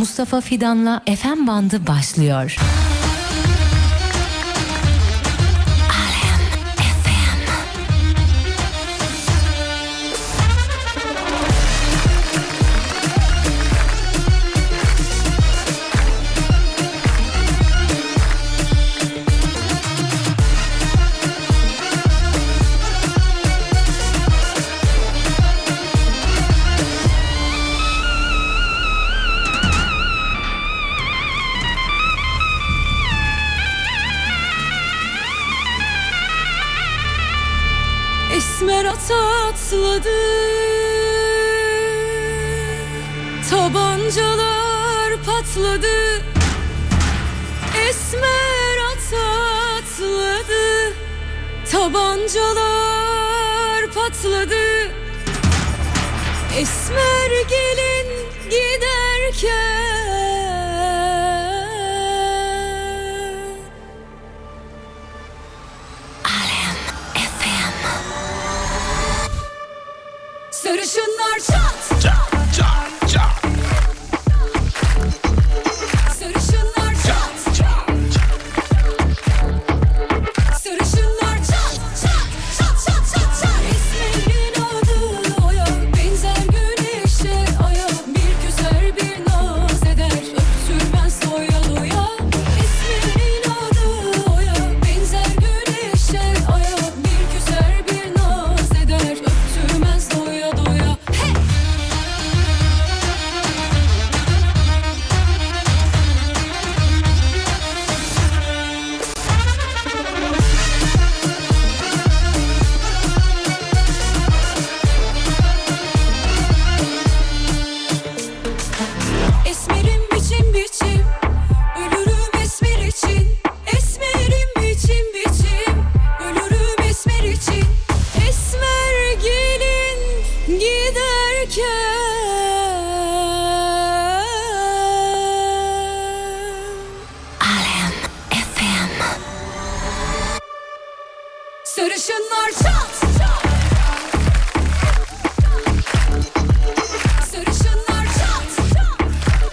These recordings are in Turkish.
Mustafa Fidan'la FM Bandı başlıyor. Esmer atladı, tabancalar patladı. Esmer atladı, tabancalar patladı. Esmer gelin giderken sarışınlar çat çat çat çat. Sarışınlar çat çat çat. Sarışınlar çat çat çat çat çat çat. Esmerin adı Oya, benzer güneşe aya. Bir küser bir naz eder, öptürmez doya doya. Esmerin adı Oya, benzer güneşe aya. Bir küser bir naz eder, öptürmez doya doya. Hey! Esmerim biçim biçim, ölürüm esmer için. Esmerim biçim biçim, ölürüm esmer için. Esmer gelin giderken sarışınlar çat çat. Sarışınlar çat çat.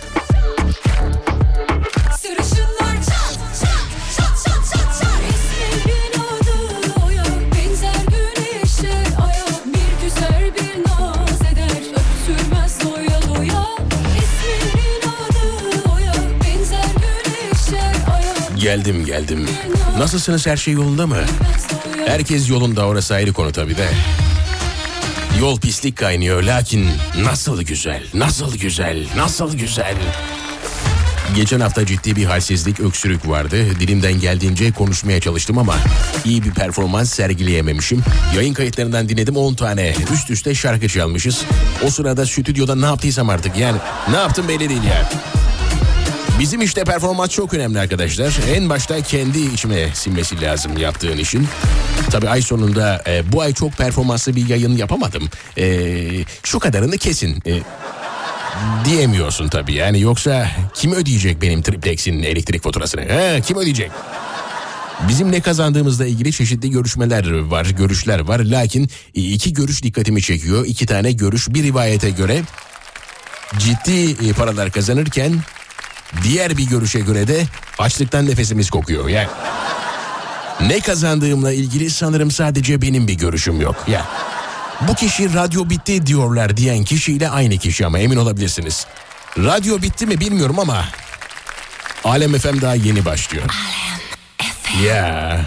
Sarışınlar çat çat çat çat çat çat. Esmerin adı Oya, benzer güneşe aya. Bir güzel bir naz eder, öptürmez doya doya. Esmerin adı Oya, benzer güneşe aya. Geldim. Nasılsınız, her şey yolunda mı? Herkes yolunda, orası ayrı konu tabii de. Yol pislik kaynıyor, lakin nasıl güzel, nasıl güzel, nasıl güzel. Geçen hafta ciddi bir halsizlik, öksürük vardı. Dilimden geldiğince konuşmaya çalıştım ama iyi bir performans sergileyememişim. Yayın kayıtlarından dinledim, 10 tane üst üste şarkı çalmışız. O sırada stüdyoda ne yaptıysam artık, yani ne yaptım belli değil yani. Bizim işte performans çok önemli arkadaşlar. En başta kendi içime sinmesi lazım yaptığın işin. Tabii ay sonunda bu ay çok performanslı bir yayın yapamadım. Şu kadarını kesin diyemiyorsun tabii. Yani yoksa kim ödeyecek benim triplex'in elektrik faturasını? Kim ödeyecek? Bizim ne kazandığımızla ilgili çeşitli görüşmeler var, görüşler var. Lakin iki görüş dikkatimi çekiyor. 2 tane görüş, bir rivayete göre ciddi paralar kazanırken diğer bir görüşe göre de açlıktan nefesimiz kokuyor. Yani ne kazandığımla ilgili sanırım sadece benim bir görüşüm yok. Ya bu kişi radyo bitti diyorlar diyen kişiyle aynı kişi ama emin olabilirsiniz. Radyo bitti mi bilmiyorum ama Alem FM daha yeni başlıyor. Alem FM. Ya.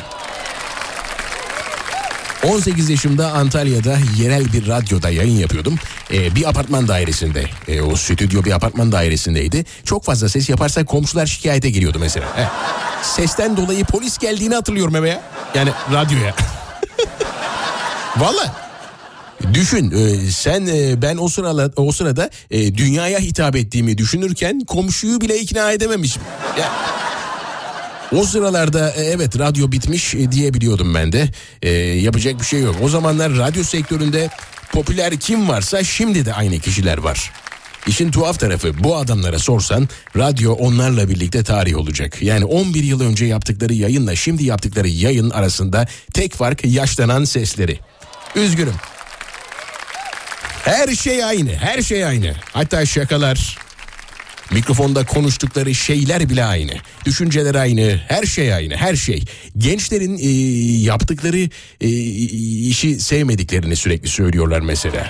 18 yaşımda Antalya'da yerel bir radyoda yayın yapıyordum. Bir apartman dairesinde. O stüdyo bir apartman dairesindeydi. Çok fazla ses yaparsak komşular şikayete geliyordu mesela. Sesten dolayı polis geldiğini hatırlıyorum eve ya. Yani radyoya. Vallahi. Düşün sen ben o sırada dünyaya hitap ettiğimi düşünürken komşuyu bile ikna edememişim. Ya. O sıralarda evet radyo bitmiş diyebiliyordum ben de. Yapacak bir şey yok. O zamanlar radyo sektöründe popüler kim varsa şimdi de aynı kişiler var. İşin tuhaf tarafı, bu adamlara sorsan radyo onlarla birlikte tarih olacak. Yani 11 yıl önce yaptıkları yayınla şimdi yaptıkları yayın arasında tek fark yaşlanan sesleri. Üzgünüm. Her şey aynı, her şey aynı. Hatta şakalar, Mikrofonda konuştukları şeyler bile aynı. Düşünceler aynı, her şey aynı, her şey. Gençlerin yaptıkları işi sevmediklerini sürekli söylüyorlar mesela.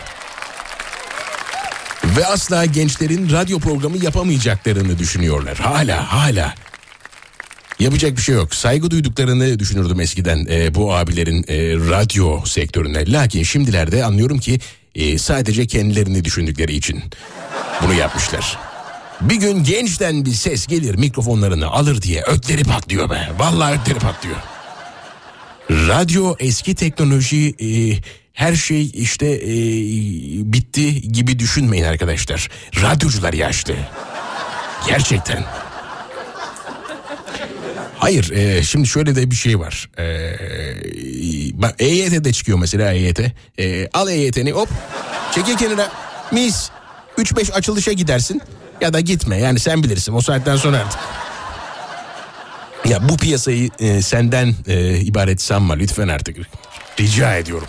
Ve asla gençlerin radyo programı yapamayacaklarını düşünüyorlar. Hala. Yapacak bir şey yok. Saygı duyduklarını düşünürdüm eskiden bu abilerin radyo sektörüne. Lakin şimdilerde anlıyorum ki sadece kendilerini düşündükleri için bunu yapmışlar. Bir gün gençten bir ses gelir mikrofonlarını alır diye ötleri patlıyor be. Vallahi ötleri patlıyor. Radyo eski teknoloji her şey işte bitti gibi düşünmeyin arkadaşlar. Radyocular yaşlı. Gerçekten. Hayır şimdi şöyle de bir şey var. EYT'de çıkıyor mesela EYT. Al EYT'ni hop çekil kenara mis 3-5 açılışa gidersin ya da gitme yani sen bilirsin o saatten sonra artık. Ya bu piyasayı senden ibaret sanma lütfen artık rica ediyorum.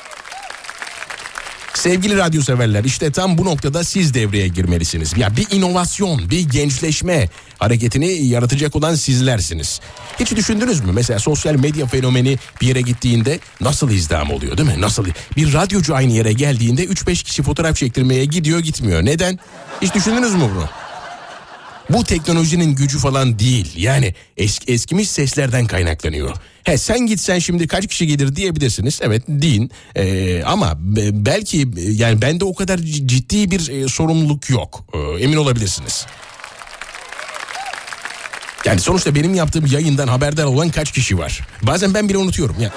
Sevgili radyo severler işte tam bu noktada siz devreye girmelisiniz. Ya bir inovasyon, bir gençleşme hareketini yaratacak olan sizlersiniz. Hiç düşündünüz mü? Mesela sosyal medya fenomeni bir yere gittiğinde nasıl izdiham oluyor değil mi? Nasıl? Bir radyocu aynı yere geldiğinde 3-5 kişi fotoğraf çektirmeye gidiyor gitmiyor. Neden? Hiç düşündünüz mü bunu? Bu teknolojinin gücü falan değil. Yani eskimiş seslerden kaynaklanıyor. Sen gitsen şimdi kaç kişi gelir diyebilirsiniz. Evet deyin. Ama belki yani bende o kadar ciddi bir sorumluluk yok. Emin olabilirsiniz. Yani sonuçta benim yaptığım yayından haberdar olan kaç kişi var? Bazen ben bile unutuyorum ya.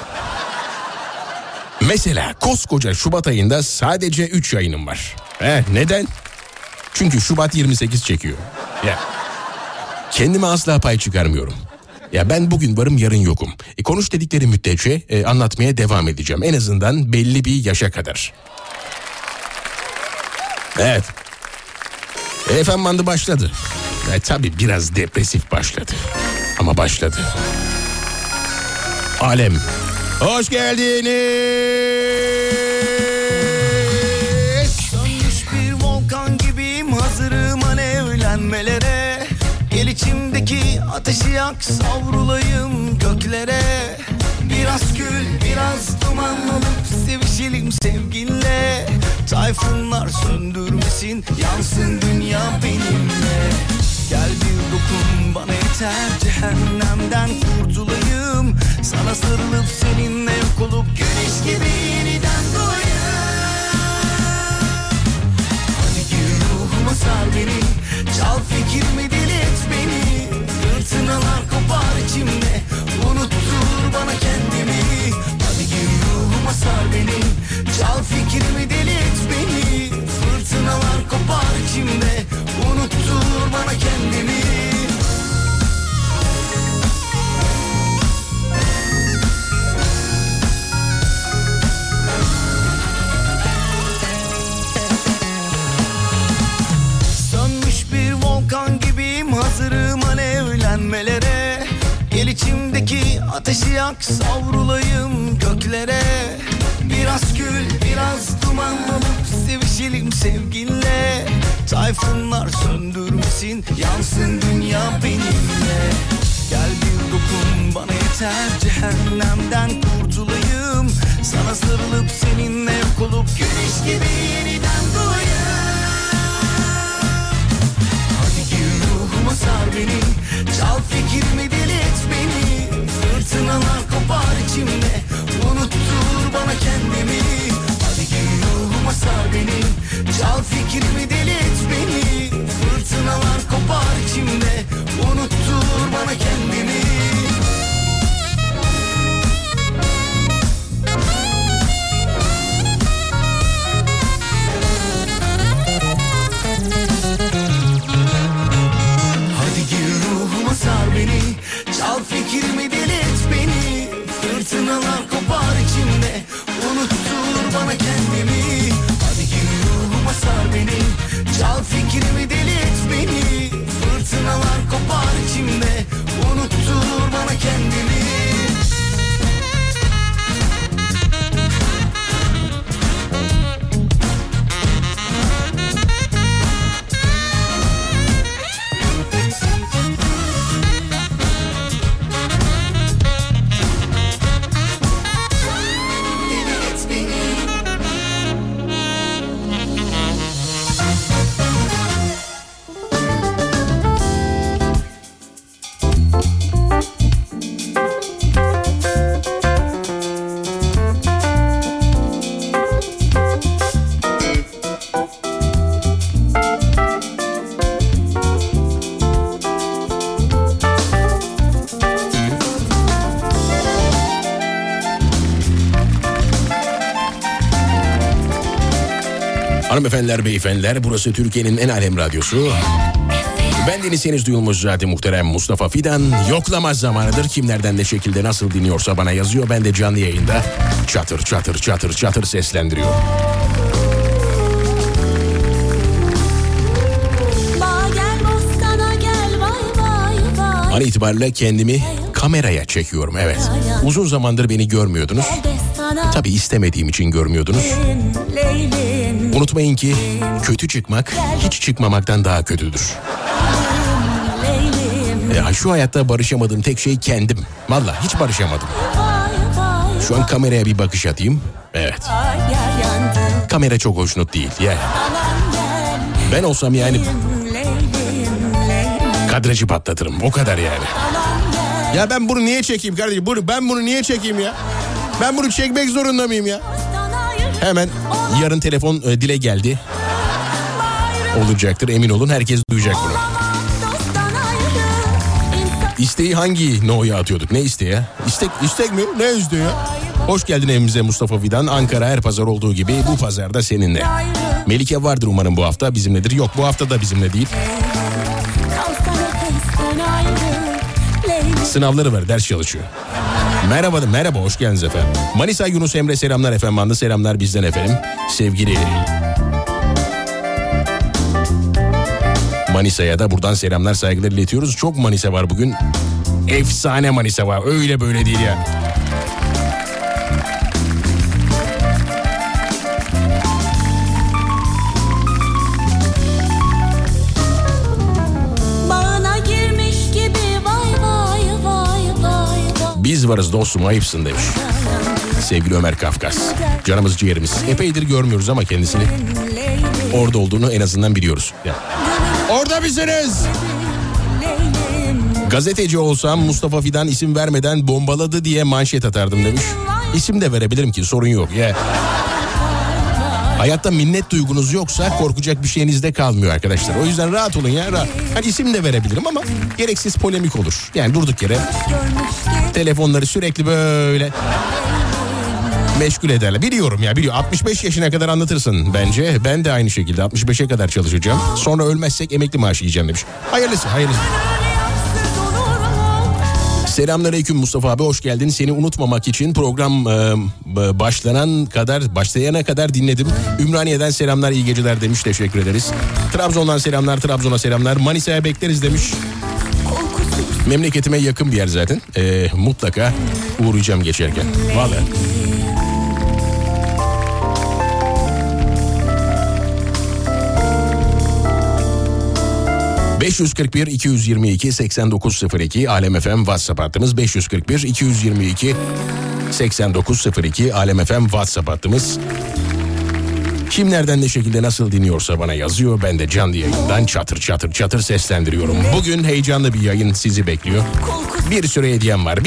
Mesela koskoca Şubat ayında sadece 3 yayınım var. Neden? Çünkü Şubat 28 çekiyor. Ya. Kendime asla pay çıkarmıyorum. Ya ben bugün varım yarın yokum. Konuş dedikleri müddetçe anlatmaya devam edeceğim. En azından belli bir yaşa kadar. Evet. FM bandı başladı. Tabii biraz depresif başladı. Ama başladı. Alem. Hoş geldiniz. Sönmüş bir volkan gibiyim, hazırım alevlenmelere. Gel içimdeki ateşi yak, savrulayım göklere. Biraz gül, biraz duman olup sevişelim sevginle. Tayfunlar söndürmesin, yansın dünya benimle. Gel bir dokun bana yeter, cehennemden kurtulayım. Sana sarılıp seninle yok olup güneş gibi yeniden doğayım. Hadi gir ruhuma sar beni, çal fikrimi deli et beni. Fırtınalar kopar içimde, unuttur bana kendimi. Hadi gir ruhuma sar beni, çal fikrimi deli et beni. Fırtınalar kopar içimde, unuttur bana kendimi. Sönmüş bir volkan gibiyim, hazırım alevlenmelere. Gel içimdeki ateşi yak, savrulayım göklere. Biraz gül, biraz duman olup sevişelim sevginle. Tayfunlar söndürmesin, yansın dünya benimle. Gel bir dokun bana yeter, cehennemden kurtulayım. Sana sarılıp seninle yok olup güneş gibi yeniden doğayım. Hadi gir ruhuma sar beni, çal fikrimi deli et beni. Fırtınalar kopar içimde, unuttur bana kendimi. Hadi gir ruhuma sar beni, çal fikrimi deli et beni. Fırtınalar kopar içimde, unuttur bana kendimi. Hanımefendiler, beyefendiler, burası Türkiye'nin en alem radyosu. Ben deniz duyulmuş zaten muhterem Mustafa Fidan. Yoklama zamanıdır. Kimlerden ne şekilde nasıl dinliyorsa bana yazıyor. Ben de canlı yayında çatır çatır çatır çatır seslendiriyor. An itibariyle kendimi kameraya çekiyorum, evet. Uzun zamandır beni görmüyordunuz. Tabii istemediğim için görmüyordunuz. Unutmayın ki kötü çıkmak hiç çıkmamaktan daha kötüdür. Ya şu hayatta barışamadığım tek şey kendim. Vallahi hiç barışamadım. Şu an kameraya bir bakış atayım. Evet. Kamera çok hoşnut değil. Yani. Ben olsam yani kadrajı patlatırım. O kadar yani. Ya ben bunu niye çekeyim kardeşim? Ben bunu niye çekeyim ya? Ben bunu çekmek zorunda mıyım ya? Hemen yarın telefon dile geldi. Olacaktır, emin olun, herkes duyacak bunu. İsteği hangi no'ya atıyorduk? Ne isteği ya? İstek mi? Ne isteği ya? Hoş geldin evimize Mustafa Fidan. Ankara her pazar olduğu gibi bu pazarda seninle. Melike vardır umarım bu hafta bizimledir. Yok, bu hafta da bizimle değil. Sınavları var, ders çalışıyor. Merhaba, hoş geldiniz efendim. Manisa Yunus Emre selamlar efendim. Anlı selamlar bizden efendim. Sevgili Manisa'ya da buradan selamlar, saygılar iletiyoruz. Çok Manisa var bugün. Efsane Manisa var. Öyle böyle değil ya. Biz varız dostum, ayıpsın demiş. Sevgili Ömer Kafkas. Canımız ciğerimiz. Epeydir görmüyoruz ama kendisini. Orada olduğunu en azından biliyoruz. Ya. Orada mısınız? Gazeteci olsam Mustafa Fidan isim vermeden bombaladı diye manşet atardım demiş. İsim de verebilirim ki, sorun yok. Ya. Hayatta minnet duygunuz yoksa korkacak bir şeyiniz de kalmıyor arkadaşlar. O yüzden rahat olun ya, rahat. Hani isim de verebilirim ama gereksiz polemik olur. Yani durduk yere telefonları sürekli böyle meşgul ederler. Biliyorum ya, biliyorum. 65 yaşına kadar anlatırsın bence. Ben de aynı şekilde 65'e kadar çalışacağım. Sonra ölmezsek emekli maaşı yiyeceğim demiş. Hayırlısı. Selamünaleyküm Mustafa abi, hoş geldin. Seni unutmamak için program başlayana kadar dinledim. Ümraniye'den selamlar, iyi geceler demiş, teşekkür ederiz. Trabzon'dan selamlar, Trabzon'a selamlar. Manisa'ya bekleriz demiş. Memleketime yakın bir yer zaten. Mutlaka uğrayacağım geçerken. Vallahi. ...541-222-8902... Alem FM WhatsApp hattımız... ...541-222-8902... Alem FM WhatsApp hattımız... Kim nereden ne şekilde nasıl dinliyorsa bana yazıyor. Ben de canlı yayından çatır çatır çatır seslendiriyorum. Bugün heyecanlı bir yayın sizi bekliyor. Bir sürü hediyem var.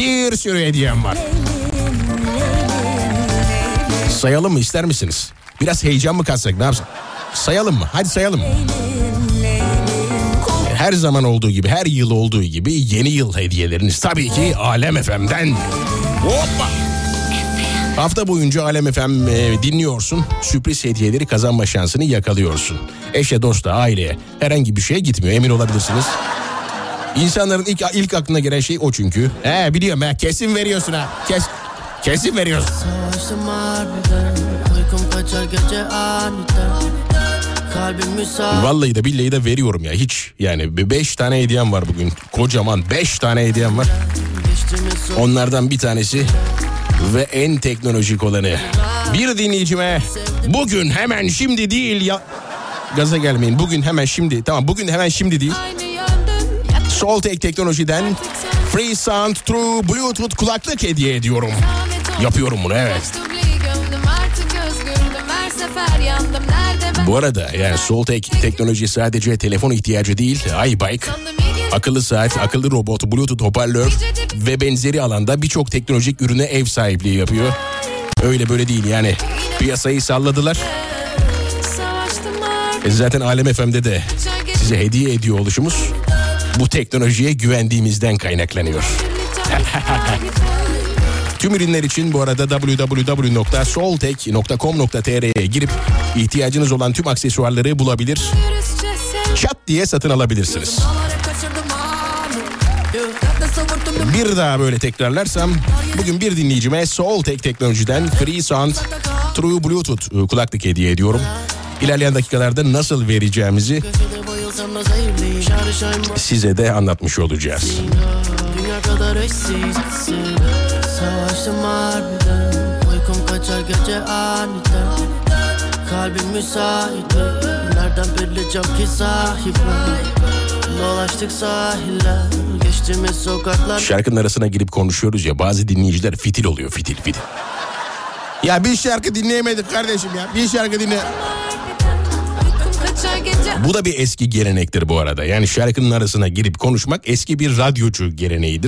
Sayalım mı, ister misiniz? Biraz heyecan mı katsak, ne yapsak? Sayalım mı? Hadi sayalım. Her zaman olduğu gibi, her yıl olduğu gibi yeni yıl hediyeleriniz tabii ki Alem FM'den. Hoppa! Hafta boyunca Alem FM dinliyorsun. Sürpriz hediyeleri kazanma şansını yakalıyorsun. Eşe, dosta, aileye herhangi bir şeye gitmiyor, emin olabilirsiniz. İnsanların ilk aklına gelen şey o çünkü. Biliyorum kesin veriyorsun ha. Kesin veriyorsun. Vallahi de billahi de veriyorum ya, hiç yani 5 tane hediyem var bugün. Kocaman 5 tane hediyem var. Onlardan bir tanesi ve en teknolojik olanı. Bir dinleyicime bugün hemen şimdi değil ya. Gaza gelmeyin, bugün hemen şimdi. Tamam, bugün hemen şimdi değil. Soltek Teknoloji'den Free Sound True Bluetooth kulaklık hediye ediyorum. Yapıyorum bunu, evet. Bu arada yani Soltek Teknoloji sadece telefon ihtiyacı değil, iBike, akıllı saat, akıllı robot, Bluetooth hoparlör ve benzeri alanda birçok teknolojik ürüne ev sahipliği yapıyor. Öyle böyle değil yani, piyasayı salladılar. Zaten Alem FM'de de size hediye ediyor oluşumuz bu teknolojiye güvendiğimizden kaynaklanıyor. Tüm ürünler için bu arada www.soltek.com.tr'ye girip ihtiyacınız olan tüm aksesuarları bulabilir. Çat diye satın alabilirsiniz. Bir daha böyle tekrarlarsam bugün bir dinleyicime Soltek Teknoloji'den FreeSound True Bluetooth kulaklık hediye ediyorum. İlerleyen dakikalarda nasıl vereceğimizi size de anlatmış olacağız. Dünya kadar eşsizsin. Savaştım harbiden. Uykum kaçar gece aniden. Kalbim müsait mi? Nereden bileceğim ki sahibi? Dolaştık sahiller. Geçtiğimiz sokaklar. Şarkının arasına girip konuşuyoruz ya, bazı dinleyiciler fitil oluyor, fitil. Ya bir şarkı dinleyemedik kardeşim ya. Bir şarkı dinle. Bu da bir eski gelenektir bu arada. Yani şarkının arasına girip konuşmak eski bir radyocu geleneğidir.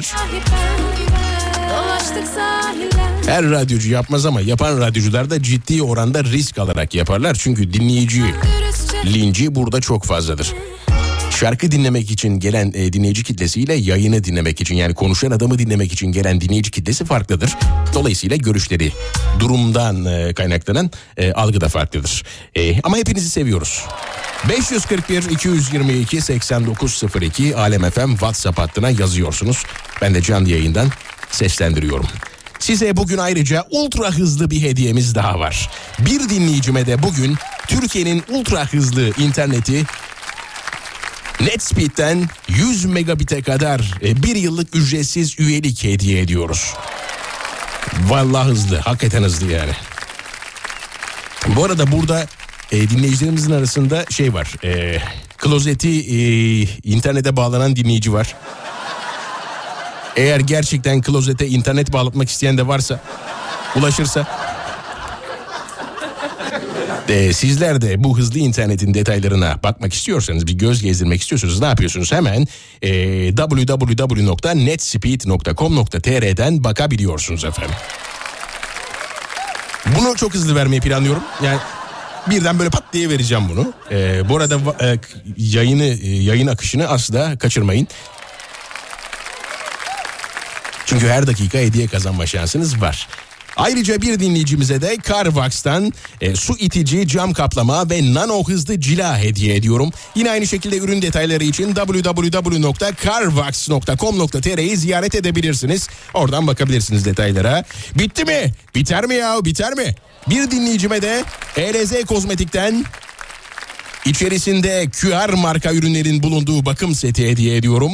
Her radyocu yapmaz ama yapan radyocular da ciddi oranda risk alarak yaparlar. Çünkü dinleyici linci burada çok fazladır. Şarkı dinlemek için gelen dinleyici kitlesiyle yayını dinlemek için, yani konuşan adamı dinlemek için gelen dinleyici kitlesi farklıdır. Dolayısıyla görüşleri, durumdan kaynaklanan algı da farklıdır. Ama hepinizi seviyoruz. 541-222-8902 Alem FM WhatsApp hattına yazıyorsunuz. Ben de canlı yayından seslendiriyorum. Size bugün ayrıca ultra hızlı bir hediyemiz daha var. Bir dinleyicime de bugün Türkiye'nin ultra hızlı interneti NetSpeed'den 100 megabit'e kadar bir yıllık ücretsiz üyelik hediye ediyoruz. Vallahi hızlı, hakikaten hızlı yani. Bu arada burada dinleyicilerimizin arasında şey var. Klozeti internete bağlanan dinleyici var. Eğer gerçekten klozete internet bağlatmak isteyen de varsa, ulaşırsa. Sizler de bu hızlı internetin detaylarına bakmak istiyorsanız, bir göz gezdirmek istiyorsanız ne yapıyorsunuz? Hemen www.netspeed.com.tr'den bakabiliyorsunuz efendim. Bunu çok hızlı vermeyi planlıyorum. Yani birden böyle pat diye vereceğim bunu. Bu arada yayın akışını asla kaçırmayın. Çünkü her dakika hediye kazanma şansınız var. Ayrıca bir dinleyicimize de Carvax'tan su itici cam kaplama ve nano hızlı cila hediye ediyorum. Yine aynı şekilde ürün detayları için www.carvax.com.tr'yi ziyaret edebilirsiniz. Oradan bakabilirsiniz detaylara. Bitti mi? Biter mi ya? Biter mi? Bir dinleyicime de ELZ Kozmetik'ten içerisinde QR marka ürünlerin bulunduğu bakım seti hediye ediyorum.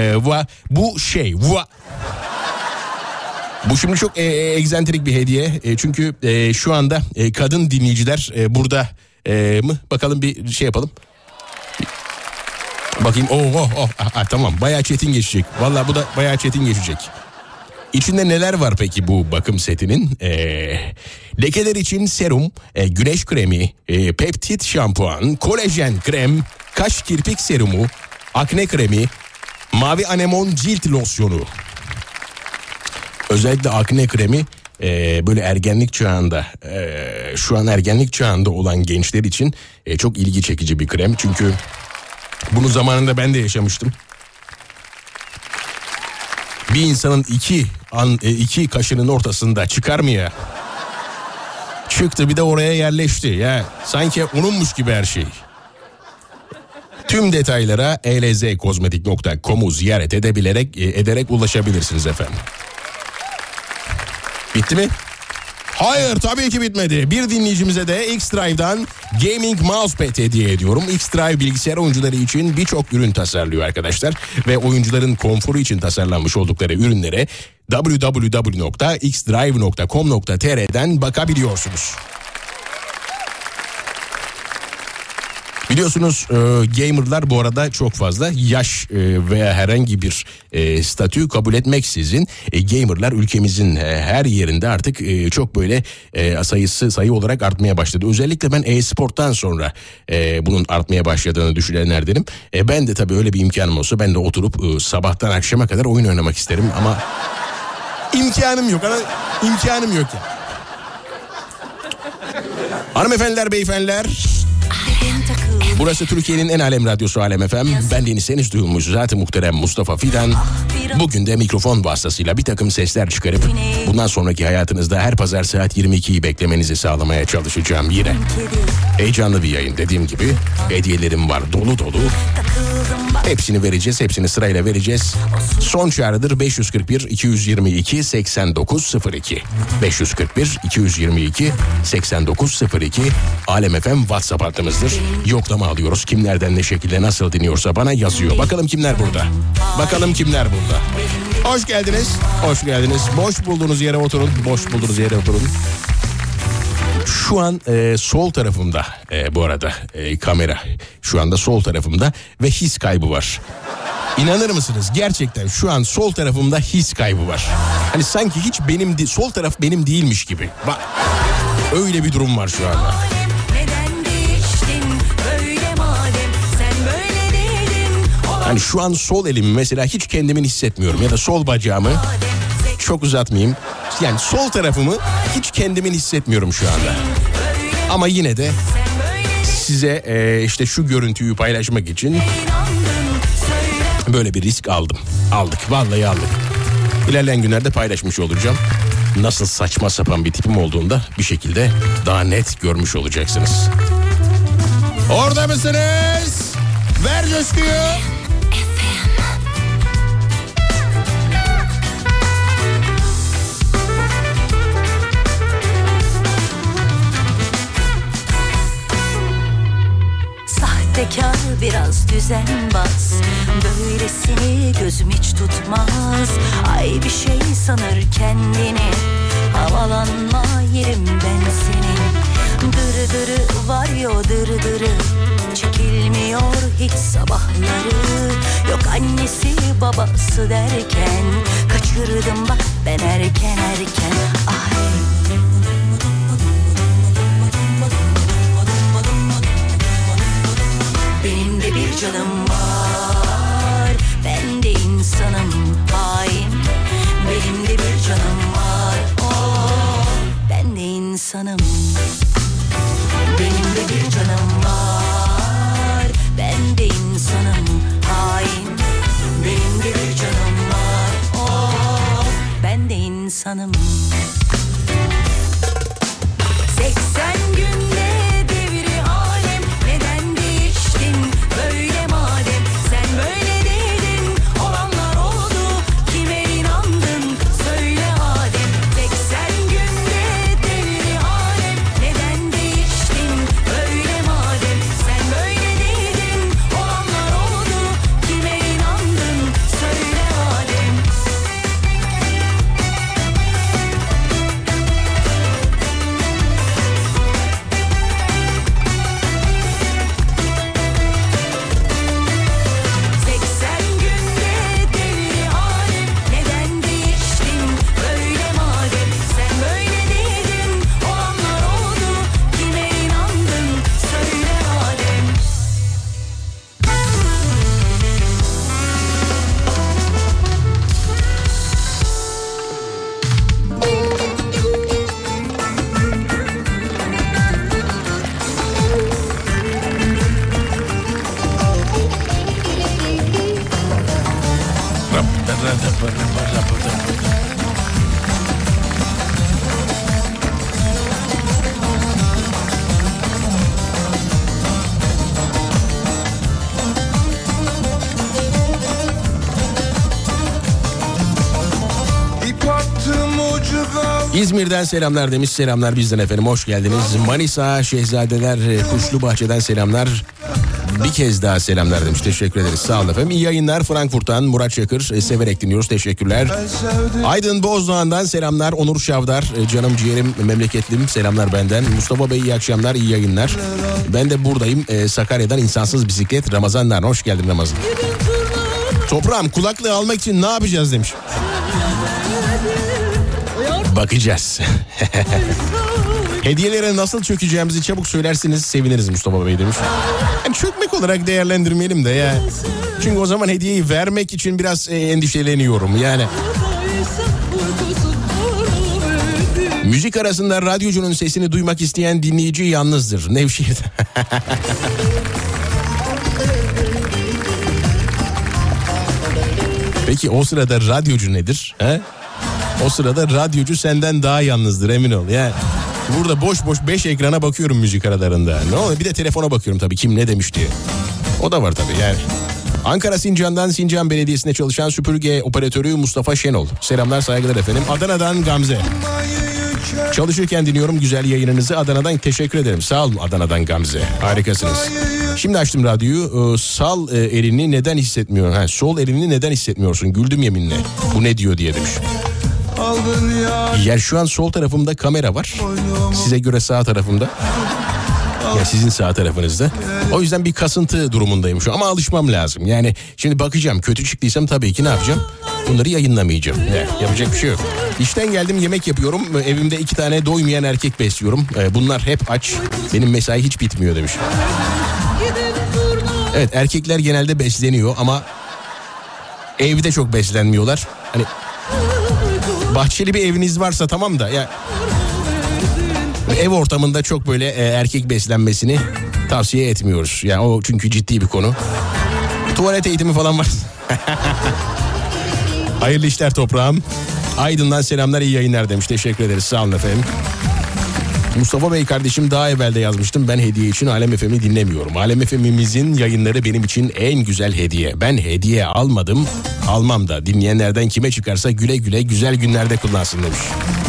Bu şimdi çok egzantrik bir hediye. Çünkü şu anda kadın dinleyiciler burada mı? Bakalım bir şey yapalım. Bakayım. Tamam, bayağı çetin geçecek. Vallahi bu da bayağı çetin geçecek. İçinde neler var peki bu bakım setinin? Lekeler için serum, güneş kremi, peptit şampuan, kolajen krem, kaş kirpik serumu, akne kremi, mavi anemon cilt losyonu. Özellikle akne kremi böyle ergenlik çağında, şu an ergenlik çağında olan gençler için çok ilgi çekici bir krem. Çünkü bunu zamanında ben de yaşamıştım. Bir insanın iki kaşının ortasında çıkar mı ya? Çıktı, bir de oraya yerleşti ya. Sanki onunmuş gibi her şey. Tüm detaylara elzkozmetik.com'u ziyaret ederek ulaşabilirsiniz efendim. Bitti mi? Hayır, tabii ki bitmedi. Bir dinleyicimize de X-Drive'dan Gaming Mousepad hediye ediyorum. X-Drive bilgisayar oyuncuları için birçok ürün tasarlıyor arkadaşlar. Ve oyuncuların konforu için tasarlanmış oldukları ürünlere www.xdrive.com.tr'den bakabiliyorsunuz. Biliyorsunuz gamerlar bu arada çok fazla yaş veya herhangi bir statü kabul etmeksizin gamerlar ülkemizin her yerinde artık çok böyle sayı olarak artmaya başladı. Özellikle ben e-sporttan sonra bunun artmaya başladığını düşünenlerdenim. Ben de tabii öyle bir imkanım olsa ben de oturup sabahtan akşama kadar oyun oynamak isterim ama imkanım yok ya. Hanımefendiler, beyefendiler, Burası Türkiye'nin en alem radyosu Alem FM. Bendeniz henüz duyulmuş zaten muhterem Mustafa Fidan. Bugün de mikrofon vasıtasıyla bir takım sesler çıkarıp bundan sonraki hayatınızda her pazar saat 22'yi beklemenizi sağlamaya çalışacağım yine. Heyecanlı bir yayın, dediğim gibi hediyelerim var dolu dolu. Hepsini vereceğiz, hepsini sırayla vereceğiz. Son çağrıdır 541 222 8902. 541 222 8902 Alem FM WhatsApp hattımızdır. Yoklama alıyoruz. Kimlerden ne şekilde nasıl dinliyorsa bana yazıyor. Bakalım kimler burada? Bakalım kimler burada? Hoş geldiniz. Hoş geldiniz. Boş bulduğunuz yere oturun. Boş bulduğunuz yere oturun. Şu an sol tarafımda bu arada kamera şu anda sol tarafımda ve his kaybı var. İnanır mısınız? Gerçekten şu an sol tarafımda his kaybı var. Hani sanki hiç benim sol taraf benim değilmiş gibi. Bak öyle bir durum var şu anda. Hani şu an sol elimi mesela hiç kendimin hissetmiyorum ya da sol bacağımı çok uzatmayayım. Yani sol tarafımı hiç kendimin hissetmiyorum şu anda. Ama yine de size işte şu görüntüyü paylaşmak için böyle bir risk aldım. Aldık, vallahi aldık. İlerleyen günlerde paylaşmış olacağım. Nasıl saçma sapan bir tipim olduğunda bir şekilde daha net görmüş olacaksınız. Orada mısınız? Ver coşkuyu. Bekar biraz düzen bas, böylesini gözüm hiç tutmaz. Ay bir şey sanır kendini, havalanma yerim ben senin. Dırı var ya dırı, çekilmiyor hiç sabahları. Yok annesi babası derken, kaçırdım bak ben erken. Ay benim de bir canım var, ben de insanım hain. Benim de bir canım var, oh, ben de insanım. Benim de bir canım var, ben de insanım hain. Benim de bir canım var, oh, ben de insanım. 80 günde devri alem, neden değiştin böyle madem? Sen böyle değildin, olanlar oldu, kime inandın söyle Adem. 80 günde devri alem, neden değiştin böyle madem? Sen böyle değildin, olanlar oldu, kime inandın söyle Adem. İzmir'den selamlar demiş. Selamlar bizden efendim, hoş geldiniz. Manisa Şehzadeler Kuşlubahçe'den selamlar. Bir kez daha selamlar demiş. Teşekkür ederiz. Sağ olun efendim. İyi yayınlar. Frankfurt'tan Murat Çakır. Severek dinliyoruz. Teşekkürler. Aydın Bozdoğan'dan selamlar. Onur Şavdar. Canım ciğerim, memleketlim. Selamlar benden. Mustafa Bey iyi akşamlar. İyi yayınlar. Ben de buradayım. Sakarya'dan insansız bisiklet. Ramazan'dan. Hoş geldin Ramazan. Toprağım, kulaklığı almak için ne yapacağız demiş. Bakacağız. Hediyelere nasıl çökeceğimizi çabuk söylerseniz seviniriz Mustafa Bey demiş. Yani çökmek olarak değerlendirmeyelim de ya. Çünkü o zaman hediyeyi vermek için biraz endişeleniyorum yani. Müzik arasında radyocunun sesini duymak isteyen dinleyici yalnızdır. Nevşehir. Peki o sırada radyocu nedir? He? O sırada radyocu senden daha yalnızdır, emin ol. Yani burada boş boş 5 ekrana bakıyorum müzik aralarında. Ne oluyor? Bir de telefona bakıyorum tabii, kim ne demiş diye. O da var tabii yani. Ankara Sincan'dan Sincan Belediyesi'nde çalışan süpürge operatörü Mustafa Şenol. Selamlar, saygılar efendim. Adana'dan Gamze. Çalışırken dinliyorum güzel yayınınızı. Adana'dan teşekkür ederim. Sağ olun Adana'dan Gamze. Harikasınız. Şimdi açtım radyoyu. Sal elini neden hissetmiyor? Sol elini neden hissetmiyorsun? Güldüm yeminle. Bu ne diyor diye demiş. Ya şu an sol tarafımda kamera var. Size göre sağ tarafımda. Ya sizin sağ tarafınızda. O yüzden bir kasıntı durumundayım şu an. Ama alışmam lazım. Yani şimdi bakacağım. Kötü çıktıysam tabii ki ne yapacağım? Bunları yayınlamayacağım. Yapacak bir şey yok. İşten geldim, yemek yapıyorum. Evimde 2 tane doymayan erkek besliyorum. Bunlar hep aç. Benim mesai hiç bitmiyor demiş. Evet, erkekler genelde besleniyor ama evde çok beslenmiyorlar. Hani bahçeli bir eviniz varsa tamam da ya ev ortamında çok böyle erkek beslenmesini tavsiye etmiyoruz. Yani o çünkü ciddi bir konu. Tuvalet eğitimi falan var. Hayırlı işler toprağım. Aydın'dan selamlar, iyi yayınlar demiş. Teşekkür ederiz, sağ olun efendim. Mustafa Bey kardeşim, daha evvel de yazmıştım. Ben hediye için Alem FM'i dinlemiyorum. Alem FM'imizin yayınları benim için en güzel hediye. Ben hediye almadım, almam da. Dinleyenlerden kime çıkarsa güle güle güzel günlerde kullansın demiş.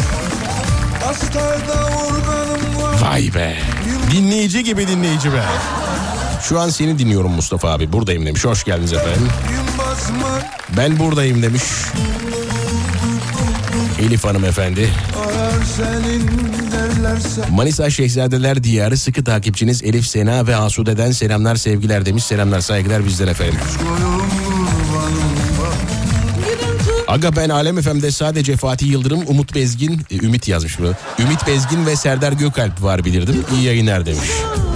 Vay be. Dinleyici gibi dinleyici be. Şu an seni dinliyorum Mustafa abi. Buradayım demiş. Hoş geldiniz efendim. Ben buradayım demiş Elif hanımefendi. Manisa Şehzadeler Diyarı sıkı takipçiniz Elif Sena ve Asude'den selamlar sevgiler demiş. Selamlar saygılar bizden efendim. Aga ben Alem FM'de sadece Fatih Yıldırım, Umut Bezgin, Ümit yazmış bunu. Ümit Bezgin ve Serdar Gökalp var bilirdim. İyi yayınlar demiş.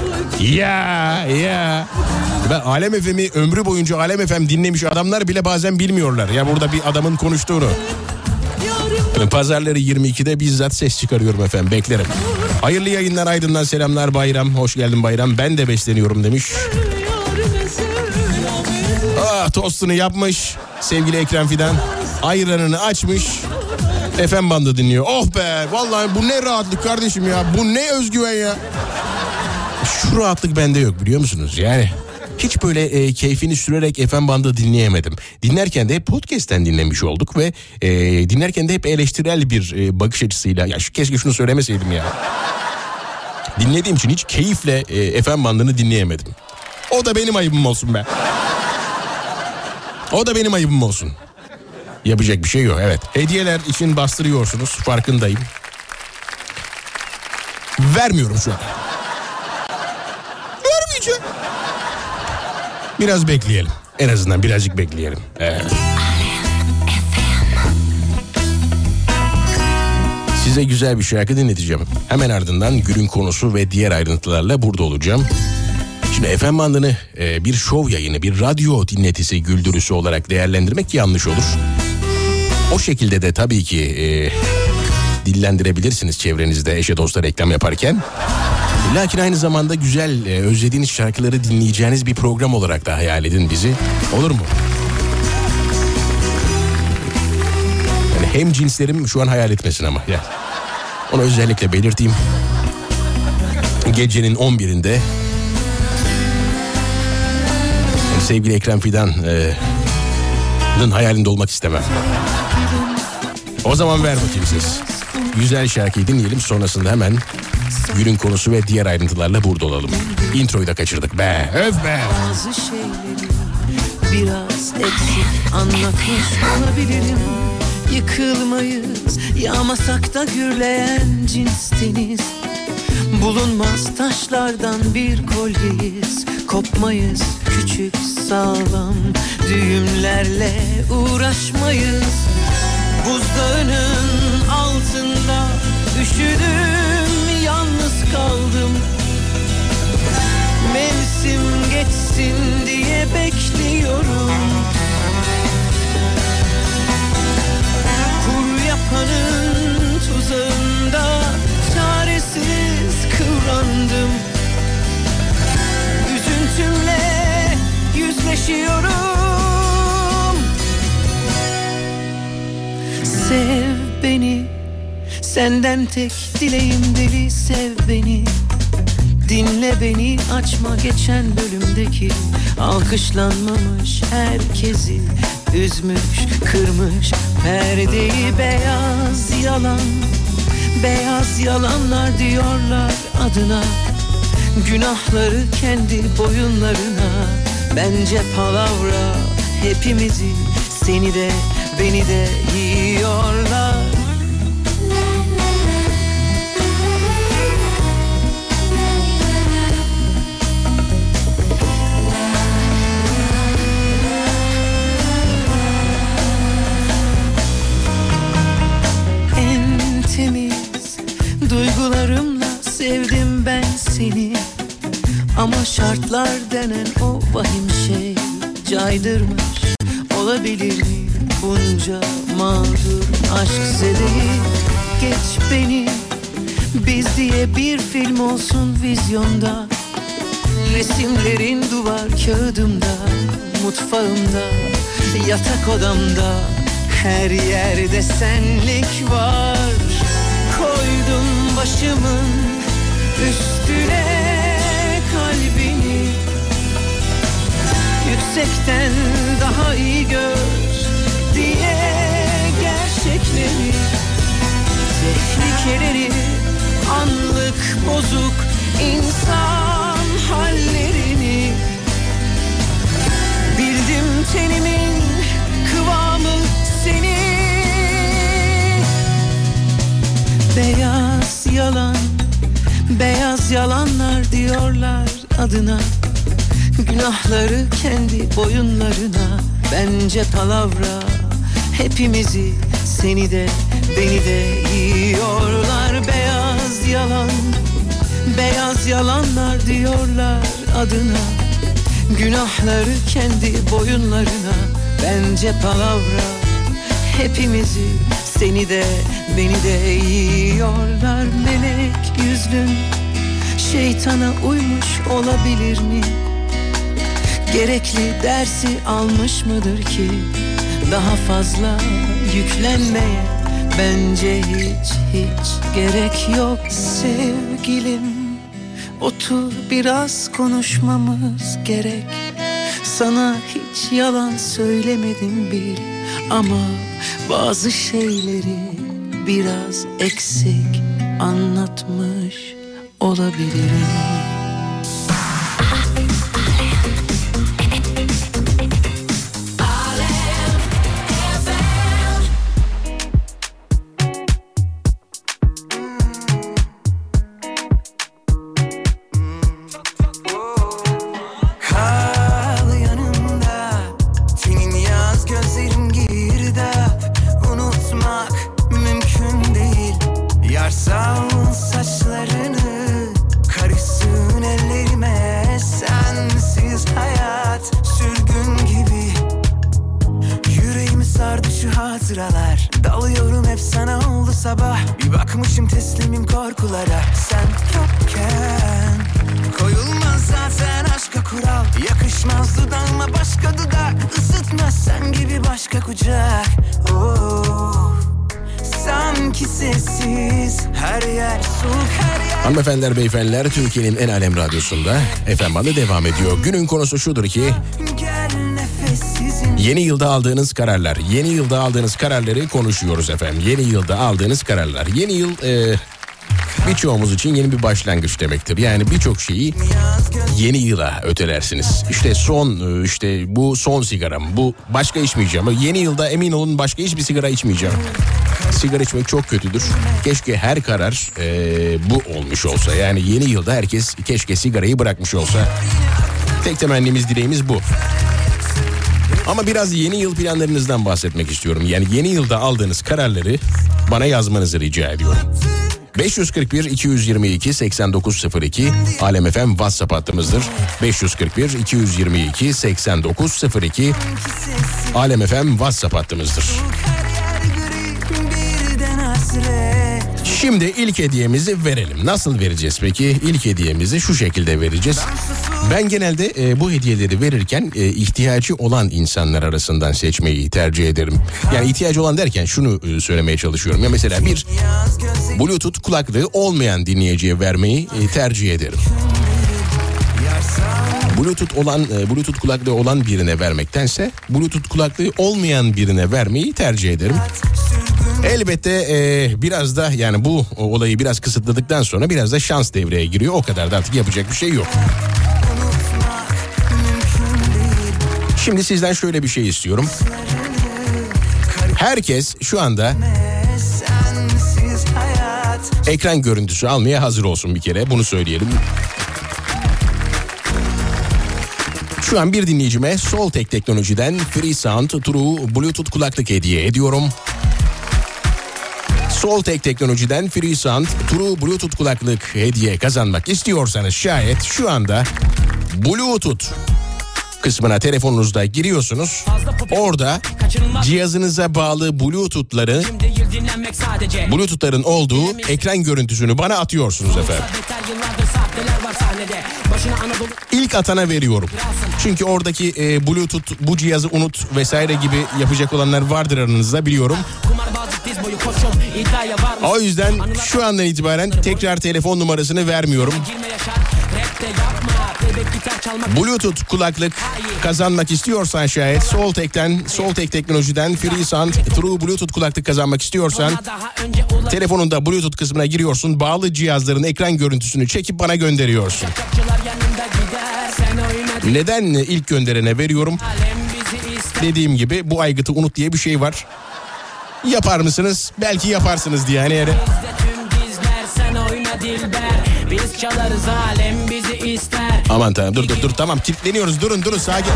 Ya. Ben Alem FM'i ömrü boyunca Alem FM dinlemiş adamlar bile bazen bilmiyorlar. Ya burada bir adamın konuştuğunu. Pazarları 22'de bizzat ses çıkarıyorum efendim, beklerim. Hayırlı yayınlar, Aydın'dan selamlar Bayram. Hoş geldin Bayram. Ben de besleniyorum demiş. Tostunu yapmış sevgili Ekrem Fidan. Ayranını açmış. FM bandı dinliyor. Oh be, vallahi bu ne rahatlık kardeşim ya. Bu ne özgüven ya. Şu rahatlık bende yok, biliyor musunuz? Yani hiç böyle keyfini sürerek FM bandı dinleyemedim. Dinlerken de hep podcast'ten dinlemiş olduk ve dinlerken de hep eleştirel bir bakış açısıyla. Ya keşke şunu söylemeseydim ya. Dinlediğim için hiç keyifle FM bandını dinleyemedim. O da benim ayıbım olsun be. O da benim ayıbım olsun. Yapacak bir şey yok, evet. Hediyeler için bastırıyorsunuz, farkındayım. Vermiyorum şu an. Vermeyeceğim. Biraz bekleyelim. En azından birazcık bekleyelim. Size güzel bir şarkı dinleteceğim. Hemen ardından günün konusu ve diğer ayrıntılarla burada olacağım. Şimdi FM bandını bir şov yayını, bir radyo dinletisi, güldürüsü olarak değerlendirmek yanlış olur. O şekilde de tabii ki dillendirebilirsiniz çevrenizde eşe dosta reklam yaparken. Lakin aynı zamanda güzel, özlediğiniz şarkıları dinleyeceğiniz bir program olarak da hayal edin bizi. Olur mu? Yani hem cinslerim şu an hayal etmesin ama. Yani onu özellikle belirteyim. Gecenin 11'inde sevgili Ekrem Fidan'ın hayalinde olmak istemem. O zaman ver bakayım ses. Güzel şarkıyı dinleyelim, sonrasında hemen günün konusu ve diğer ayrıntılarla burada olalım. Introyu da kaçırdık be. Öf be. Bazı şeyleri biraz eksik anlatmış olabilirim. Yıkılmayız, yağmasak da gürleyen cinsteniz. Bulunmaz taşlardan bir kolyeyiz. Kopmayız küçük sağlam düğümlerle uğraşmayız. Buzdağının altında üşüdüm, yalnız kaldım. Mevsim geçsin diye bekliyorum. Kur yapanın tuzağında Sev beni, senden tek dileğim deli, sev beni. Dinle beni, açma geçen bölümdeki alkışlanmamış herkesi üzmüş, kırmış perdeyi. Beyaz yalan, beyaz yalanlar diyorlar adına, günahları kendi boyunlarına. Bence palavra hepimizi, seni de beni de yiyorlar. En temiz duygularımla sevdim ben seni, ama şartlar denen o vahim şey caydırmış olabilir mi bunca mağdur aşk zedeyi? Geç beni, biz diye bir film olsun vizyonda, resimlerin duvar kağıdımda, mutfağımda, yatak odamda, her yerde senlik var. Koydum başımın üstüne kalbini, yüksekten daha iyi gör diye gerçekleri, tehlikeleri, anlık bozuk insan hallerini. Bildim tenimin kıvamı seni. Beyaz yalan, beyaz yalanlar diyorlar adına, günahları kendi boyunlarına. Bence palavra hepimizi, seni de beni de yiyorlar. Beyaz yalan, beyaz yalanlar diyorlar adına, günahları kendi boyunlarına. Bence palavra hepimizi, seni de beni de yiyorlar. Melek yüzlüm şeytana uymuş olabilir mi? Gerekli dersi almış mıdır ki daha fazla yüklenmeye? Bence hiç gerek yok. Sevgilim, otur biraz konuşmamız gerek. Sana hiç yalan söylemedim bil, ama bazı şeyleri biraz eksik anlatmış olabilirim. Dalıyorum hep sana oldu sabah. Bir bakmışım teslimim korkulara. Sen yokken koyulmaz zaten aşka kural. Yakışmaz dudağıma başka dudak, ısıtmaz sen gibi başka kucak. Oh, sanki sessiz her yer soğuk her yer. Hanımefendiler, beyefendiler, Türkiye'nin en alem radyosunda FM Bandı devam ediyor. Günün konusu şudur ki: yeni yılda aldığınız kararlar. Yeni yılda aldığınız kararları konuşuyoruz efendim. Yeni yılda aldığınız kararlar. Yeni yıl birçoğumuz için yeni bir başlangıç demektir. Yani birçok şeyi yeni yıla ötelersiniz. İşte bu son sigaram. Bu başka içmeyeceğim. Yeni yılda emin olun başka hiçbir sigara içmeyeceğim. Sigara içmek çok kötüdür. Keşke her karar bu olmuş olsa. Yani yeni yılda herkes keşke sigarayı bırakmış olsa. Tek temennimiz, dileğimiz bu. Ama biraz yeni yıl planlarınızdan bahsetmek istiyorum. Yani yeni yılda aldığınız kararları bana yazmanızı rica ediyorum. 541-222-8902 Alem FM WhatsApp hattımızdır. 541-222-8902 Alem FM WhatsApp hattımızdır. Şimdi ilk hediyemizi verelim. Nasıl vereceğiz peki? İlk hediyemizi şu şekilde vereceğiz. Ben genelde bu hediyeleri verirken ihtiyacı olan insanlar arasından seçmeyi tercih ederim. Yani ihtiyacı olan derken şunu söylemeye çalışıyorum. Ya mesela bir Bluetooth kulaklığı olmayan dinleyiciye vermeyi tercih ederim. Bluetooth kulaklığı olan birine vermektense Bluetooth kulaklığı olmayan birine vermeyi tercih ederim. Elbette biraz da yani bu olayı biraz kısıtladıktan sonra biraz da şans devreye giriyor. O kadar da artık yapacak bir şey yok. Şimdi sizden şöyle bir şey istiyorum. Herkes şu anda ekran görüntüsü almaya hazır olsun bir kere. Bunu söyleyelim. Şu an bir dinleyicime Soltek Teknoloji'den Freesound True Bluetooth kulaklık hediye ediyorum. Soltek Teknoloji'den Freesound True Bluetooth kulaklık hediye kazanmak istiyorsanız şayet şu anda Bluetooth kısmına telefonunuzda giriyorsunuz. Orada cihazınıza bağlı Bluetooth'ların olduğu ekran görüntüsünü bana atıyorsunuz efendim. İlk atana veriyorum. Çünkü oradaki Bluetooth bu cihazı unut vesaire gibi yapacak olanlar vardır aranızda biliyorum. O yüzden şu andan itibaren tekrar telefon numarasını vermiyorum. Bluetooth kulaklık kazanmak istiyorsan şayet Soltek Teknoloji'den Freesound True Bluetooth kulaklık kazanmak istiyorsan telefonunda Bluetooth kısmına giriyorsun. Bağlı cihazların ekran görüntüsünü çekip bana gönderiyorsun. Neden ilk gönderene veriyorum? Dediğim gibi bu aygıtı unut diye bir şey var. Yapar mısınız? Belki yaparsınız diye yani. Biz çalarız alem bizi ister. Aman tanrım dur tamam kilitleniyoruz durun sakin.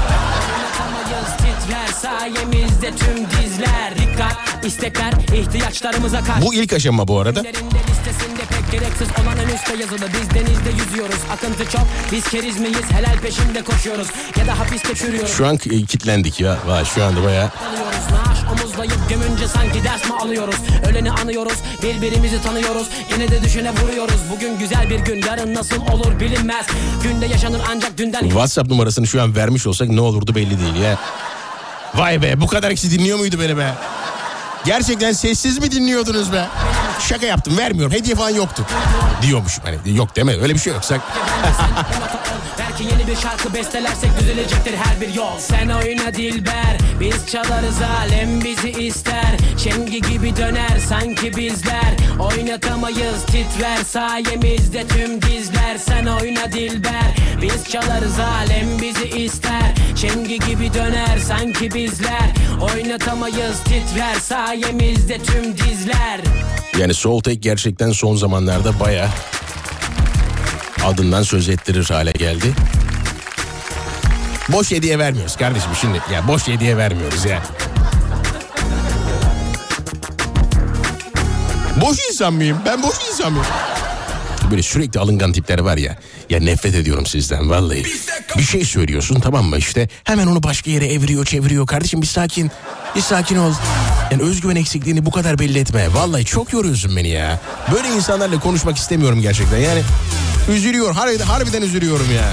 Sayemizde tüm dizler dikkat istekler ihtiyaçlarımıza karşı. Bu ilk aşama bu arada. Listesinde pek gereksiz olan en üstte yazılı biz denizde yüzüyoruz. Akıntı çok biz keriz miyiz helal peşinde koşuyoruz ya da hapiste çürüyoruz. Şu an kilitlendik ya. Vay şu anda bayağı. Naaş omuzlayıp gömünce sanki ders mi alıyoruz? Öleni anıyoruz birbirimizi tanıyoruz. Yine de düşene vuruyoruz. Bugün güzel bir gün yarın nasıl olur bilinmez. Günde yaşanır ancak dünden. WhatsApp numarasını şu an vermiş olsak ne olurdu belli değil ya. Vay be bu kadar kişi dinliyor muydu beni be? Gerçekten sessiz mi dinliyordunuz be? Şaka yaptım vermiyorum hediye falan yoktu. Diyormuşum hani yok deme öyle bir şey yoksa. Belki yeni bir şarkı bestelersek düzelecektir her bir yol. Sen oyna dilber biz çalarız alem bizi ister. Çengi gibi döner sanki bizler. Oynatamayız titrer sayemizde tüm dizler. Sen oyna dilber biz çalarız alem bizi ister. Çengi gibi döner sanki bizler. Oynatamayız titrer sayemizde tüm dizler. Yani Soltek gerçekten son zamanlarda bayağı adından söz ettirir hale geldi. Boş hediye vermiyoruz kardeşim şimdi. Ya boş hediye vermiyoruz ya. Boş insan mıyım? Ben boş insan mıyım? Böyle sürekli alıngan tipler var ya. Ya nefret ediyorum sizden vallahi. Bir şey söylüyorsun tamam mı işte. Hemen onu başka yere eviriyor çeviriyor. Kardeşim bir sakin ol. Yani özgüven eksikliğini bu kadar belli etme. Vallahi çok yoruyorsun beni ya. Böyle insanlarla konuşmak istemiyorum gerçekten. Yani üzülüyor. Harbiden üzülüyorum ya.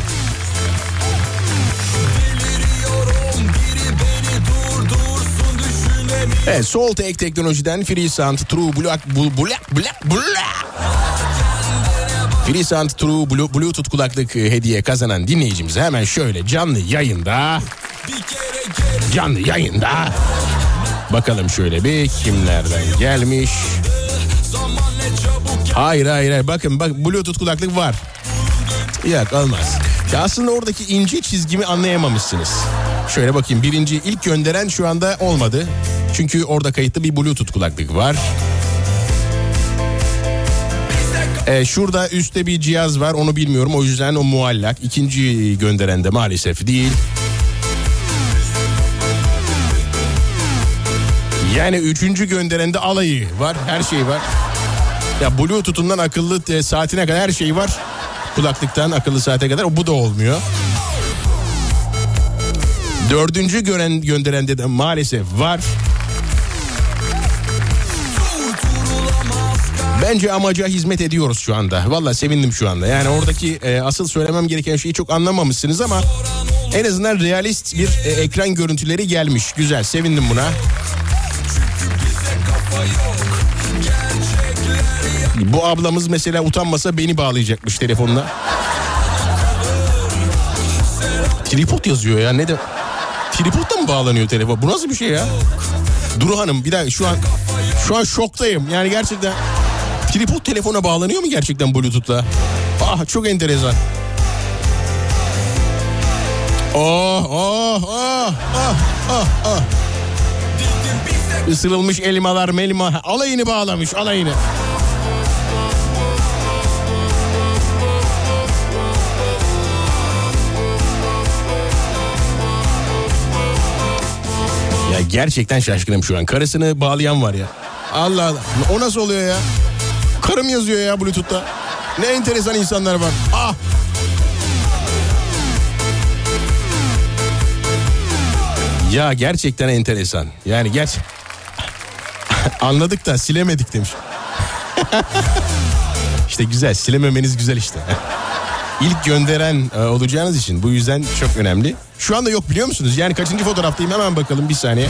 Evet, Soltek Teknoloji'den Freesound True Freesound True Bluetooth kulaklık hediye kazanan dinleyicimize hemen şöyle canlı yayında bakalım şöyle bir kimlerden gelmiş. Hayır bakın bak Bluetooth kulaklık var. Yok olmaz. Ya aslında oradaki ince çizgimi anlayamamışsınız. Şöyle bakayım ilk gönderen şu anda olmadı. Çünkü orada kayıtlı bir Bluetooth kulaklık var. Şurada üstte bir cihaz var onu bilmiyorum o yüzden o muallak. İkinci gönderen de maalesef değil. Yani üçüncü gönderende alayı var her şey var. Ya Bluetooth'undan akıllı saatine kadar her şey var. Kulaklıktan akıllı saate kadar bu da olmuyor. Dördüncü gönderende de maalesef var. Bence amaca hizmet ediyoruz şu anda. Vallahi sevindim şu anda. Yani oradaki asıl söylemem gereken şeyi çok anlamamışsınız ama en azından realist bir ekran görüntüleri gelmiş. Güzel, sevindim buna. Bu ablamız mesela utanmasa beni bağlayacakmış telefonla. Tripod yazıyor ya, ne de... Tripod'da mı bağlanıyor telefon? Bu nasıl bir şey ya? Duru Hanım, bir dakika, şu an şoktayım. Yani gerçekten tripod telefona bağlanıyor mu gerçekten Bluetooth'la? Ah, çok enteresan. Isırılmış elmalar melma alayını bağlamış, alayını. Ya gerçekten şaşkınım şu an. Karısını bağlayan var ya. Allah Allah. O nasıl oluyor ya? Karım yazıyor ya Bluetooth'ta. Ne enteresan insanlar var. Ah. Ya gerçekten enteresan. Yani anladık da silemedik demiş. İşte güzel, silememeniz güzel işte. İlk gönderen olacağınız için bu yüzden çok önemli. Şu anda yok, biliyor musunuz? Yani kaçıncı fotoğraftayım hemen bakalım, bir saniye.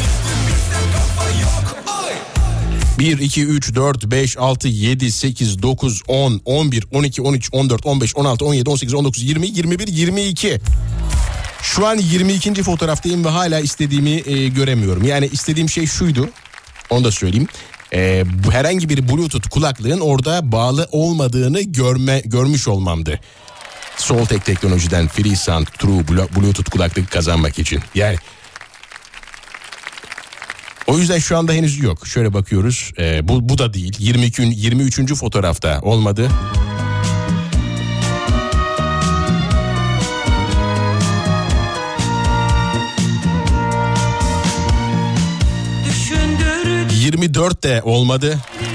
1, 2, 3, 4, 5, 6, 7, 8, 9, 10, 11, 12, 13, 14, 15, 16, 17, 18, 19, 20, 21, 22. Şu an 22. fotoğraftayım ve hala istediğimi göremiyorum. Yani istediğim şey şuydu, onu da söyleyeyim. Herhangi bir Bluetooth kulaklığın orada bağlı olmadığını görmüş olmamdı. Soltek teknolojiden FreeSound True Bluetooth kulaklık kazanmak için. Yani o yüzden şu anda henüz yok. Şöyle bakıyoruz. Bu da değil. 23. fotoğrafta olmadı. Düşündürücü 24 de olmadı.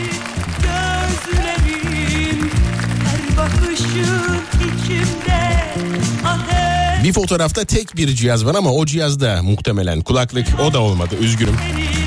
gözlerin, her bakışın içimde ateş. Bir fotoğrafta tek bir cihaz var ama o cihazda muhtemelen kulaklık, o da olmadı. Üzgünüm.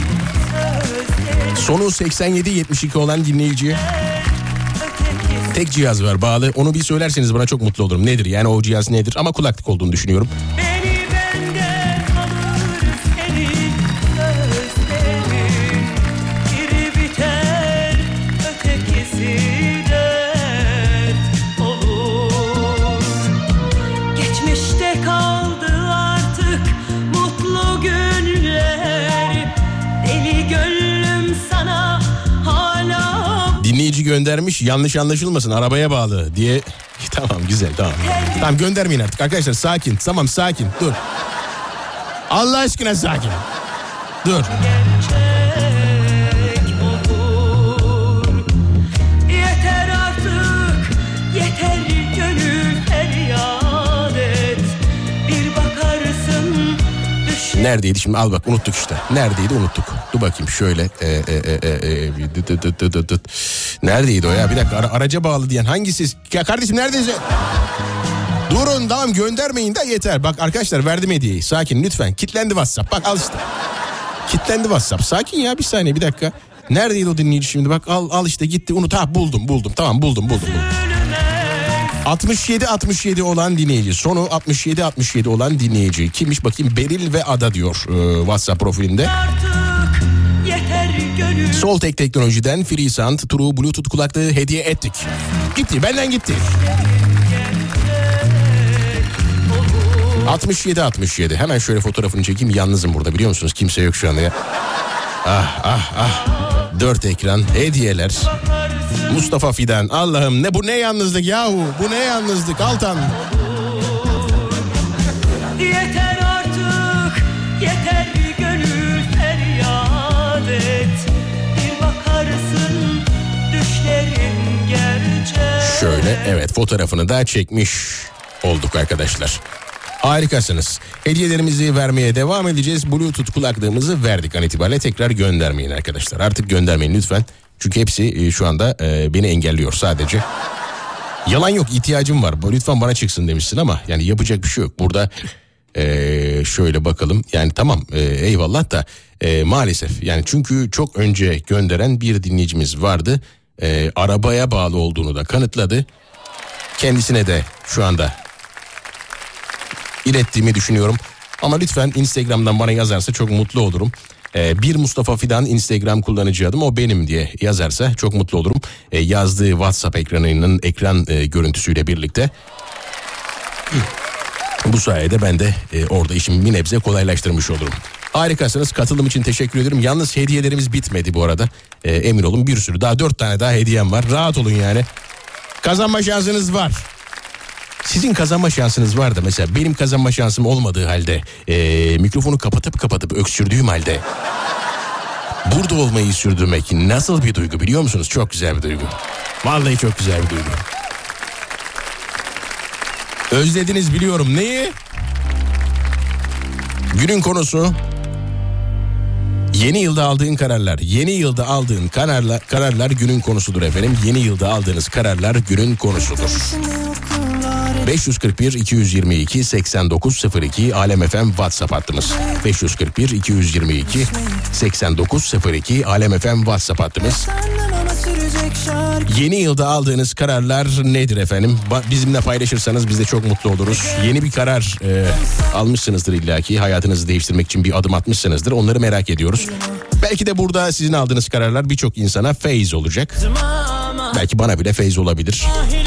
Sonu 87-72 olan dinleyici. Tek cihaz var bağlı. Onu bir söylerseniz bana çok mutlu olurum. Nedir yani, o cihaz nedir? Ama kulaklık olduğunu düşünüyorum. Beni benden alır senin gözlerin, biri biter ötekisi dert olur. Geçmişte kaldı artık mutlu günler, deli gönlüm sana hala. Dinleyici göndermiş, yanlış anlaşılmasın, arabaya bağlı diye. Tamam, güzel, tamam. Tamam, göndermeyin artık arkadaşlar, sakin. Tamam, sakin, dur. Allah aşkına sakin. Dur. Yeter artık, yeter gönül feryat et. Bir bakarsın düşün. Neredeydi şimdi, al bak, unuttuk işte. Neredeydi, unuttuk. Dur bakayım şöyle. Neredeydi o ya, bir dakika, araca bağlı diyen hangisi? Ya kardeşim neredeyse? Durun, tamam, göndermeyin de yeter. Bak arkadaşlar, verdim hediyeyi, sakin lütfen. Kitlendi WhatsApp, bak al işte. Kitlendi WhatsApp, sakin ya, bir saniye, bir dakika. Neredeydi o dinleyici şimdi, bak al işte, gitti, unut. Ha, buldum, tamam, buldum. 67 olan dinleyici, sonu 67 olan dinleyici kimmiş bakayım? Beril ve Ada diyor WhatsApp profilinde. Soltek teknolojiden FreeSound True Bluetooth kulaklığı hediye ettik. Gitti, benden gitti. 67 hemen şöyle fotoğrafını çekeyim, yalnızım burada, biliyor musunuz, kimse yok şu anda ya. Ah 4 ekran, hediyeler. Mustafa Fidan, Allah'ım bu ne yalnızlık yahu, bu ne yalnızlık Altan. Yeter artık, yeter gönül feryat et. Bir bakarsın düşlerin gerçek. Şöyle, evet, fotoğrafını da çekmiş olduk arkadaşlar. Harikasınız. Hediyelerimizi vermeye devam edeceğiz. Bluetooth kulaklığımızı verdik an itibariyle. Tekrar göndermeyin arkadaşlar. Artık göndermeyin lütfen. Çünkü hepsi şu anda beni engelliyor sadece. Yalan yok, ihtiyacım var. Lütfen bana çıksın demişsin ama yani yapacak bir şey yok. Burada şöyle bakalım. Yani tamam, eyvallah da maalesef. Yani çünkü çok önce gönderen bir dinleyicimiz vardı. arabaya bağlı olduğunu da kanıtladı. Kendisine de şu anda ilettiğimi düşünüyorum. Ama lütfen Instagram'dan bana yazarsa çok mutlu olurum. Bir Mustafa Fidan Instagram kullanıcı adım, o benim diye yazarsa çok mutlu olurum. Yazdığı WhatsApp ekranının ekran görüntüsüyle birlikte. Bu sayede ben de orada işimi bir nebze kolaylaştırmış olurum. Harikasınız, katılım için teşekkür ederim. Yalnız hediyelerimiz bitmedi bu arada. Emin olun, bir sürü daha 4 tane daha hediyem var. Rahat olun yani. Kazanma şansınız var. Sizin kazanma şansınız var da mesela benim kazanma şansım olmadığı halde mikrofonu kapatıp öksürdüğüm halde burada olmayı sürdürmek nasıl bir duygu biliyor musunuz? Çok güzel bir duygu. Vallahi çok güzel bir duygu. Özlediniz biliyorum. Neyi? Günün konusu yeni yılda aldığın kararlar. Yeni yılda aldığın kararlar günün konusudur efendim. Yeni yılda aldığınız kararlar günün konusudur. 541 222 8902 Alem FM WhatsApp hattımız. 541 222 8902 Alem FM WhatsApp hattımız. Yeni yılda aldığınız kararlar nedir efendim? Bizimle paylaşırsanız biz de çok mutlu oluruz. Yeni bir karar almışsınızdır illaki. Hayatınızı değiştirmek için bir adım atmışsınızdır. Onları merak ediyoruz. Belki de burada sizin aldığınız kararlar birçok insana feyz olacak. Belki bana bile feyz olabilir.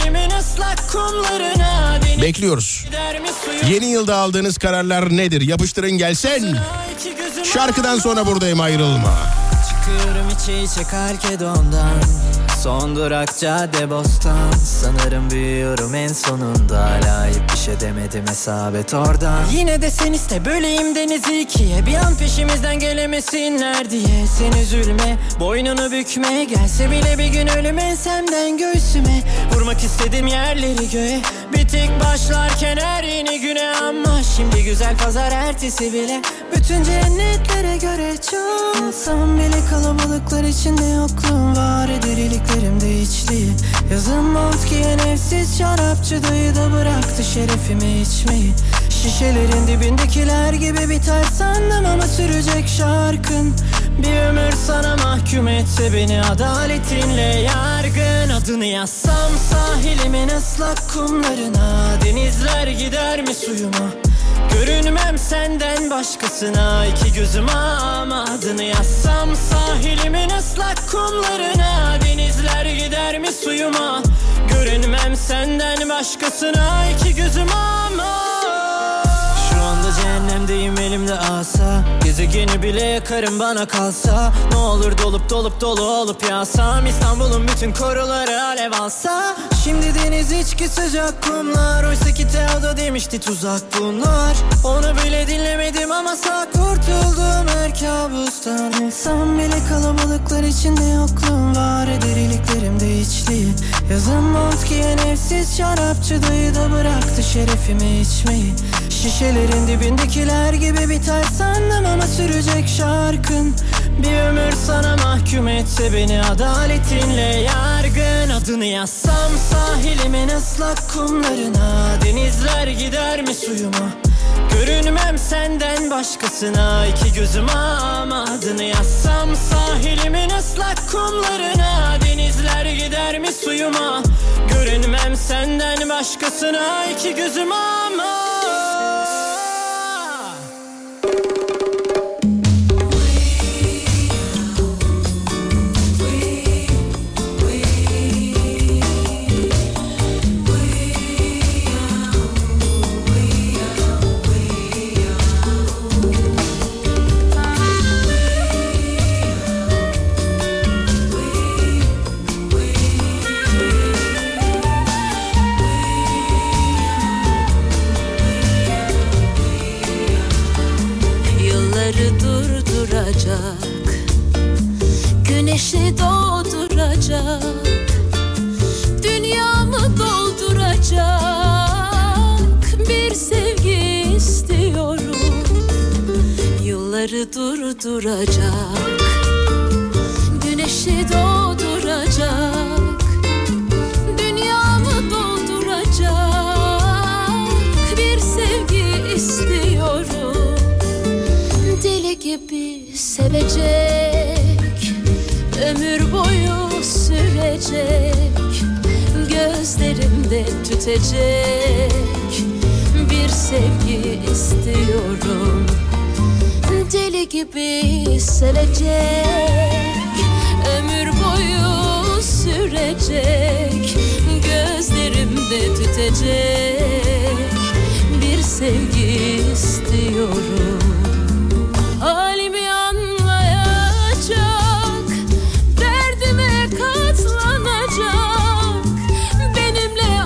Bekliyoruz. Yeni yılda aldığınız kararlar nedir? Yapıştırın gelsin. Şarkıdan sonra buradayım, ayrılma. Çıkıyorum içe içe Kalkedon'dan, son durak Caddebostan. Sanırım büyüyorum en sonunda, layık bir şey demedim hesabet oradan. Yine de sen iste böleyim denizi ikiye, bir an peşimizden gelemesinler diye. Sen üzülme, boynunu bükme, gelse bile bir gün ölüm ensemden göğsüme. Vurmak istedim yerleri göğe, bir tek başlarken her yeni güne. Ama şimdi güzel pazar ertesi bile, bütün cennetlere göre çok. Olsam bile kalabalıklar içinde yokluğum var, deliliklerimde içliği. Yazın mont giyen evsiz şarapçı dayı da bıraktı şerefimi içmeyi. Şişelerin dibindekiler gibi biter sandım ama sürecek şarkın. Bir ömür sana mahkum etse beni adaletinle yargın. Adını yazsam sahilimin ıslak kumlarına, denizler gider mi suyuma? Görünmem senden başkasına, iki gözüm ama adını yazsam sahilimin ıslak kumlarına, denizler gider mi suyuma? Görünmem senden başkasına, iki gözüm ama. Şu anda cehennemdeyim, elimde asa, gezegeni bile yakarım bana kalsa. Ne olur dolup dolu olup yağsam, İstanbul'un bütün koruları alev alsa. Şimdi deniz içki sıcak kumlar, oysa ki Teodo demişti tuzak bunlar. Onu bile dinlemedim ama sağ kurtuldum her kabustan. Olsam bile kalabalıklar içinde yokluğum var, deliliklerimde içliği. Yazın mont giyen evsiz şarapçı dayı da bıraktı şerefimi içmeyi. Şişelerin dibindekiler gibi biter sandım ama sürecek şarkın. Bir ömür sana mahkum etse beni adaletinle yargın. Adını yazsam sahilimin ıslak kumlarına, denizler gider mi suyuma? Görünmem senden başkasına, iki gözüm ama. Adını yazsam sahilimin ıslak kumlarına, denizler gider mi suyuma? Görünmem senden başkasına, iki gözüm ama. Güneşi doğduracak, dünyamı dolduracak bir sevgi istiyorum. Yılları durduracak, güneşi doğduracak, dünyamı dolduracak bir sevgi istiyorum. Deli gibi sevecek, ömür boyu sürecek, gözlerimde tütecek bir sevgi istiyorum. Deli gibi sevecek, ömür boyu sürecek, gözlerimde tütecek bir sevgi istiyorum. Halimi anlayacak, derdime katlanacak, benimle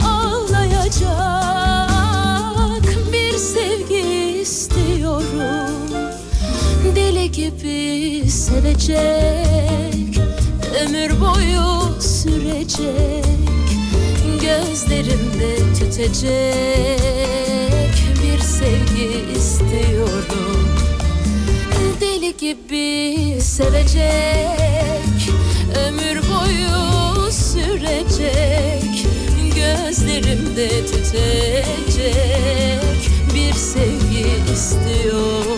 ağlayacak bir sevgi istiyorum. Deli gibi sevecek, ömür boyu sürecek, gözlerimde tütecek bir sevgi istiyorum. Deli gibi sevecek, ömür boyu sürecek, gözlerimde tütecek bir sevgi istiyorum.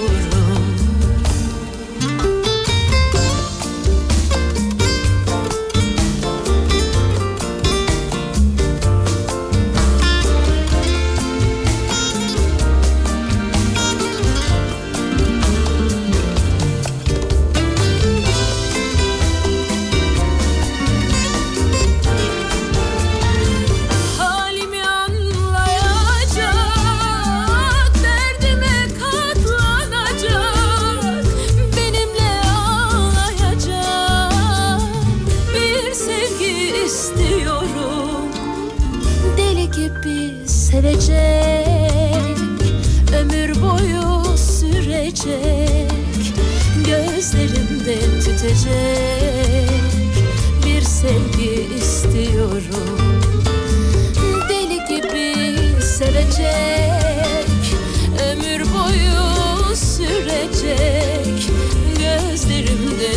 Sevecek, ömür boyu sürecek, gözlerimde tütecek bir sevgi istiyorum. Deli gibi sevecek, ömür boyu sürecek, gözlerimde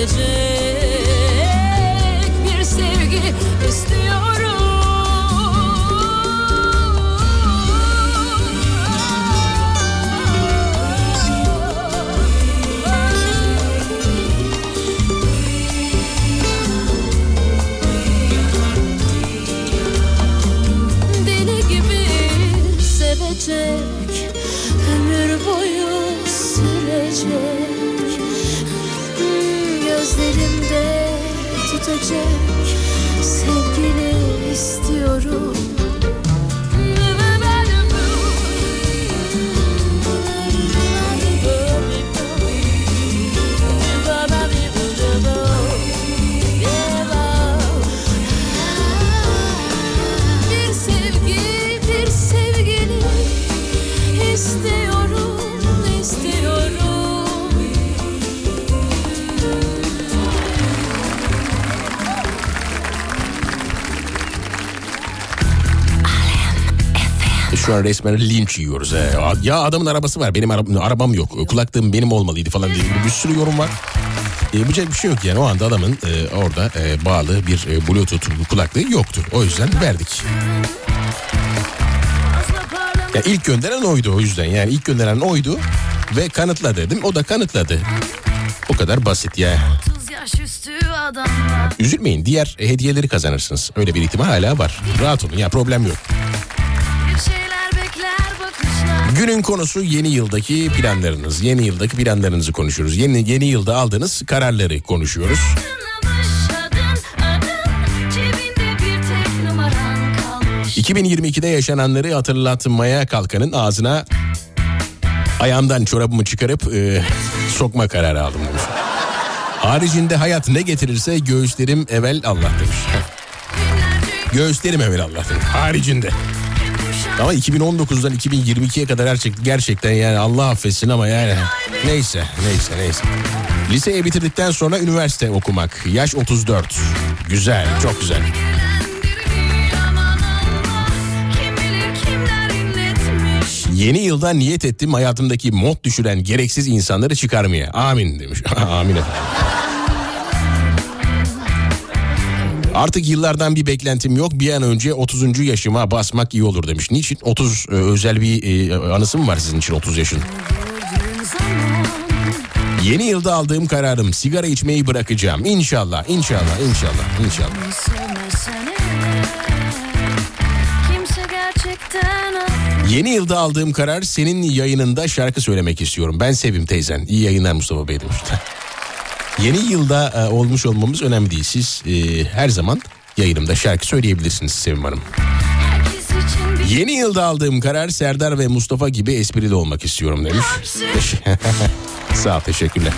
tütecek bir sevgi istiyorum. Ömür boyu sürecek, gözlerimde tutacak sevgini istiyorum. Şu an resmen linç yiyoruz. Ya adamın arabası var, benim arabam yok. Kulaklığım benim olmalıydı falan diye bir sürü yorum var. Yapacak bir şey yok yani, o anda adamın orada bağlı bir Bluetooth kulaklığı yoktu. O yüzden verdik. Ya ilk gönderen oydu, o yüzden yani ilk gönderen oydu ve kanıtla dedim, o da kanıtladı. O kadar basit ya. Üzülmeyin, diğer hediyeleri kazanırsınız. Öyle bir ihtimal hala var. Rahat olun ya, problem yok. Günün konusu yeni yıldaki planlarınız. Yeni yıldaki planlarınızı konuşuyoruz. Yeni yılda aldığınız kararları konuşuyoruz. 2022'de yaşananları hatırlatmaya kalkanın ağzına ayağımdan çorabımı çıkarıp sokma kararı aldım demiş. Haricinde hayat ne getirirse göğüslerim evvel Allah demiş. Göğüslerim evvel Allah demiş. Haricinde. Ama 2019'dan 2022'ye kadar gerçekten yani Allah affetsin ama yani neyse. Liseyi bitirdikten sonra üniversite okumak. Yaş 34. Güzel, çok güzel. Yeni yılda niyet ettim hayatımdaki mod düşüren gereksiz insanları çıkarmaya. Amin demiş. Amin efendim. Artık yıllardan bir beklentim yok. Bir an önce 30. yaşıma basmak iyi olur demiş. Niçin? 30 özel bir anısı mı var sizin için 30 yaşın? Yeni yılda aldığım kararım, sigara içmeyi bırakacağım. İnşallah. Yeni yılda aldığım karar, senin yayınında şarkı söylemek istiyorum. Ben Sevim teyzen. İyi yayınlar Mustafa Bey demiş. Yeni yılda olmuş olmamız önemli değil. Siz her zaman yayınımda şarkı söyleyebilirsiniz Sevim Hanım. Yeni yılda aldığım karar, Serdar ve Mustafa gibi esprili olmak istiyorum demiş. Sağ ol, teşekkürler.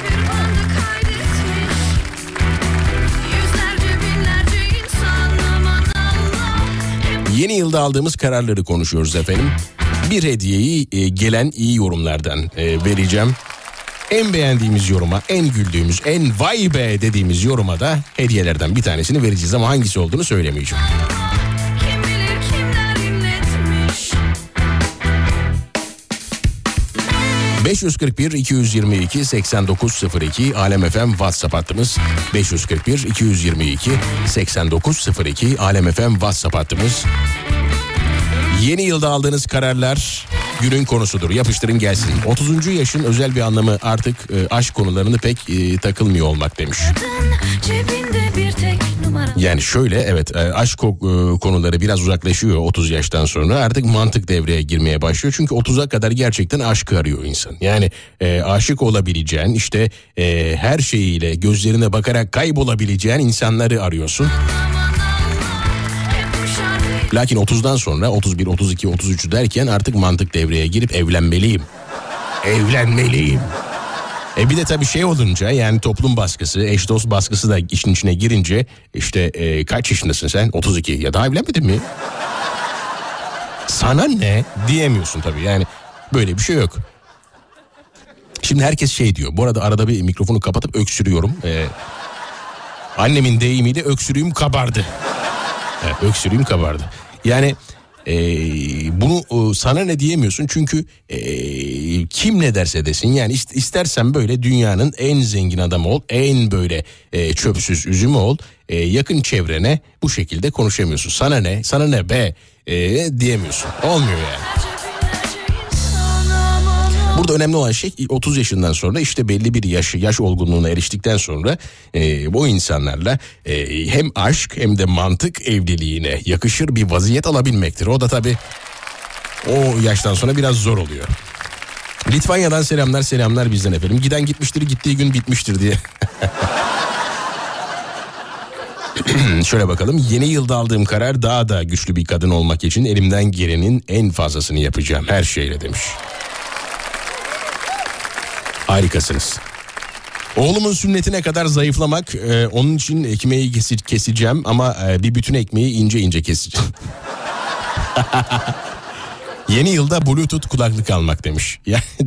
Yeni yılda aldığımız kararları konuşuyoruz efendim. Bir hediyeyi gelen iyi yorumlardan vereceğim. En beğendiğimiz yoruma, en güldüğümüz, en vay be dediğimiz yoruma da hediyelerden bir tanesini vereceğiz ama hangisi olduğunu söylemeyeceğim. 541-222-8902 Alem FM WhatsApp hattımız. 541-222-8902 Alem FM WhatsApp hattımız. Yeni yılda aldığınız kararlar günün konusudur. Yapıştırın gelsin. 30. yaşın özel bir anlamı, artık aşk konularını pek takılmıyor olmak demiş. Yani şöyle, evet, aşk konuları biraz uzaklaşıyor 30 yaştan sonra. Artık mantık devreye girmeye başlıyor. Çünkü 30'a kadar gerçekten aşkı arıyor insan. Yani aşık olabileceğin, işte her şeyiyle gözlerine bakarak kaybolabileceğin insanları arıyorsun. Lakin 30'dan sonra 31, 32, 33 derken artık mantık devreye girip evlenmeliyim. Bir de tabii şey olunca, yani toplum baskısı, eş dost baskısı da işin içine girince, işte kaç yaşındasın sen? 32. Ya daha evlenmedin mi? Sana ne diyemiyorsun tabii, yani böyle bir şey yok. Şimdi herkes şey diyor. Bu arada arada bir mikrofonu kapatıp öksürüyorum. Annemin deyimiyle öksürüğüm kabardı. Evet, öksürüğüm kabardı. Yani bunu sana ne diyemiyorsun çünkü kim ne derse desin, yani istersen böyle dünyanın en zengin adamı ol, en böyle çöpsüz üzümü ol, yakın çevrene bu şekilde konuşamıyorsun. Sana ne be diyemiyorsun, olmuyor yani. Burada önemli olan şey 30 yaşından sonra, işte belli bir yaş olgunluğuna eriştikten sonra bu insanlarla hem aşk hem de mantık evliliğine yakışır bir vaziyet alabilmektir. O da tabii o yaştan sonra biraz zor oluyor. Litvanya'dan selamlar bizden efendim. Giden gitmiştir, gittiği gün bitmiştir diye. Şöyle bakalım. Yeni yılda aldığım karar, daha da güçlü bir kadın olmak için elimden gelenin en fazlasını yapacağım her şeyle demiş. Harikasınız. Oğlumun sünnetine kadar zayıflamak, onun için ekmeği keseceğim ama bir bütün ekmeği ince ince keseceğim. Yeni yılda Bluetooth kulaklık almak demiş.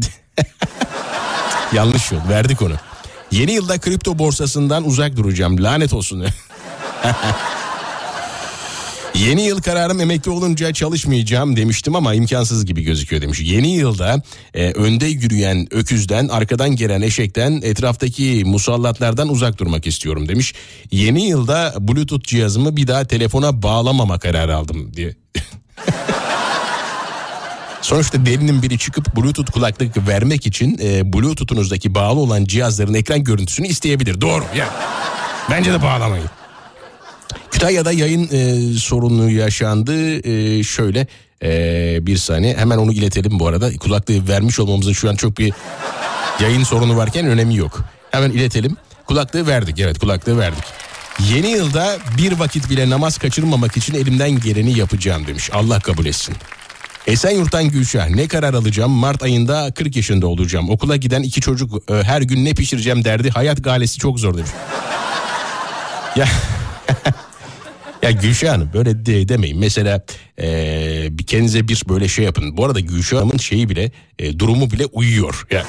Yanlış yol, verdik onu. Yeni yılda kripto borsasından uzak duracağım, lanet olsun. Yeni yıl kararım, emekli olunca çalışmayacağım demiştim ama imkansız gibi gözüküyor demiş. Yeni yılda önde yürüyen öküzden, arkadan gelen eşekten, etraftaki musallatlardan uzak durmak istiyorum demiş. Yeni yılda Bluetooth cihazımı bir daha telefona bağlamama kararı aldım diye. Sonuçta delinin biri çıkıp Bluetooth kulaklık vermek için Bluetooth'unuzdaki bağlı olan cihazların ekran görüntüsünü isteyebilir. Doğru ya. Bence de bağlamayın. Kütahya'da yayın sorunu yaşandı. Şöyle bir saniye, hemen onu iletelim bu arada. Kulaklığı vermiş olmamızın şu an çok bir yayın sorunu varken önemi yok. Hemen iletelim. Kulaklığı verdik, evet, kulaklığı verdik. Yeni yılda bir vakit bile namaz kaçırmamak için elimden geleni yapacağım demiş. Allah kabul etsin. Esenyurt'tan Gülşah, ne karar alacağım? Mart ayında 40 yaşında olacağım. Okula giden 2 çocuk, her gün ne pişireceğim derdi. Hayat galesi çok zor demiş. Ya... Ya Gülşah Hanım, böyle demeyin. Mesela kendinize bir böyle şey yapın. Bu arada Gülşah Hanım'ın şeyi bile, durumu bile uyuyor. Ya.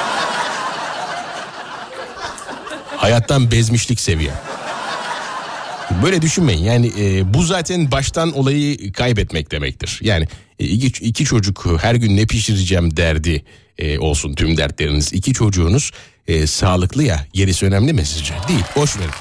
Hayattan bezmişlik seviye. Böyle düşünmeyin. Yani bu zaten baştan olayı kaybetmek demektir. Yani iki çocuk, her gün ne pişireceğim derdi olsun tüm dertleriniz. 2 çocuğunuz sağlıklı ya, gerisi önemli mi sizce? Değil, boş verin.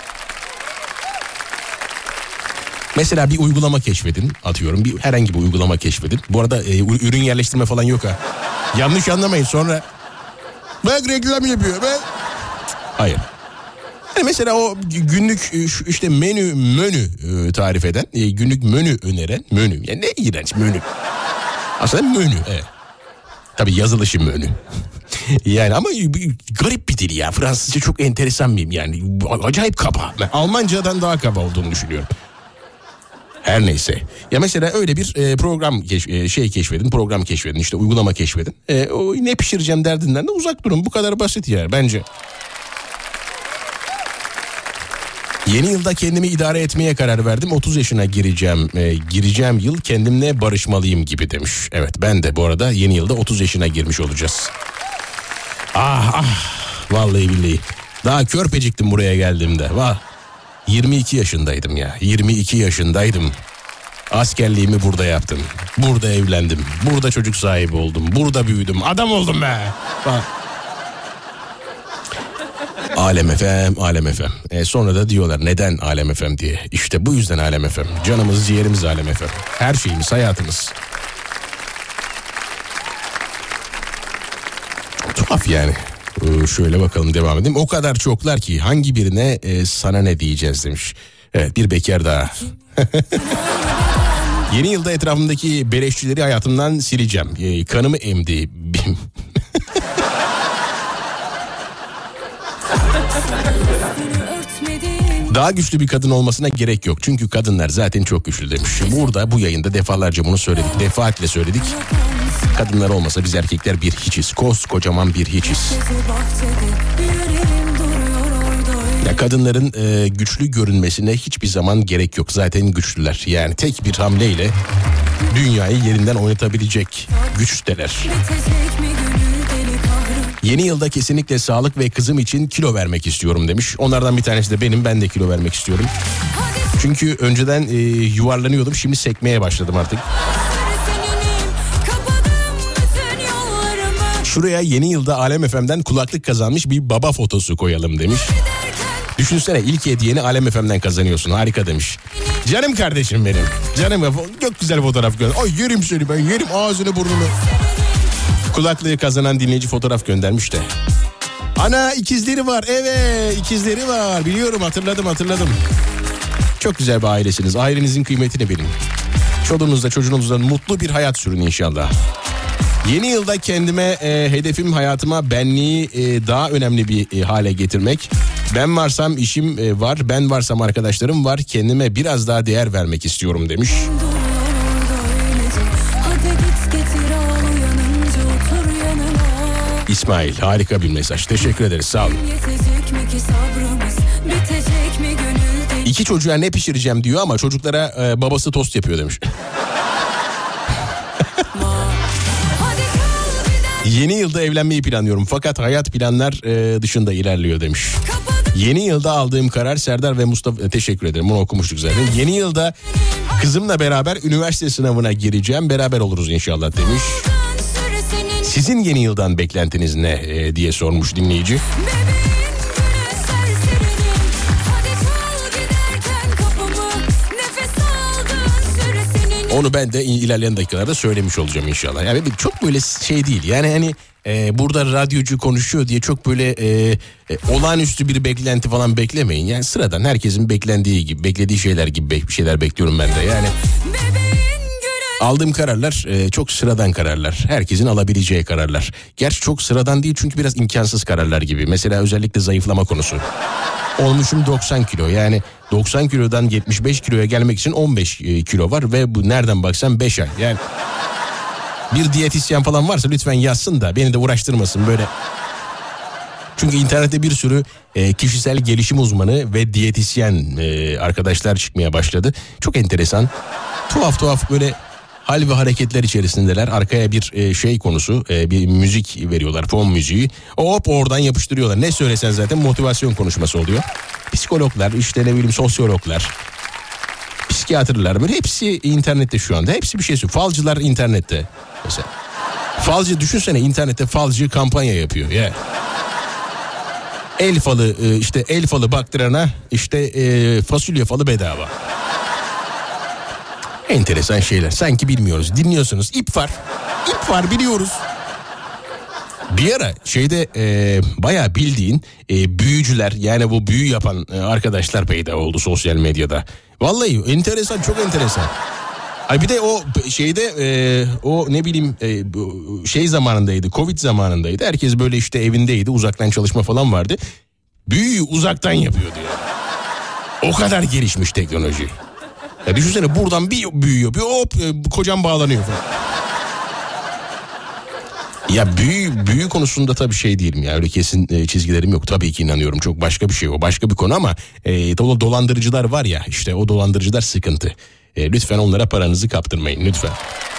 Mesela bir uygulama keşfedin, atıyorum, herhangi bir uygulama keşfedin. Bu arada ürün yerleştirme falan yok ha. Yanlış anlamayın, sonra Bak reklam yapıyor. Ben... Hayır. Yani mesela o günlük işte menü tarif eden, günlük menü öneren menü. Yani ne iğrenç menü. Aslında menü. Evet. Tabii yazılışı menü. Yani ama garip bir dil ya. Fransızca çok enteresan bir yani. Acayip kaba. Ben Almancadan daha kaba olduğunu düşünüyorum. Her neyse. Ya mesela öyle bir program keşfedin. İşte uygulama keşfedin. O ne pişireceğim derdinden de uzak durun. Bu kadar basit yani bence. Yeni yılda kendimi idare etmeye karar verdim. 30 yaşına gireceğim yıl kendimle barışmalıyım gibi demiş. Evet, ben de bu arada yeni yılda 30 yaşına girmiş olacağız. Vallahi billahi. Daha körpeciktim buraya geldiğimde. 22 yaşındaydım ya. 22 yaşındaydım. Askerliğimi burada yaptım. Burada evlendim. Burada çocuk sahibi oldum. Burada büyüdüm. Adam oldum be. Alem FM. Sonra da diyorlar neden Alem FM diye. İşte bu yüzden Alem FM. Canımız ciğerimiz Alem FM. Her şeyimiz, hayatımız. Tuhaf yani. Şöyle bakalım, devam edeyim. O kadar çoklar ki hangi birine sana ne diyeceğiz demiş. Evet, bir bekar daha. Yeni yılda etrafımdaki beleşçileri hayatımdan sileceğim. Kanımı emdi. Daha güçlü bir kadın olmasına gerek yok. Çünkü kadınlar zaten çok güçlü demiş. Burada bu yayında defalarca bunu söyledik. Defaatle söyledik. Kadınlar olmasa biz erkekler bir hiçiz. Koskocaman bir hiçiz. Ya kadınların güçlü görünmesine hiçbir zaman gerek yok. Zaten güçlüler. Yani tek bir hamleyle dünyayı yerinden oynatabilecek güçteler. Yeni yılda kesinlikle sağlık ve kızım için kilo vermek istiyorum demiş. Onlardan bir tanesi de benim. Ben de kilo vermek istiyorum. Çünkü önceden yuvarlanıyordum. Şimdi sekmeye başladım artık. Şuraya yeni yılda Alem FM'den kulaklık kazanmış bir baba fotosu koyalım demiş. Düşünsene, ilk hediyeni Alem FM'den kazanıyorsun. Harika demiş. Canım kardeşim benim. Canım, çok güzel fotoğraf gönder. Ay yerim seni, ben yerim ağzını burnunu. Kulaklığı kazanan dinleyici fotoğraf göndermiş de. Ana, ikizleri var. Evet, ikizleri var. Biliyorum, hatırladım. Çok güzel bir ailesiniz. Ailenizin kıymetini bilin. Çoluğunuzla çocuğunuzla mutlu bir hayat sürün inşallah. Yeni yılda kendime hedefim hayatıma benliği daha önemli bir hale getirmek. Ben varsam işim var, ben varsam arkadaşlarım var. Kendime biraz daha değer vermek istiyorum demiş. İsmail, harika bir mesaj. Teşekkür ederiz, sağ olun. 2 çocuğa ne pişireceğim diyor ama çocuklara babası tost yapıyor demiş. Yeni yılda evlenmeyi planlıyorum fakat hayat planlar dışında ilerliyor demiş. Yeni yılda aldığım karar, Serdar ve Mustafa, teşekkür ederim, bunu okumuştuk zaten. Yeni yılda kızımla beraber üniversite sınavına gireceğim, beraber oluruz inşallah demiş. Sizin yeni yıldan beklentiniz ne diye sormuş dinleyici. Onu ben de ilerleyen dakikalarda söylemiş olacağım inşallah. Yani çok böyle şey değil. Yani hani burada radyocu konuşuyor diye çok böyle olağanüstü bir beklenti falan beklemeyin. Yani sıradan herkesin beklediği şeyler gibi bir şeyler bekliyorum ben de. Yani aldığım kararlar çok sıradan kararlar. Herkesin alabileceği kararlar. Gerçi çok sıradan değil çünkü biraz imkansız kararlar gibi. Mesela özellikle zayıflama konusu. Olmuşum 90 kilo, yani 90 kilodan 75 kiloya gelmek için 15 kilo var ve bu nereden baksan 5 ay. Yani bir diyetisyen falan varsa lütfen yazsın da beni de uğraştırmasın böyle. Çünkü internette bir sürü kişisel gelişim uzmanı ve diyetisyen arkadaşlar çıkmaya başladı. Çok enteresan, tuhaf böyle hal ve hareketler içerisindeler. Arkaya bir şey konusu, bir müzik veriyorlar, fon müziği. Hop oradan yapıştırıyorlar. Ne söylesen zaten motivasyon konuşması oluyor. Psikologlar, işte ne bileyim sosyologlar, psikiyatrlar, böyle hepsi internette şu anda. Hepsi bir şey söylüyor. Falcılar internette mesela. Falcı, düşünsene, internette falcı kampanya yapıyor. Yeah. El falı, işte el falı baktırana işte fasulye falı bedava. Enteresan şeyler. Sanki bilmiyoruz. Dinliyorsunuz. İp var. İp var, biliyoruz. Bir ara şeyde bayağı bildiğin büyücüler, yani bu büyü yapan arkadaşlar peyda oldu sosyal medyada. Vallahi enteresan, çok enteresan. Ay bir de o şeyde o ne bileyim şey zamanındaydı, Covid zamanındaydı. Herkes böyle işte evindeydi, uzaktan çalışma falan vardı. Büyüyü uzaktan yapıyordu ya. O kadar gelişmiş teknoloji. Ya düşünsene, buradan bir büyü yapıyor, hop kocam bağlanıyor falan. Ya büyü konusunda tabii şey değilim ya, öyle kesin çizgilerim yok. Tabii ki inanıyorum, çok başka bir şey o, başka bir konu ama dolandırıcılar var ya, işte o dolandırıcılar sıkıntı. Lütfen onlara paranızı kaptırmayın lütfen.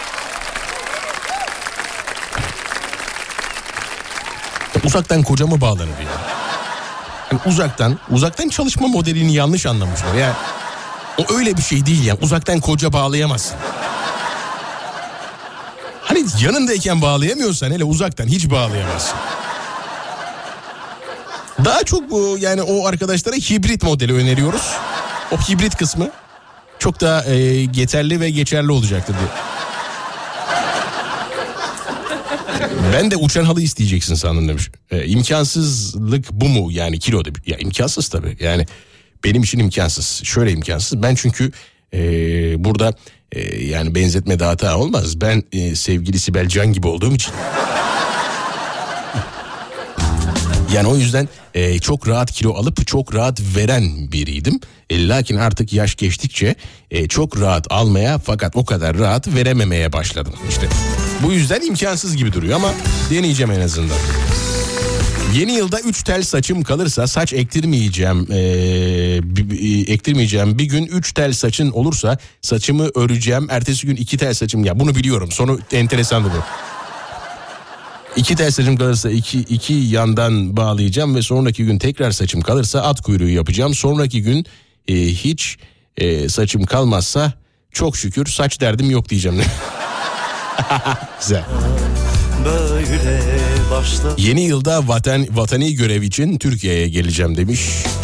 Uzaktan koca mı bağlanır ya? Yani uzaktan çalışma modelini yanlış anlamışlar. Yani o öyle bir şey değil ya. Uzaktan koca bağlayamazsın. Hani yanındayken bağlayamıyorsan hele uzaktan hiç bağlayamazsın. Daha çok bu yani o arkadaşlara hibrit modeli öneriyoruz. O hibrit kısmı çok daha yeterli ve geçerli olacaktır diye. Ben de uçan halı isteyeceksin sandım demiş. İmkansızlık bu mu yani kilo demiş. Ya imkansız tabii yani benim için imkansız. Şöyle imkansız, ben çünkü burada yani benzetme de hata olmaz. Ben sevgili Sibel Can gibi olduğum için. Yani o yüzden çok rahat kilo alıp çok rahat veren biriydim. Lakin artık yaş geçtikçe çok rahat almaya fakat o kadar rahat verememeye başladım. İşte bu yüzden imkansız gibi duruyor ama deneyeceğim en azından. Yeni yılda 3 tel saçım kalırsa saç ektirmeyeceğim. Bir gün 3 tel saçın olursa saçımı öreceğim. Ertesi gün 2 tel saçım, ya bunu biliyorum. Sonu enteresandı bu. 2 tel saçım kalırsa iki yandan bağlayacağım ve sonraki gün tekrar saçım kalırsa at kuyruğu yapacağım. Sonraki gün hiç saçım kalmazsa çok şükür saç derdim yok diyeceğim. Güzel. Böyle başla. Yeni yılda vatani görev için Türkiye'ye geleceğim demiş.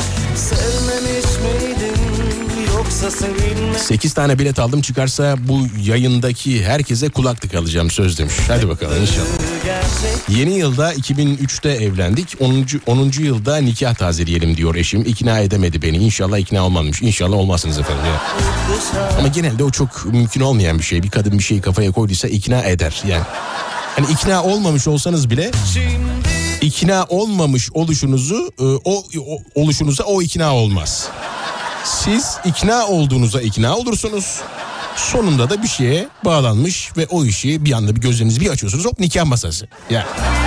8 tane bilet aldım, çıkarsa bu yayındaki herkese kulaklık alacağım söz demiş. Hadi bakalım inşallah. Yeni yılda 2003'te evlendik. 10. yılda nikah tazeleyelim diyor eşim. İkna edemedi beni. İnşallah ikna olmamış. İnşallah olmazsınız efendim ya. Ama genelde o çok mümkün olmayan bir şey. Bir kadın bir şeyi kafaya koyduysa ikna eder yani. Hani ikna olmamış olsanız bile ikna olmamış oluşunuzu oluşunuza o ikna olmaz. Siz ikna olduğunuza ikna olursunuz. Sonunda da bir şeye bağlanmış ve o işi bir anda bir gözlerinizi bir açıyorsunuz, hop nikah masası. Yani.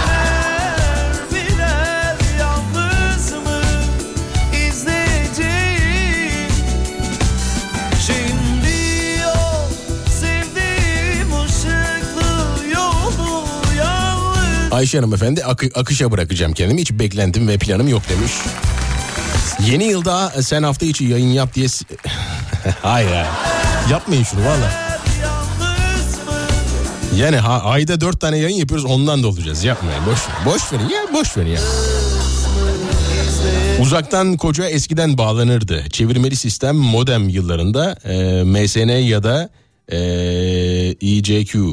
Ayşe hanımefendi akışa bırakacağım kendimi, hiç beklentim ve planım yok demiş. Yeni yılda sen hafta içi yayın yap diye... Hayır ya. Yapmayın şunu valla. Yani ayda 4 tane yayın yapıyoruz, ondan da olacağız. Yapmayın, boş verin ya. Uzaktan koca eskiden bağlanırdı. Çevirmeli sistem modem yıllarında MSN ya da ICQ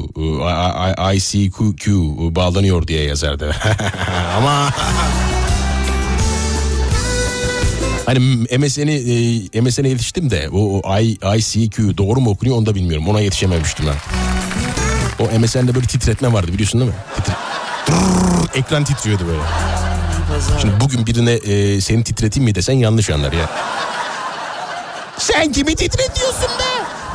bağlanıyor diye yazardı. Ama hani MSN'e yetiştim de o ICQ doğru mu okunuyor onu da bilmiyorum. Ona yetişememiştim ben. O MSN'de böyle titretme vardı, biliyorsun değil mi? Ekran titriyordu böyle. Şimdi bugün birine seni titreteyim mi desen yanlış anlar ya. Sen kimi titretiyorsun be?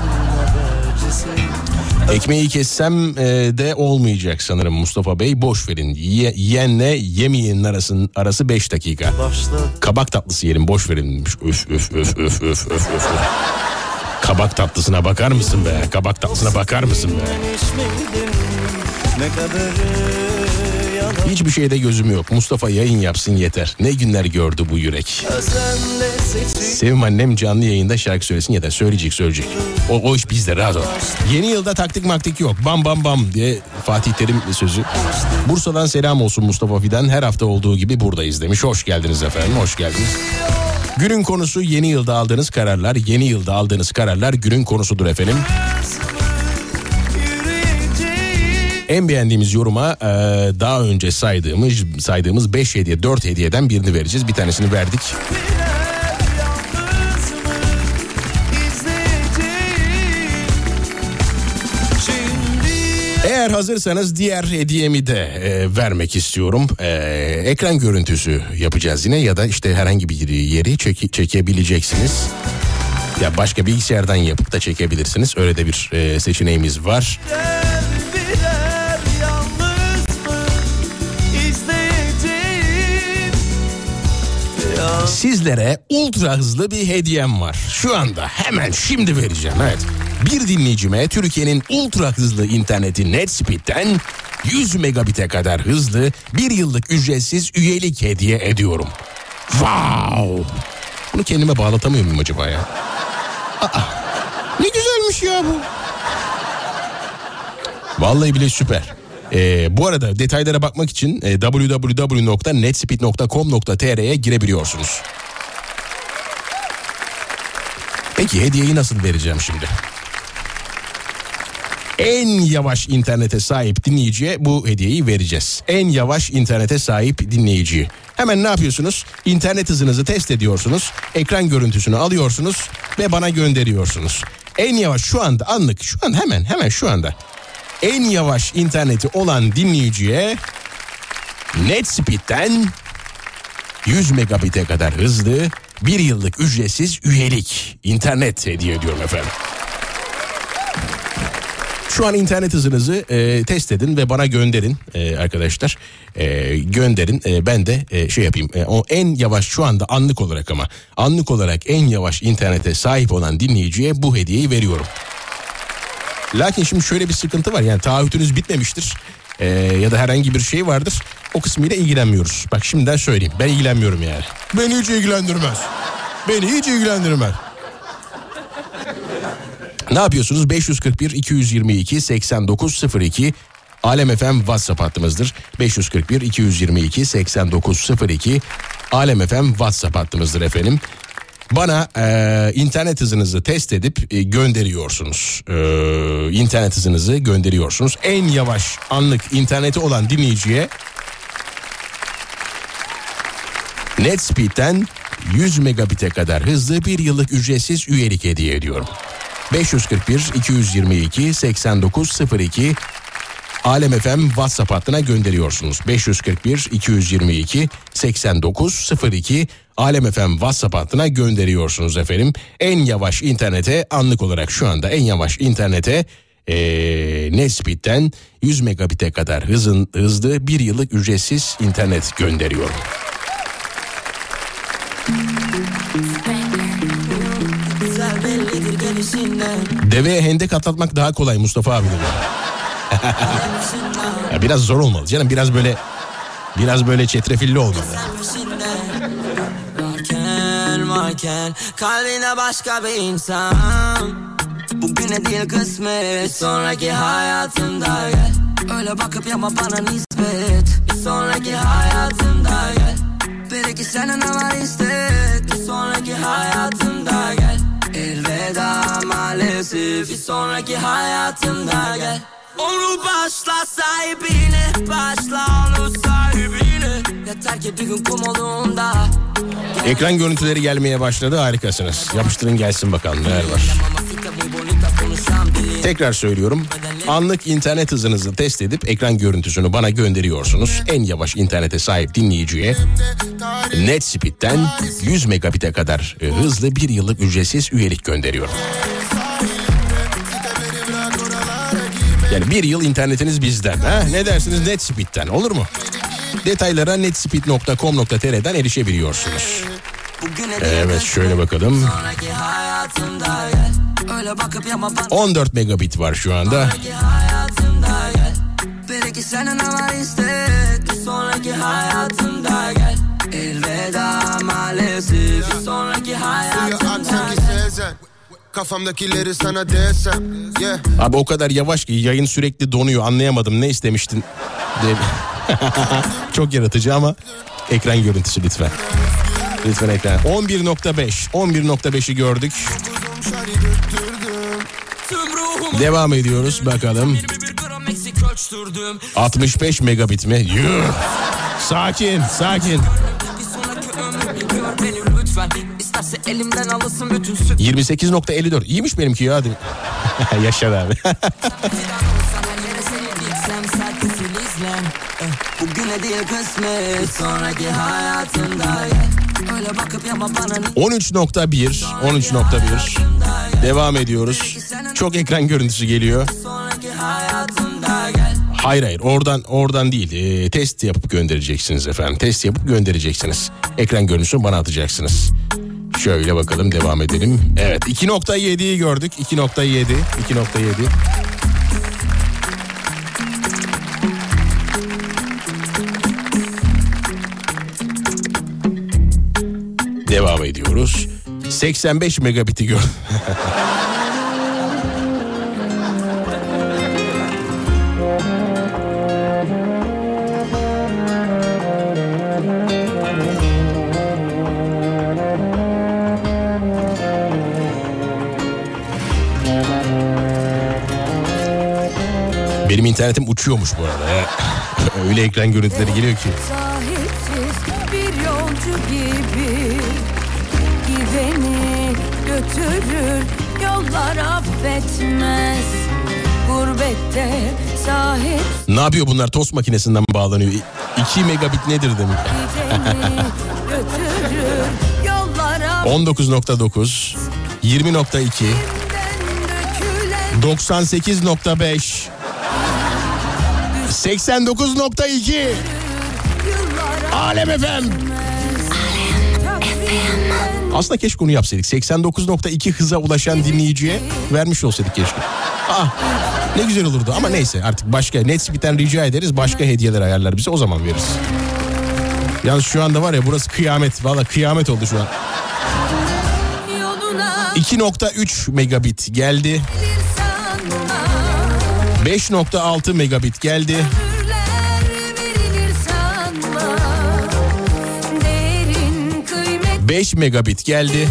Ekmeği kessem de olmayacak sanırım Mustafa Bey. Boş verin. Yiyenle yemeyenin arası 5 dakika. Kabak tatlısı yiyelim, boş verin. Öf. Kabak tatlısına bakar mısın be? Kabak tatlısına bakar mısın be? Hiçbir şeyde gözüm yok. Mustafa yayın yapsın yeter. Ne günler gördü bu yürek. Sevim annem canlı yayında şarkı söylesin yeter. Söyleyecek. O iş bizde, rahat ol. Yeni yılda taktik maktik yok. Bam bam bam diye Fatih Terim sözü. Bursa'dan selam olsun Mustafa Fidan. Her hafta olduğu gibi buradayız demiş. Hoş geldiniz efendim, hoş geldiniz. Günün konusu yeni yılda aldığınız kararlar. Yeni yılda aldığınız kararlar günün konusudur efendim. En beğendiğimiz yoruma daha önce saydığımız 5 hediye, 4 hediyeden birini vereceğiz. Bir tanesini verdik. Eğer hazırsanız diğer hediyemi de vermek istiyorum. Ekran görüntüsü yapacağız yine ya da işte herhangi bir yeri çekebileceksiniz. Ya başka bilgisayardan yapıp da çekebilirsiniz. Öyle de bir seçeneğimiz var. Sizlere ultra hızlı bir hediyem var. Şu anda hemen şimdi vereceğim. Evet. Bir dinleyicime Türkiye'nin ultra hızlı interneti NetSpeed'den 100 megabit'e kadar hızlı 1 yıllık ücretsiz üyelik hediye ediyorum. Wow! Bunu kendime bağlatamıyor muyum acaba ya? Ne güzelmiş ya bu. Vallahi bile süper. Bu arada detaylara bakmak için www.netspeed.com.tr'ye girebiliyorsunuz. Peki hediyeyi nasıl vereceğim şimdi? En yavaş internete sahip dinleyiciye bu hediyeyi vereceğiz. En yavaş internete sahip dinleyiciyi. Hemen ne yapıyorsunuz? İnternet hızınızı test ediyorsunuz. Ekran görüntüsünü alıyorsunuz ve bana gönderiyorsunuz. En yavaş şu anda anlık, şu an hemen şu anda. En yavaş interneti olan dinleyiciye NetSpeed'den 100 megabit'e kadar hızlı 1 yıllık ücretsiz üyelik internet hediye ediyorum efendim. Şu an internet hızınızı test edin ve bana gönderin arkadaşlar. Gönderin ben de şey yapayım. O en yavaş şu anda anlık olarak en yavaş internete sahip olan dinleyiciye bu hediyeyi veriyorum. Lakin şimdi şöyle bir sıkıntı var, yani taahhütünüz bitmemiştir ya da herhangi bir şey vardır. O kısmıyla ilgilenmiyoruz. Bak şimdiden söyleyeyim, ben ilgilenmiyorum yani. Beni hiç ilgilendirmez. Ne yapıyorsunuz? 541-222-8902 Alem FM WhatsApp hattımızdır. 541-222-8902 Alem FM WhatsApp hattımızdır efendim. Bana internet hızınızı test edip gönderiyorsunuz. İnternet hızınızı gönderiyorsunuz. En yavaş anlık interneti olan dinleyiciye NetSpeed'den 100 megabit'e kadar hızlı 1 yıllık ücretsiz üyelik hediye ediyorum. 541-222-8902 Alem FM WhatsApp hattına gönderiyorsunuz. 541-222-8902 Alem FM WhatsApp hattına gönderiyorsunuz efendim. En yavaş internete anlık olarak şu anda en yavaş internete NetSpeed'den 100 megabit'e kadar hızlı 1 yıllık ücretsiz internet gönderiyorum. Deveye hendek atlatmak daha kolay Mustafa abi dedi. Ya biraz zor olmalı canım, biraz böyle çetrefilli olmalı. Varken kalbine başka bir insan, bugüne değil kısmet, sonraki hayatında gel. Öyle bakıp yapma bana nispet, bir sonraki hayatında gel. Belki senin ama istek, bir sonraki hayatında gel. Elveda maalesef, bir sonraki hayatında gel. Onu başla sahibine, başla onu sahibine. Yeter ki bir gün kum olduğunda. Ekran görüntüleri gelmeye başladı, harikasınız. Yapıştırın gelsin bakalım neler var. Tekrar söylüyorum. Anlık internet hızınızı test edip ekran görüntüsünü bana gönderiyorsunuz. En yavaş internete sahip dinleyiciye NetSpeed'den 100 megabit'e kadar hızlı 1 yıllık ücretsiz üyelik gönderiyorum. Yani 1 yıl internetiniz bizden. Ne dersiniz? NetSpeed'den olur mu? Detaylara netspeed.com.tr'den erişebiliyorsunuz. Evet şöyle bakalım. 14 megabit var şu anda. Kafamdakileri sana desem, yeah. Abi o kadar yavaş ki yayın sürekli donuyor, anlayamadım ne istemiştin diye. Çok yaratıcı ama ekran görüntüsü lütfen. Lütfen ekran. 11.5'i gördük. Devam ediyoruz bakalım. ölçtürdüm. 65 megabit mi? Yuh. Sakin. Bir sonraki ömür gör beni lütfen. İsterse elimden alırsın bütün süt. 28.54. İyiymiş benimki ya. Yaşar abi. Bugüne değil kısmet, sonraki hayatında. Öyle bakıp yapma bana. 13.1 devam ediyoruz. Çok ekran görüntüsü geliyor. Hayır oradan değil. Test yapıp göndereceksiniz efendim. Test yapıp göndereceksiniz. Ekran görüntüsünü bana atacaksınız. Şöyle bakalım, devam edelim. Evet, 2.7'yi gördük. 2.7. Devam ediyoruz. 85 megabit'i gör. Benim internetim uçuyormuş bu arada ya. Öyle ekran görüntüleri geliyor ki. Sahipsiz bir yolcu gibi gideni götürür, yollar affetmez. Gurbette sahip Ne yapıyor bunlar? Tost makinesinden bağlanıyor. 2 megabit nedir demek. gideni götürür, yollar affetmez. 19.9, 20.2, 98.5, 89.2. Alem FM. Aslında keşke onu yapsaydık. 89.2 hıza ulaşan dinleyiciye vermiş olsaydık keşke. Ne güzel olurdu ama neyse, artık başka Netspeed'den rica ederiz, başka hediyeler ayarlar bize, o zaman veririz. Yalnız şu anda var ya, burası kıyamet. Valla kıyamet oldu şu an. 2.3 megabit geldi. 5.6 megabit geldi. 5 megabit geldi.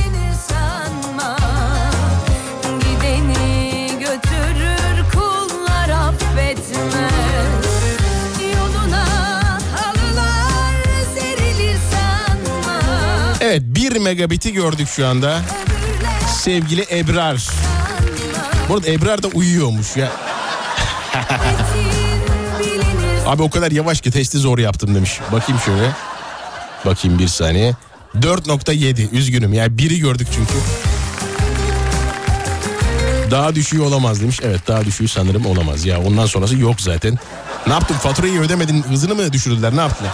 Gideni götürür, kullar affetmez. Yoluna halılar serilir sanma. Evet, 1 megabit'i gördük şu anda. Sevgili Ebrar. Bu arada Ebrar da uyuyormuş ya. Abi o kadar yavaş ki testi zor yaptım demiş. Bakayım şöyle. Bakayım bir saniye. 4.7, üzgünüm yani 1'i gördük çünkü. Daha düşüğü olamaz demiş. Evet, daha düşüğü sanırım olamaz. Ya ondan sonrası yok zaten. Ne yaptın, faturayı ödemedin, hızını mı düşürdüler, ne yaptılar?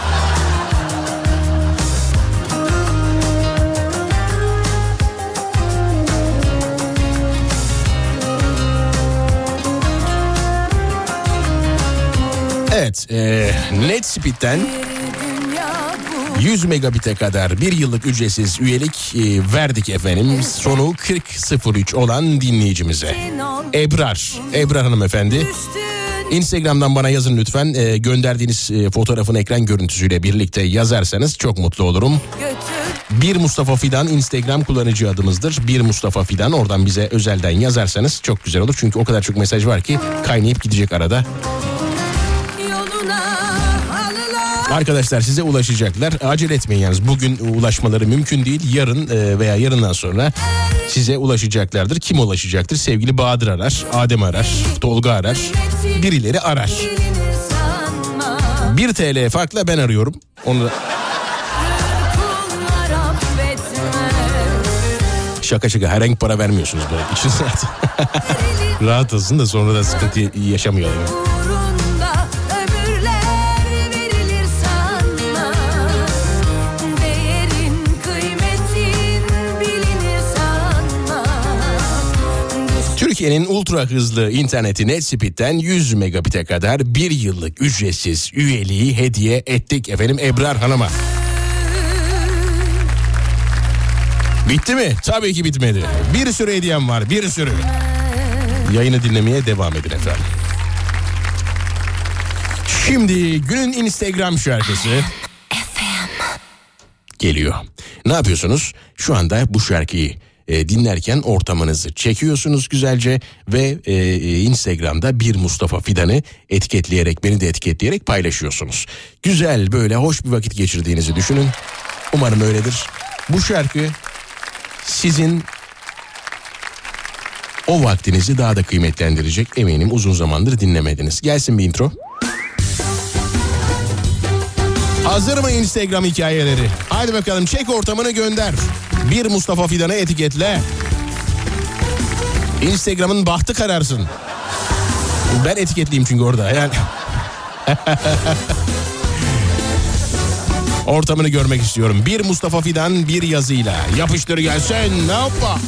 Evet, Netspeed'den 100 megabit'e kadar bir yıllık ücretsiz üyelik verdik efendim. Sonu 4003 olan dinleyicimize. Ebrar hanımefendi. Instagram'dan bana yazın lütfen. Gönderdiğiniz fotoğrafın ekran görüntüsüyle birlikte yazarsanız çok mutlu olurum. Bir Mustafa Fidan Instagram kullanıcı adımızdır. Bir Mustafa Fidan, oradan bize özelden yazarsanız çok güzel olur. Çünkü o kadar çok mesaj var ki kaynayıp gidecek arada. Arkadaşlar size ulaşacaklar. Acele etmeyin yalnız. Bugün ulaşmaları mümkün değil. Yarın veya yarından sonra size ulaşacaklardır. Kim ulaşacaktır? Sevgili Bahadır arar, Adem arar, Tolga arar, birileri arar. 1 TL farkla ben arıyorum. Onu da... Şaka herhangi para vermiyorsunuz böyle. İçin rahat. Rahat olsun da sonra da sıkıntı yaşamayalım. Türkiye'nin ultra hızlı interneti Netspeed'den 100 megabit'e kadar bir yıllık ücretsiz üyeliği hediye ettik efendim Ebrar Hanım'a. Bitti mi? Tabii ki bitmedi. Bir sürü hediyem var, bir sürü. Yayını dinlemeye devam edin efendim. Şimdi günün Instagram şarkısı geliyor. Ne yapıyorsunuz? Şu anda bu şarkıyı dinlerken ortamınızı çekiyorsunuz güzelce ve Instagram'da bir Mustafa Fidan'ı etiketleyerek, beni de etiketleyerek paylaşıyorsunuz. Güzel, böyle hoş bir vakit geçirdiğinizi düşünün. Umarım öyledir. Bu şarkı sizin o vaktinizi daha da kıymetlendirecek, eminim uzun zamandır dinlemediniz. Gelsin bir intro. Hazır mı Instagram hikayeleri? Haydi bakalım, çek ortamını gönder. Bir Mustafa Fidan'ı etiketle. Instagram'ın bahtı kararsın. Ben etiketleyeyim çünkü orada yani. Ortamını görmek istiyorum. Bir Mustafa Fidan bir yazıyla. Yapıştır gelsin. Ne yapma?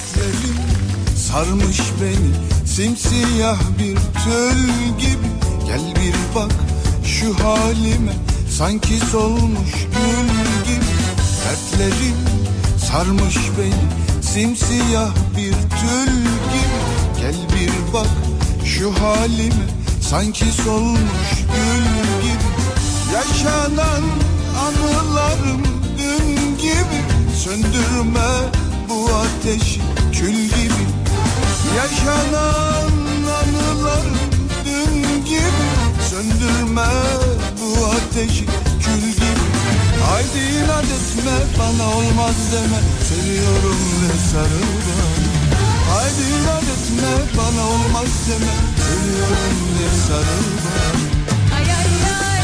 Sarmış beni simsiyah bir tül gibi. Gel bir bak şu halime, sanki solmuş gül gibi. Dertlerim sarmış beni simsiyah bir tül gibi. Gel bir bak şu halime, sanki solmuş gül gibi. Yaşanan anılarım dün gibi. Söndürme bu ateşi kül gibi. Yaşanan anılarım dün gibi. Söndürme bu ateşi kül gibi. Haydi inat etme, bana olmaz deme. Seviyorum ve sarıl bana. Haydi inat etme, bana olmaz deme. Seviyorum ve sarıl bana. Ay ay ay.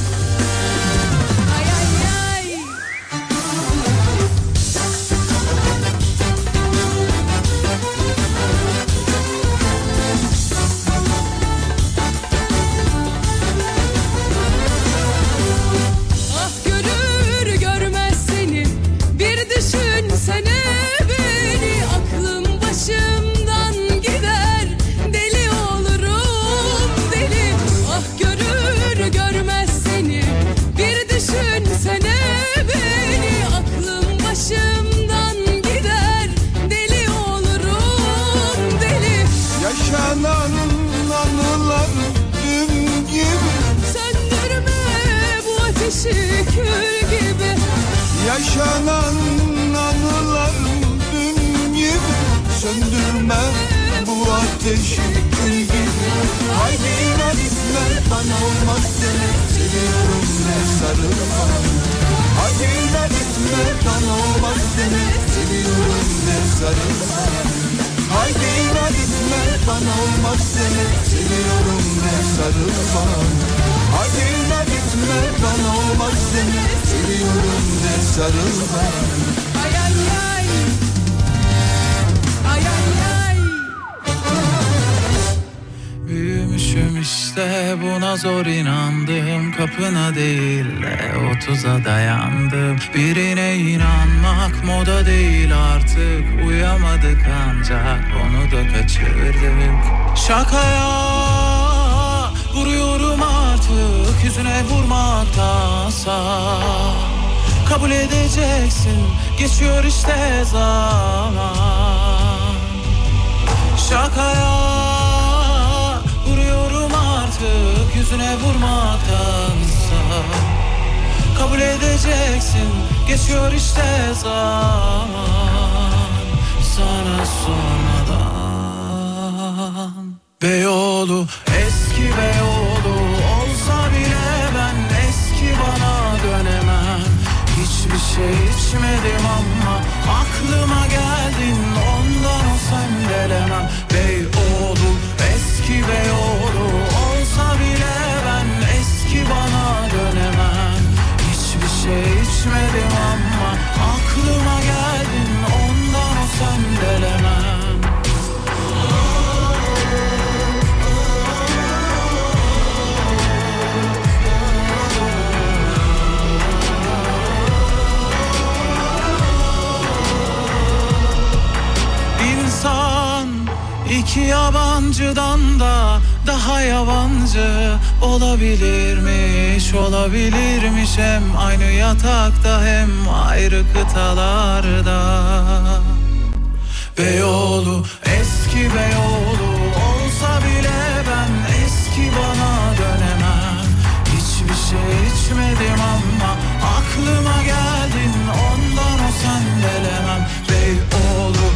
Ay ay ay. Ah görür görmez seni, bir düşünsene beni. Aklım başımdan gider, deli olurum deli. Ah görür görmez seni, bir düşünsene beni. Aklım başımdan gider, deli olurum deli. Yaşanan anılar dün gibi. Söndürme bu ateşi kül gibi. Yaşanan anılar dün gibi. Söndürme bu ateşi kül gibi. Haydi inat etme, bana olmaz deme. Seviyorum ve sarıl bana. Haydi inat etme, bana olmaz deme. Seviyorum ve sarıl bana. Haydi inat etme, bana olmaz deme. Seviyorum ve sarıl bana. Haydi inat etme, bana olmaz deme. Seviyorum ve sarıl bana. Ay ay ay. Ay ay ay. Büyümüşüm işte, buna zor inandım. Kapına değil de 30'a dayandım. Birine inanmak moda değil artık. Uyamadık ancak onu da kaçırdık. Şakaya vuruyorum artık, yüzüne vurmaktansa. Kabul edeceksin, geçiyor işte zaman. Şakaya vuruyorum artık, yüzüne vurmaktansa. Kabul edeceksin, geçiyor işte zaman. Sana sonradan. Beyoğlu, eski Beyoğlu olsa bile ben eski bana dönemem. Hiçbir şey içmedim ama aklıma geldin, ondan o sendelemem. Beyoğlu, eski Beyoğlu olsa bile ben eski bana dönemem. Hiçbir şey içmedim ama aklıma geldin, ondan o sendelemem. İnsan iki yabancıdan da daha yabancı olabilirmiş, olabilirmiş. Hem aynı yatakta hem ayrı kıtalarda. Beyoğlu, eski Beyoğlu olsa bile ben eski bana dönemem. Hiçbir şey içmedim ama aklıma geldin, ondan o sendelemem. Beyoğlu,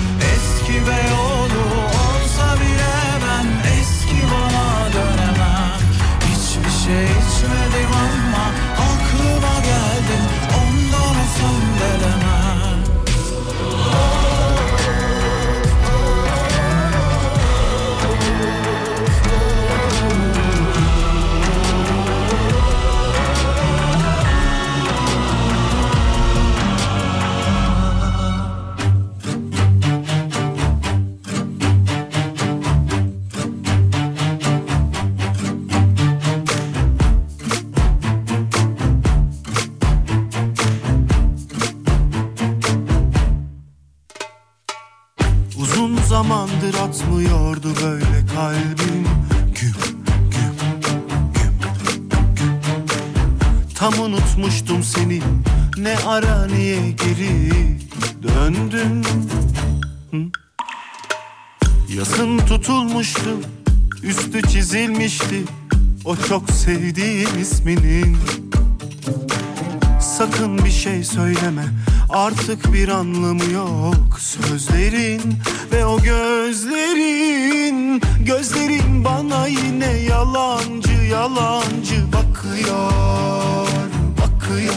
Uzun zamandır atmıyordu böyle kalbim. Güm güm güm güm. Tam unutmuştum seni, ne ara niye geri döndün? Yazın tutulmuştu, üstü çizilmişti o çok sevdiğim isminin. Sakın bir şey söyleme, artık bir anlamı yok sözlerin ve o gözlerin. Gözlerin bana yine yalancı yalancı bakıyor, bakıyor.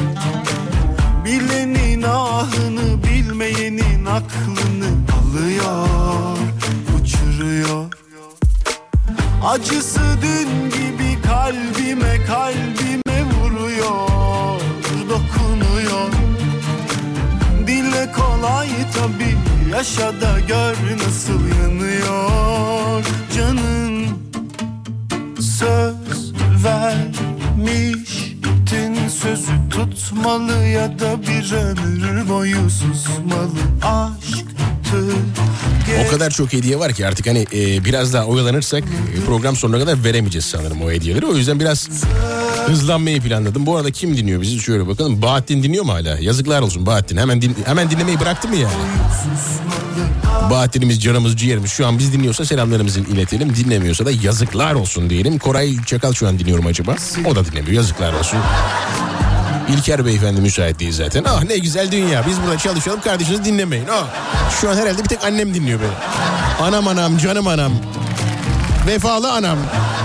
Bilenin ahını, bilmeyenin aklını alıyor, uçuruyor. Acısı dün gibi kalbime, kalbime vuruyor, dokunuyor. Dile kolay tabii, yaşa da gör nasıl yanıyor canın. Söz vermiştin, sözü tutmalı ya da bir ömür boyu susmalı. Aşktı. O kadar çok hediye var ki artık hani biraz daha oyalanırsak program sonuna kadar veremeyeceğiz sanırım o hediyeleri. O yüzden biraz hızlanmayı planladım. Bu arada kim dinliyor bizi? Şöyle bakalım. Bahattin dinliyor mu hala? Yazıklar olsun Bahattin. Hemen dinlemeyi bıraktı mı yani? Bahattin'imiz, canımız, ciğerimiz şu an biz dinliyorsa selamlarımızı iletelim. Dinlemiyorsa da yazıklar olsun diyelim. Koray Çakal şu an dinliyorum acaba? O da dinlemiyor. Yazıklar olsun. İlker beyefendi müsait değil zaten. Ah ne güzel dünya. Biz burada çalışalım, kardeşinizi dinlemeyin. Ah, şu an herhalde bir tek annem dinliyor beni. Anam anam, canım anam. Vefalı anam.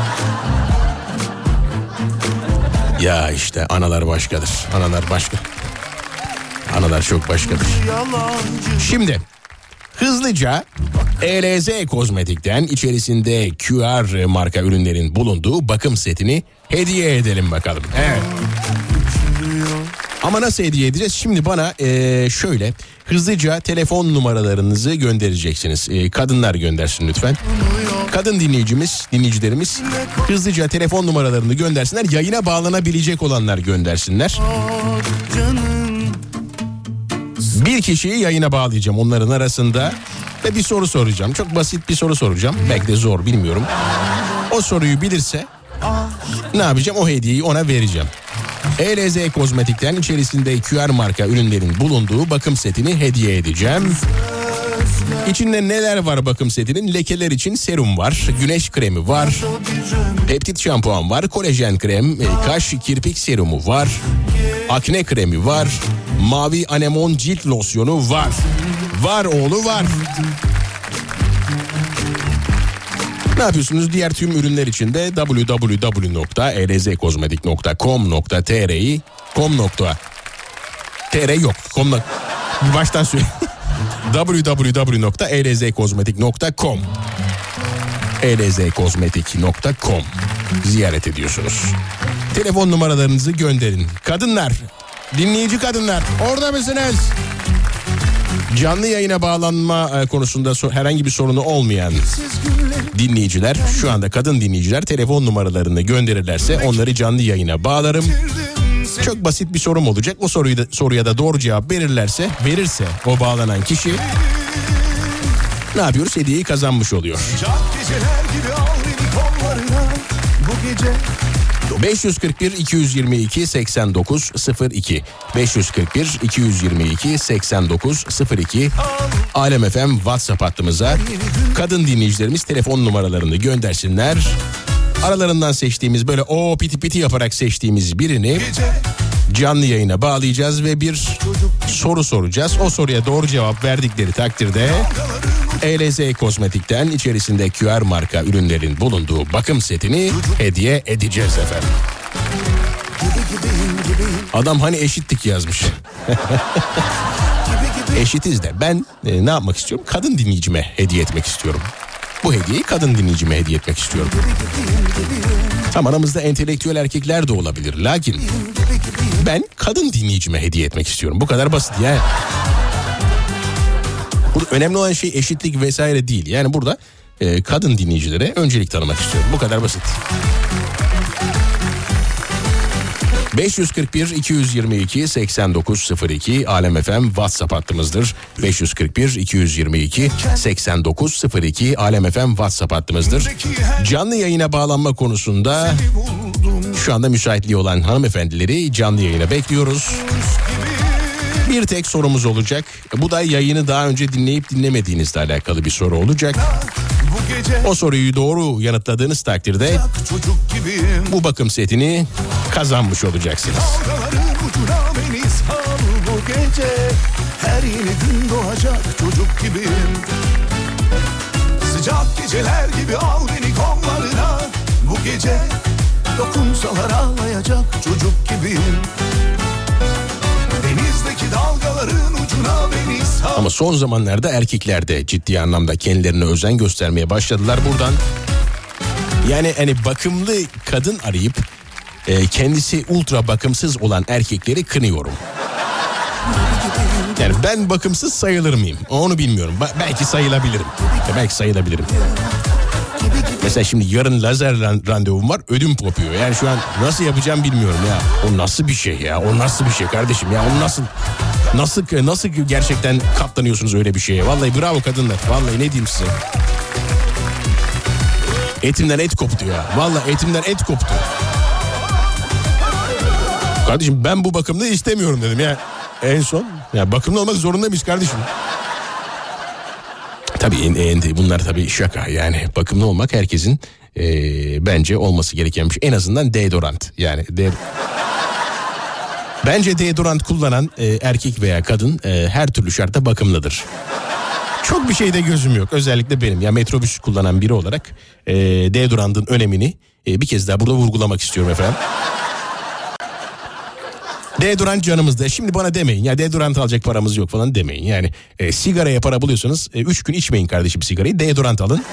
Ya işte analar başkadır. Analar başka. Analar çok başkadır. Şimdi hızlıca ELZ Kozmetik'ten içerisinde QR marka ürünlerin bulunduğu bakım setini hediye edelim bakalım. Evet. Ama nasıl hediye edeceğiz? Şimdi bana şöyle hızlıca telefon numaralarınızı göndereceksiniz. Kadınlar göndersin lütfen. Kadın dinleyicilerimiz hızlıca telefon numaralarını göndersinler. Yayına bağlanabilecek olanlar göndersinler. Bir kişiyi yayına bağlayacağım onların arasında ve bir soru soracağım. Çok basit bir soru soracağım. Belki de zor, bilmiyorum. O soruyu bilirse ne yapacağım? O hediyeyi ona vereceğim. ELZ Kozmetik'ten içerisinde QR marka ürünlerin bulunduğu bakım setini hediye edeceğim. İçinde neler var bakım setinin? Lekeler için serum var, güneş kremi var, peptit şampuan var, kolajen krem, kaş kirpik serumu var, akne kremi var, mavi anemon cilt losyonu var. Var oğlu var. Ne yapıyorsunuz? Diğer tüm ürünler için de www.elzkozmetik.com.tr'yi .tr yok. Baştan söyle. www.elzkozmetik.com elzkozmetik.com ziyaret ediyorsunuz. Telefon numaralarınızı gönderin. Kadınlar, dinleyici kadınlar, orada mısınız? Canlı yayına bağlanma konusunda herhangi bir sorunu olmayan dinleyiciler, şu anda kadın dinleyiciler telefon numaralarını gönderirlerse onları canlı yayına bağlarım. Çok basit bir sorum olacak. O soruya da doğru cevap verirse o bağlanan kişi ne yapıyoruz? Hediyeyi kazanmış oluyor. 541 222 8902 541 222 8902 Alem FM WhatsApp hattımıza kadın dinleyicilerimiz telefon numaralarını göndersinler. Aralarından seçtiğimiz, böyle o piti piti yaparak seçtiğimiz birini canlı yayına bağlayacağız ve bir soru soracağız. O soruya doğru cevap verdikleri takdirde ELZ Kozmetik'ten içerisinde QR marka ürünlerin bulunduğu bakım setini hediye edeceğiz efendim. Adam hani eşittik yazmış. Eşitiz de ben ne yapmak istiyorum? Kadın dinleyicime hediye etmek istiyorum. Bu hediyeyi kadın dinleyicime hediye etmek istiyorum. Tam aramızda entelektüel erkekler de olabilir. Lakin ben kadın dinleyicime hediye etmek istiyorum. Bu kadar basit ya. Burada önemli olan şey eşitlik vesaire değil. Yani burada kadın dinleyicilere öncelik tanımak istiyorum. Bu kadar basit. 541 222 8902 Alem FM WhatsApp hattımızdır. 541 222 8902 Alem FM WhatsApp hattımızdır. Canlı yayına bağlanma konusunda şu anda müsaitliği olan hanımefendileri canlı yayına bekliyoruz. Bir tek sorumuz olacak. Bu da yayını daha önce dinleyip dinlemediğinizle alakalı bir soru olacak. O soruyu doğru yanıtladığınız takdirde bu bakım setini kazanmış olacaksınız. Bu gece her yeni gün doğacak çocuk gibiyim. Sıcak geceler gibi al beni kollarına. Bu gece dokunsalar ağlayacak çocuk gibiyim. Denizdeki dalgaların ucuna beni sal. Ama son zamanlarda erkekler de ciddi anlamda kendilerine özen göstermeye başladılar buradan. Yani hani bakımlı kadın arayıp kendisi ultra bakımsız olan erkekleri kınıyorum. Yani ben bakımsız sayılır mıyım? Onu bilmiyorum. Belki sayılabilirim. Belki sayılabilirim. Mesela şimdi yarın lazer randevum var, ödüm kopuyor. Yani şu an nasıl yapacağım bilmiyorum ya. O nasıl bir şey ya? O nasıl bir şey kardeşim ya? O nasıl gerçekten katlanıyorsunuz öyle bir şeye? Vallahi bravo kadınlar. Vallahi ne diyeyim size? Etimden et koptu ya. Vallahi etimden et koptu. Kardeşim ben bu bakımda istemiyorum dedim ya. En son ya bakımlı olmak zorunda mıyız kardeşim? Tabii bunlar tabii şaka yani bakımlı olmak herkesin bence olması gereken bir şey. En azından deodorant yani bence deodorant kullanan erkek veya kadın her türlü şartta bakımlıdır. Çok bir şeyde gözüm yok özellikle benim ya metrobüs kullanan biri olarak deodorantın önemini bir kez daha burada vurgulamak istiyorum efendim. Deodorant canımızda. Şimdi bana demeyin ya deodorant alacak paramız yok falan demeyin. Yani sigaraya para buluyorsanız 3 gün içmeyin kardeşim sigarayı. Deodorant alın.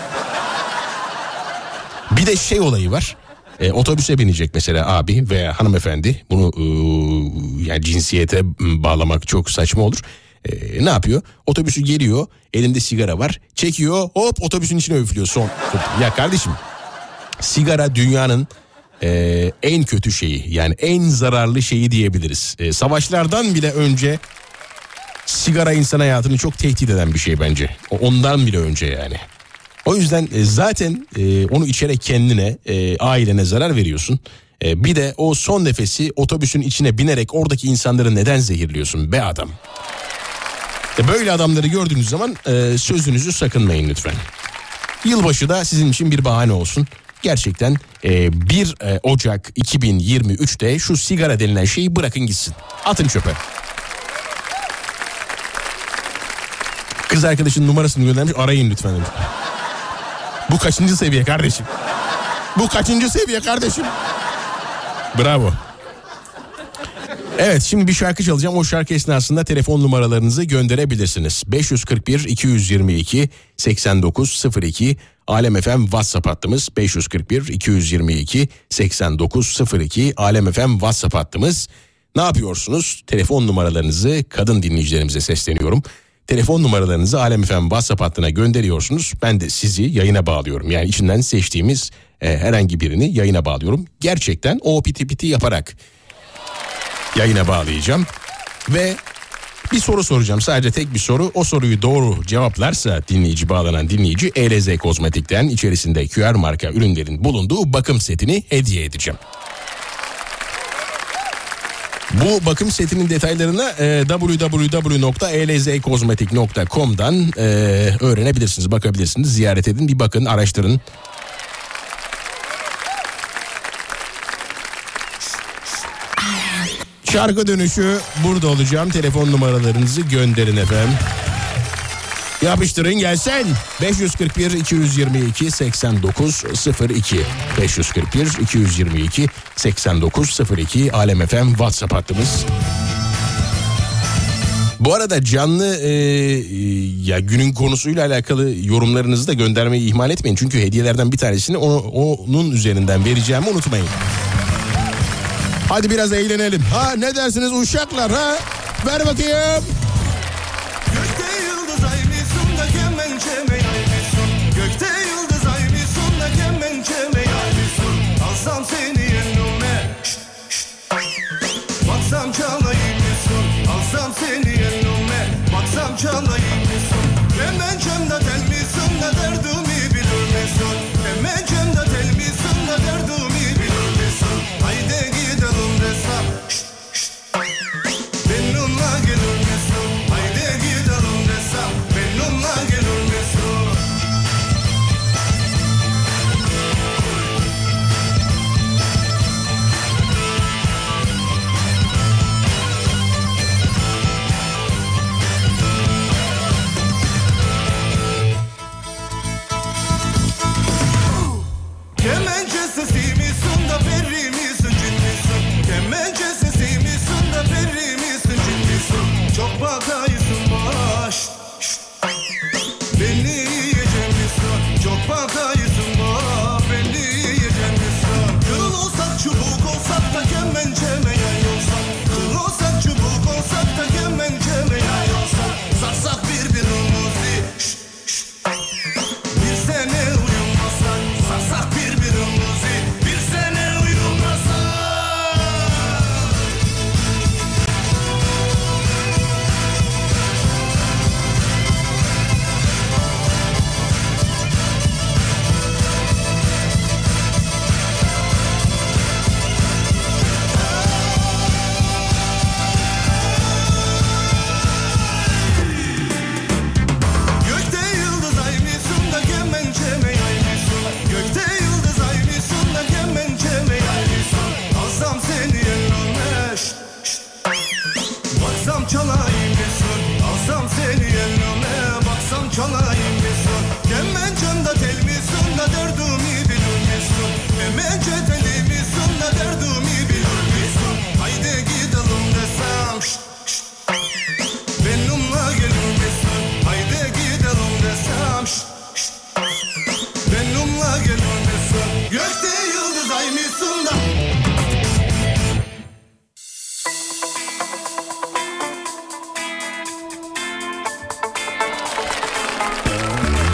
Bir de şey olayı var. Otobüse binecek mesela abi veya hanımefendi. Bunu yani cinsiyete bağlamak çok saçma olur. Ne yapıyor? Otobüsü geliyor. Elinde sigara var. Çekiyor. Hop otobüsün içine üflüyor son. Ya kardeşim sigara dünyanın en kötü şeyi yani en zararlı şeyi diyebiliriz. Savaşlardan bile önce sigara insan hayatını çok tehdit eden bir şey bence. Ondan bile önce yani. O yüzden zaten onu içerek kendine ailene zarar veriyorsun. Bir de o son nefesi otobüsün içine binerek oradaki insanları neden zehirliyorsun be adam? Böyle adamları gördüğünüz zaman sözünüzü sakınmayın lütfen. Yılbaşı da sizin için bir bahane olsun. Gerçekten 1 Ocak 2023'te şu sigara denilen şeyi bırakın gitsin. Atın çöpe. Kız arkadaşının numarasını göndermiş, arayın lütfen. Bu kaçıncı seviye kardeşim? Bu kaçıncı seviye kardeşim? Bravo. Evet, şimdi bir şarkı çalacağım. O şarkı esnasında telefon numaralarınızı gönderebilirsiniz. 541 222 8902 Alem FM WhatsApp hattımız. 541 222 8902 Alem FM WhatsApp hattımız. Ne yapıyorsunuz? Telefon numaralarınızı kadın dinleyicilerimize sesleniyorum. Telefon numaralarınızı Alem FM WhatsApp hattına gönderiyorsunuz. Ben de sizi yayına bağlıyorum. Yani içinden seçtiğimiz herhangi birini yayına bağlıyorum. Gerçekten o piti piti yaparak yayına bağlayacağım. Ve bir soru soracağım. Sadece tek bir soru. O soruyu doğru cevaplarsa bağlanan dinleyici ELZ Kozmetik'ten içerisinde QR marka ürünlerin bulunduğu bakım setini hediye edeceğim. Bu bakım setinin detaylarını www.elzkozmetik.com'dan öğrenebilirsiniz, bakabilirsiniz, ziyaret edin, bir bakın, araştırın. Şarkı dönüşü burada olacağım. Telefon numaralarınızı gönderin efendim. Yapıştırın gelsin. 541 222 8902 541 222 8902 Alem FM WhatsApp hattımız. Bu arada canlı ya günün konusuyla alakalı yorumlarınızı da göndermeyi ihmal etmeyin. Çünkü hediyelerden bir tanesini onun üzerinden vereceğimi unutmayın. Hadi biraz eğlenelim. Ha ne dersiniz uşaklar ha? Ver bakayım. Gökte yıldız ay misun da kemençeme yay misun. Gökte yıldız ay misun da kemençeme yay misun. Alsam seni yanıma.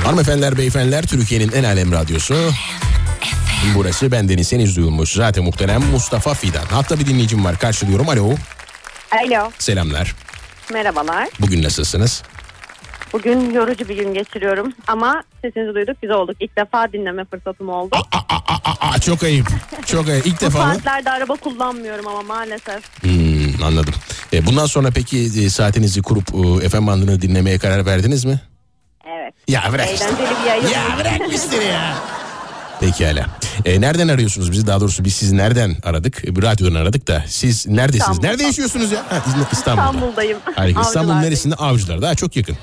Hanımefendiler, beyefendiler, Türkiye'nin en alem radyosu. Burası bendeniz henüz duyulmuş. Zaten muhterem Mustafa Fidan. Hatta bir dinleyicim var, karşılıyorum. Alo. Alo. Selamlar. Merhabalar. Bugün nasılsınız? Bugün yorucu bir gün geçiriyorum ama sesinizi duyduk, güzel olduk. İlk defa dinleme fırsatım oldu. Çok ayıp. Çok ayıp. İlk defa mı? Bu saatlerde araba kullanmıyorum ama maalesef. Anladım. Bundan sonra peki saatinizi kurup FM bandını dinlemeye karar verdiniz mi? Evet. Ya bırak. Eğlenceli bir yayın. Ya bırak misteri ya. Pekala. Nereden arıyorsunuz bizi? Daha doğrusu biz sizi nereden aradık? Radyodan aradık da. Siz neredesiniz? İstanbul'da. Nerede yaşıyorsunuz ya? İstanbul'da. İstanbul'dayım. Harika. İstanbul'un neresinde? Avcılar. Daha çok yakın.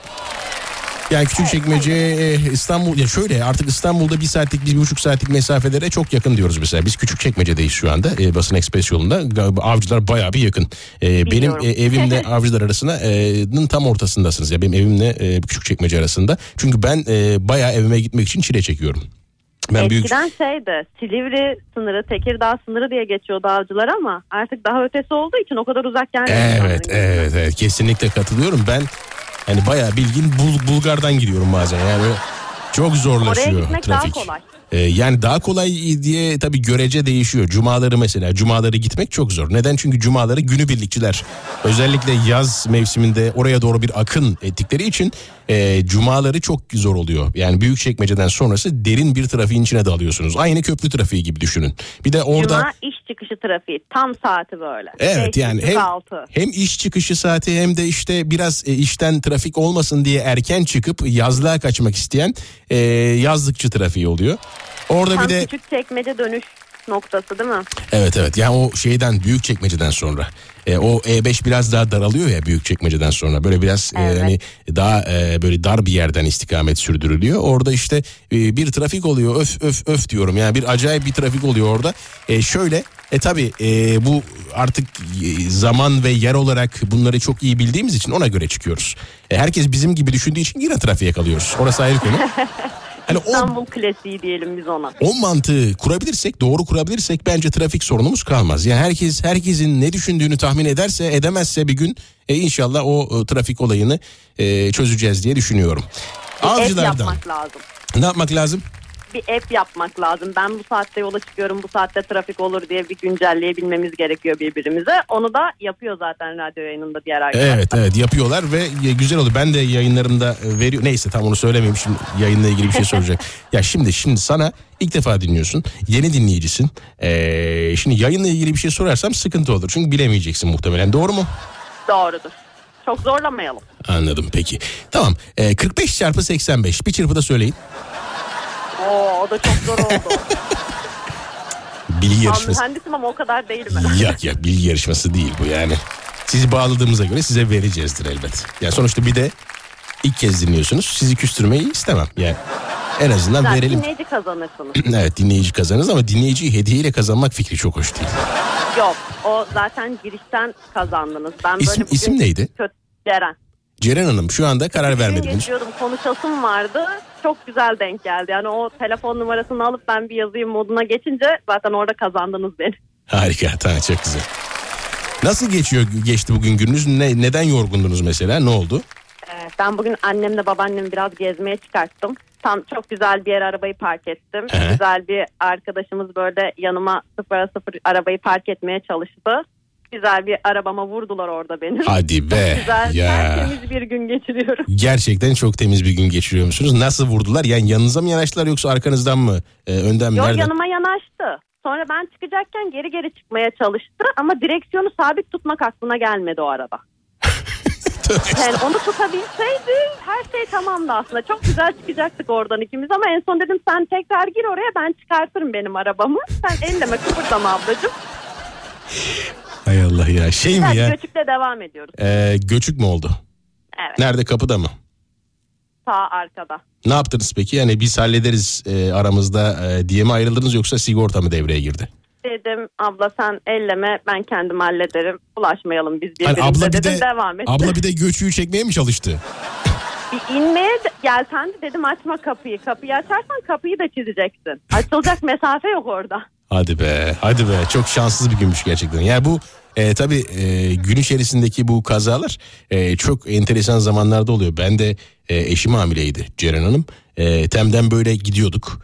Yani Küçükçekmece, İstanbul, ya şöyle artık İstanbul'da 1 saatlik 1,5 saatlik mesafelere çok yakın diyoruz mesela. Biz Küçükçekmece'deyiz şu anda, Basın Ekspres yolunda. Avcılar bayağı bir yakın. Benim evimle Avcılar arasında tam ortasındasınız. Ya benim evimle Küçükçekmece arasında. Çünkü ben bayağı evime gitmek için çile çekiyorum. Eskiden şeydi, Silivri sınırı, Tekirdağ sınırı diye geçiyordu Avcılar ama artık daha ötesi olduğu için o kadar uzak gelmiyor. Evet, kesinlikle katılıyorum. Ben hani bayağı bildiğin Bulgar'dan gidiyorum bazen. Yani çok zorlaşıyor oraya gitmek trafik. daha kolay. Yani daha kolay diye tabii görece değişiyor. Cumaları gitmek çok zor. Neden? Çünkü cumaları günübirlikçiler özellikle yaz mevsiminde oraya doğru bir akın ettikleri için cumaları çok zor oluyor. Yani Büyükçekmece'den sonrası derin bir trafiğin içine dalıyorsunuz. Aynı köprü trafiği gibi düşünün. Bir de orada Cuma iş çıkışı trafiği tam saati böyle. Evet, yani hem iş çıkışı saati hem de işte biraz işten trafik olmasın diye erken çıkıp yazlığa kaçmak isteyen yazlıkçı trafiği oluyor. Orada tam bir de Küçükçekmece dönüş noktası değil mi? Evet, yani o Büyükçekmece'den sonra o E5 biraz daha daralıyor ya Büyükçekmece'den sonra, böyle biraz hani daha böyle dar bir yerden istikamet sürdürülüyor. Orada işte bir trafik oluyor, öf diyorum yani, bir acayip bir trafik oluyor orada. Şöyle tabii bu artık zaman ve yer olarak bunları çok iyi bildiğimiz için ona göre çıkıyoruz. Herkes bizim gibi düşündüğü için yine trafiğe kalıyoruz. Orası ayrı konu. Hani İstanbul klasiği diyelim biz ona. O mantığı doğru kurabilirsek bence trafik sorunumuz kalmaz. Yani herkesin ne düşündüğünü tahmin edemezse bir gün inşallah o trafik olayını çözeceğiz diye düşünüyorum. Avcılardan. App yapmak lazım. Ne yapmak lazım? Bir app yapmak lazım. Ben bu saatte yola çıkıyorum, bu saatte trafik olur diye bir güncelleyebilmemiz gerekiyor birbirimize. Onu da yapıyor zaten radyo yayınında diğer arkadaşlar. Evet yapıyorlar ve güzel oluyor. Ben de yayınlarımda veriyorum. Neyse tam onu söylemeyeyim, şimdi yayınla ilgili bir şey soracak. Ya şimdi sana ilk defa dinliyorsun. Yeni dinleyicisin. Şimdi yayınla ilgili bir şey sorarsam sıkıntı olur. Çünkü bilemeyeceksin muhtemelen. Doğru mu? Doğrudur. Çok zorlamayalım. Anladım, peki. Tamam. 45 çarpı 85. Bir çırpıda söyleyin. O da çok zor oldu. Bilgi yarışması. Mühendisim ama o kadar değilim. Yok bilgi yarışması değil bu yani. Sizi bağladığımıza göre size vereceğizdir elbet. Yani sonuçta bir de ilk kez dinliyorsunuz. Sizi küstürmeyi istemem. Yani en azından verelim. Dinleyici kazanırsınız. Evet, dinleyici kazanırız ama dinleyiciyi hediyeyle kazanmak fikri çok hoş değil. Yok, o zaten girişten kazandınız. Ben böyle İsim neydi? Ceren. Ceren Hanım, şu anda karar vermediniz. Geçiyordum, konuşasım vardı. Çok güzel denk geldi. Yani o telefon numarasını alıp ben bir yazayım moduna geçince zaten orada kazandınız beni. Harika, tamam, çok güzel. Nasıl geçti bugün gününüz? Neden yorgundunuz mesela? Ne oldu? Ben bugün annemle babaannemi biraz gezmeye çıkarttım. Tam çok güzel bir yere arabayı park ettim. Güzel bir arkadaşımız böyle yanıma 0'a 0 arabayı park etmeye çalıştı. Güzel bir arabama vurdular orada benim. Hadi be. Çok güzel, tertemiz bir gün geçiriyorum. Gerçekten çok temiz bir gün geçiriyor musunuz? Nasıl vurdular? Yani yanınıza mı yanaştılar yoksa arkanızdan mı? Önden mi? Yok, nereden? yanıma yanaştı. Sonra ben çıkacakken geri çıkmaya çalıştı. Ama direksiyonu sabit tutmak aklına gelmedi o araba. Yani onu tutabilseydi her şey tamamdı aslında. Çok güzel çıkacaktık oradan ikimiz ama en son dedim sen tekrar gir oraya, ben çıkartırım benim arabamı. Sen elleme, kıpırdama ablacığım. Hay Allah ya. Mi ya? Göçükle devam ediyoruz. Göçük mü oldu? Evet. Nerede, kapıda mı? Sağ arkada. Ne yaptınız peki? Yani biz hallederiz aramızda diye mi ayrıldınız yoksa sigorta mı devreye girdi? Dedim abla sen elleme, ben kendim hallederim. Bulaşmayalım biz birbirimize dedim, devam et. Abla bir de göçüğü çekmeye mi çalıştı? Bir inmeye gelsen dedim açma kapıyı. Kapıyı açarsan kapıyı da çizeceksin. Açılacak mesafe yok orada. Hadi be, hadi be. Çok şanssız bir günmüş gerçekten. Yani bu tabii gün içerisindeki bu kazalar çok enteresan zamanlarda oluyor. Ben de eşim hamileydi Ceren Hanım. Tem'den böyle gidiyorduk.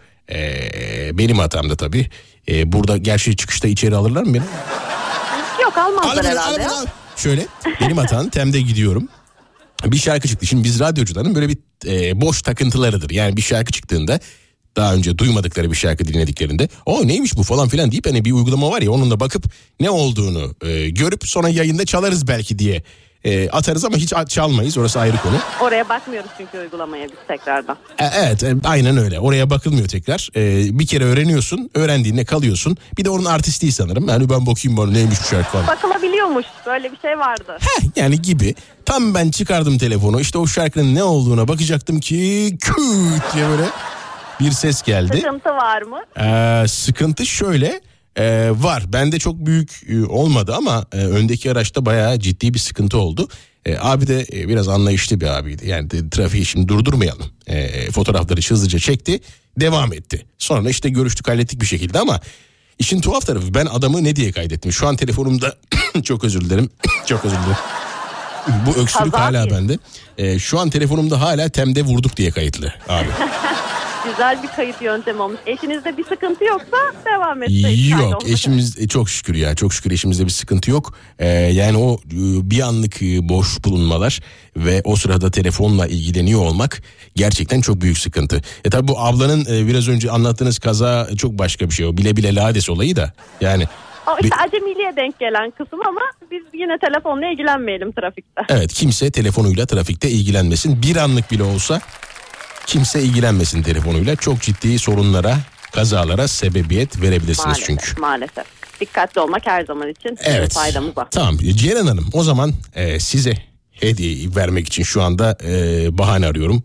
Benim hatamda tabii. Burada gerçi çıkışta içeri alırlar mı beni? Yok, almazlar herhalde. Şöyle benim hatam, Tem'de gidiyorum. Bir şarkı çıktı. Şimdi biz radyocuların böyle bir boş takıntılarıdır. Yani bir şarkı çıktığında, daha önce duymadıkları bir şarkı dinlediklerinde o neymiş bu falan filan deyip hani bir uygulama var ya, onunla bakıp ne olduğunu görüp sonra yayında çalarız belki diye atarız ama hiç çalmayız, orası ayrı konu. Oraya bakmıyoruz çünkü uygulamaya biz tekrardan. Evet, aynen öyle, oraya bakılmıyor tekrar. Bir kere öğreniyorsun, öğrendiğinde kalıyorsun. Bir de onun artistliği sanırım. Yani ben bakayım bana neymiş bu şarkı falan. Bakılabiliyormuş, böyle bir şey vardı. Yani gibi. Tam ben çıkardım telefonu, işte o şarkının ne olduğuna bakacaktım ki küt diye böyle bir ses geldi. Sıkıntı var mı? Sıkıntı şöyle var. Bende çok büyük olmadı ama öndeki araçta bayağı ciddi bir sıkıntı oldu. Abi de biraz anlayışlı bir abiydi. Yani trafiği şimdi durdurmayalım. Fotoğrafları hızlıca çekti, devam etti. Sonra işte görüştük, hallettik bir şekilde ama işin tuhaf tarafı, ben adamı ne diye kaydettim? Şu an telefonumda çok özür dilerim. Çok özür dilerim. Bu öksürük hala bende. Şu an telefonumda hala Tem'de vurduk diye kayıtlı abi. Güzel bir kayıt yöntemi olmuş. Eşinizde bir sıkıntı yoksa devam etseyiz. Yok, eşimiz çok şükür ya, çok şükür eşimizde bir sıkıntı yok. Yani o bir anlık boş bulunmalar ve o sırada telefonla ilgileniyor olmak gerçekten çok büyük sıkıntı. Tabii bu ablanın biraz önce anlattığınız kaza çok başka bir şey, o bile bile lades olayı da yani. O işte acemiliğe denk gelen kısım ama biz yine telefonla ilgilenmeyelim trafikte. Evet, kimse telefonuyla trafikte ilgilenmesin, bir anlık bile olsa. Kimse ilgilenmesin telefonuyla. Çok ciddi sorunlara, kazalara sebebiyet verebilirsiniz maalesef, çünkü. Maalesef. Dikkatli olmak her zaman için faydamıza. Tamam Ceren Hanım, o zaman size hediye vermek için şu anda bahane arıyorum.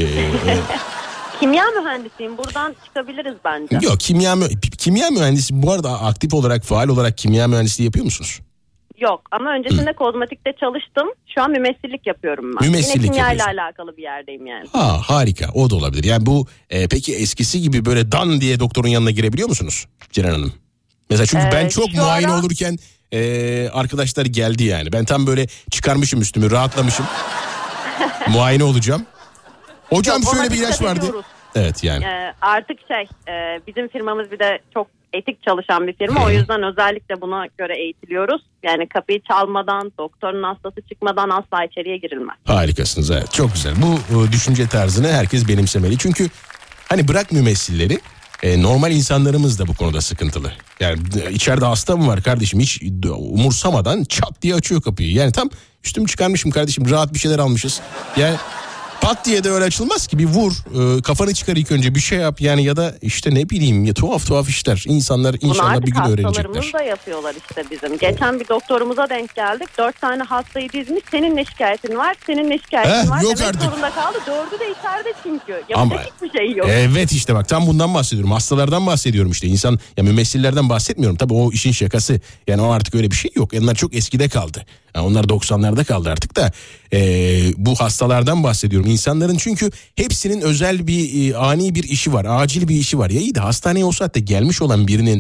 Kimya mühendisiyim, buradan çıkabiliriz bence. Yok, kimya mühendisi bu arada, aktif olarak, faal olarak kimya mühendisliği yapıyor musunuz? Yok ama öncesinde kozmetikte çalıştım. Şu an mümessillik yapıyorum ben. Mümessillik yine kimya ile yapıyorsun. alakalı bir yerdeyim yani. Harika, o da olabilir. Yani bu peki eskisi gibi böyle dan diye doktorun yanına girebiliyor musunuz Ceren Hanım? Mesela çünkü ben çok muayene olurken arkadaşlar geldi yani. Ben tam böyle çıkarmışım üstümü, rahatlamışım. Muayene olacağım. Hocam yok, şöyle bir ilaç vardı. Evet yani. Artık bizim firmamız bir de çok etik çalışan bir firma. O yüzden özellikle buna göre eğitiliyoruz. Yani kapıyı çalmadan, doktorun hastası çıkmadan asla içeriye girilmez. Harikasınız, evet, çok güzel. Bu düşünce tarzını herkes benimsemeli. Çünkü hani bırak mümessilleri, normal insanlarımız da bu konuda sıkıntılı. Yani içeride hasta mı var kardeşim, hiç umursamadan çat diye açıyor kapıyı. Yani tam üstümü çıkarmışım kardeşim, rahat bir şeyler almışız. Yani pat diye de öyle açılmaz ki, bir vur, kafanı çıkar ilk önce, bir şey yap yani, ya da işte ne bileyim ya, tuhaf işler. İnsanlar inşallah bir gün öğrenecekler. Bunu hastalarımız da yapıyorlar işte bizim. Geçen bir doktorumuza denk geldik. 4 tane hastayı dizmiş. Senin ne şikayetin var? Senin ne şikayetin var? Yok demek artık. zorunda kaldı. 4'ü de içeride çünkü. Ama yapacak hiçbir şey yok. Evet işte bak, tam bundan bahsediyorum. Hastalardan bahsediyorum işte. İnsan, ya mümessillerden bahsetmiyorum. Tabii o işin şakası. Yani o artık öyle bir şey yok. Onlar çok eskide kaldı. Yani onlar 90'larda kaldı artık da. Bu hastalardan bahsediyorum. İnsanların, çünkü hepsinin özel bir ani bir işi var. Acil bir işi var. Ya iyi de hastaneye o saatte gelmiş olan birinin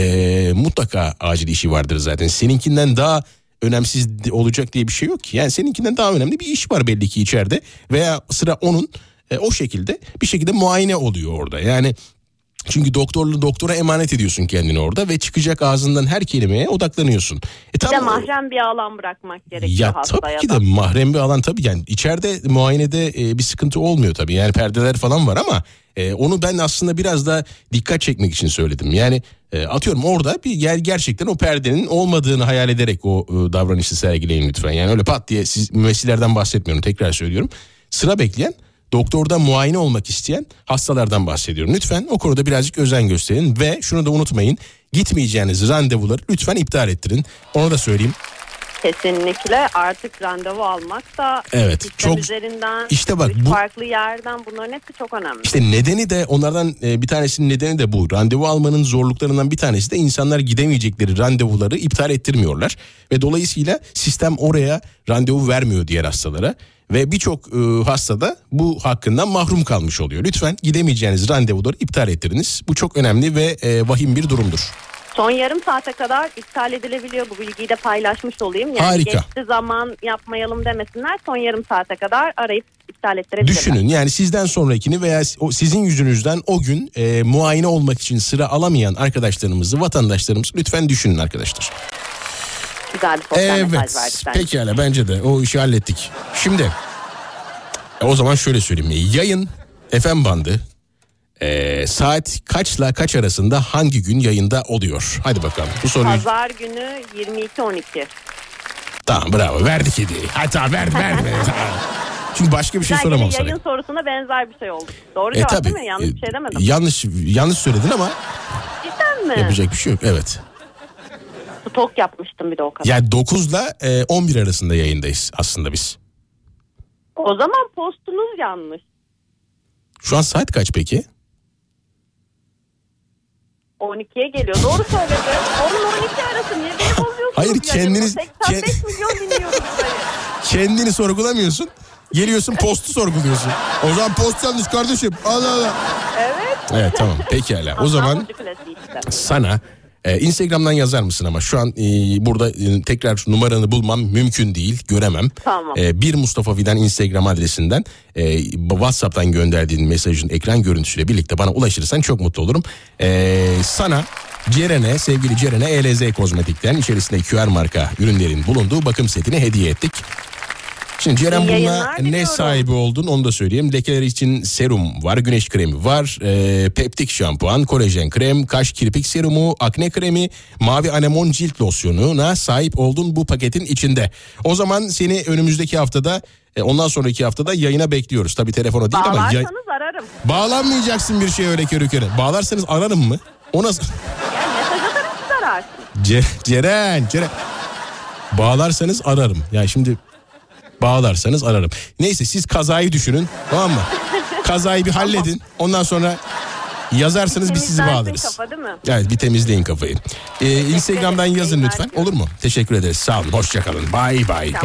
mutlaka acil işi vardır zaten. Seninkinden daha önemsiz olacak diye bir şey yok ki. Yani seninkinden daha önemli bir iş var belli ki içeride. Veya sıra onun o şekilde bir şekilde muayene oluyor orada. Yani çünkü doktora emanet ediyorsun kendini orada ve çıkacak ağzından her kelimeye odaklanıyorsun. Bir de mahrem bir alan bırakmak gerekiyor ya hastaya. Tabii ki de mahrem bir alan, tabii yani içeride muayenede bir sıkıntı olmuyor tabii. Yani perdeler falan var ama onu ben aslında biraz da dikkat çekmek için söyledim. Yani atıyorum orada bir gerçekten o perdenin olmadığını hayal ederek o davranışı sergileyin lütfen. Yani öyle pat diye, siz mümessillerden bahsetmiyorum, tekrar söylüyorum. Sıra bekleyen, doktorda muayene olmak isteyen hastalardan bahsediyorum. Lütfen o konuda birazcık özen gösterin ve şunu da unutmayın. Gitmeyeceğiniz randevuları lütfen iptal ettirin. Onu da söyleyeyim. Kesinlikle artık randevu almak da çok üzerinden, işte bak, bu farklı yerden, bunların hepsi çok önemli. İşte nedeni de onlardan bir tanesinin nedeni de bu. Randevu almanın zorluklarından bir tanesi de insanlar gidemeyecekleri randevuları iptal ettirmiyorlar ve dolayısıyla sistem oraya randevu vermiyor diğer hastalara. Ve birçok hasta da bu hakkından mahrum kalmış oluyor. Lütfen gidemeyeceğiniz randevuları iptal ettiriniz. Bu çok önemli ve vahim bir durumdur. Son yarım saate kadar iptal edilebiliyor, bu bilgiyi de paylaşmış olayım. Yani harika. Geçti zaman yapmayalım demesinler, son yarım saate kadar arayıp iptal ettirebilirler. Düşünün yani sizden sonrakini veya sizin yüzünüzden o gün muayene olmak için sıra alamayan arkadaşlarımızı, vatandaşlarımızı lütfen düşünün arkadaşlar. Güzel bir sosyal mesaj verdik bence. Pekala, bence de o işi hallettik. Şimdi o zaman şöyle söyleyeyim. Yayın FM bandı saat kaçla kaç arasında hangi gün yayında oluyor? Hadi bakalım bu soruyu. Pazar günü 22-12. Tamam, bravo, verdik hediyeyi. Hatta ver. Çünkü başka bir şey soramam sana. Yayın sorusuna benzer bir şey oldu. Doğru cevap tabii. değil mi? Yanlış bir şey demedim. Yanlış söyledin ama Cidden mi? yapacak bir şey yok. Evet. Stok yapmıştım bir de o kadar. Yani 9'la 11 arasında yayındayız aslında biz. O zaman postunuz yanlış. Şu an saat kaç peki? 12'ye geliyor. Doğru söyledi. 10-12 arası niye beni bozuyorsunuz? Hayır, kendiniz... 85 milyon dinliyoruz burayı. Kendini sorgulamıyorsun. Geliyorsun postu sorguluyorsun. O zaman post yanlış kardeşim. Allah. Evet, tamam, pekala. O zaman sana Instagram'dan yazar mısın ama şu an burada tekrar numaranı bulmam mümkün değil, göremem. Tamam. Bir Mustafa Fidan Instagram adresinden WhatsApp'tan gönderdiğin mesajın ekran görüntüsüyle birlikte bana ulaşırsan çok mutlu olurum. Sana sevgili Ceren'e ELZ Kozmetik'ten içerisinde QR marka ürünlerin bulunduğu bakım setini hediye ettik. Şimdi Ceren bununla ne sahibi oldun onu da söyleyeyim. Lekeler için serum var, güneş kremi var, peptik şampuan, kolajen krem, kaş kirpik serumu, akne kremi, mavi anemon cilt losyonuna sahip oldun bu paketin içinde. O zaman seni önümüzdeki haftada, ondan sonraki haftada yayına bekliyoruz. Tabii telefona değil ama... Bağlarsanız ararım. Bağlanmayacaksın bir şeye öyle körü. Bağlarsanız ararım mı? O nasıl? Yani mesaj atarım, siz ararsın. Ceren. Bağlarsanız ararım. Yani şimdi... Bağlarsanız ararım. Neyse, siz kazayı düşünün, tamam mı? Kazayı bir halledin. Ondan sonra yazarsınız, biz sizi bağlarız. Kafa, değil mi? Evet, bir temizleyin kafayı. Instagram'dan yazın lütfen. Olur mu? Teşekkür ederiz. Sağ olun. Hoşçakalın. Bye.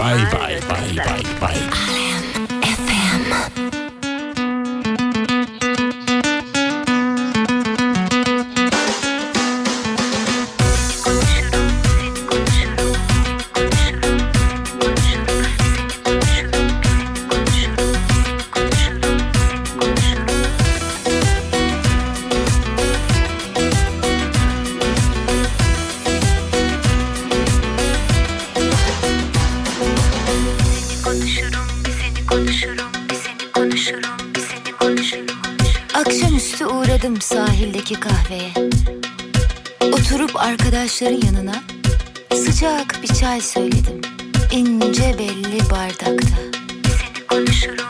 Akşamüstü uğradım sahildeki kahveye. Oturup arkadaşların yanına sıcak bir çay söyledim. İnce belli bardakta. Seni konuşurum.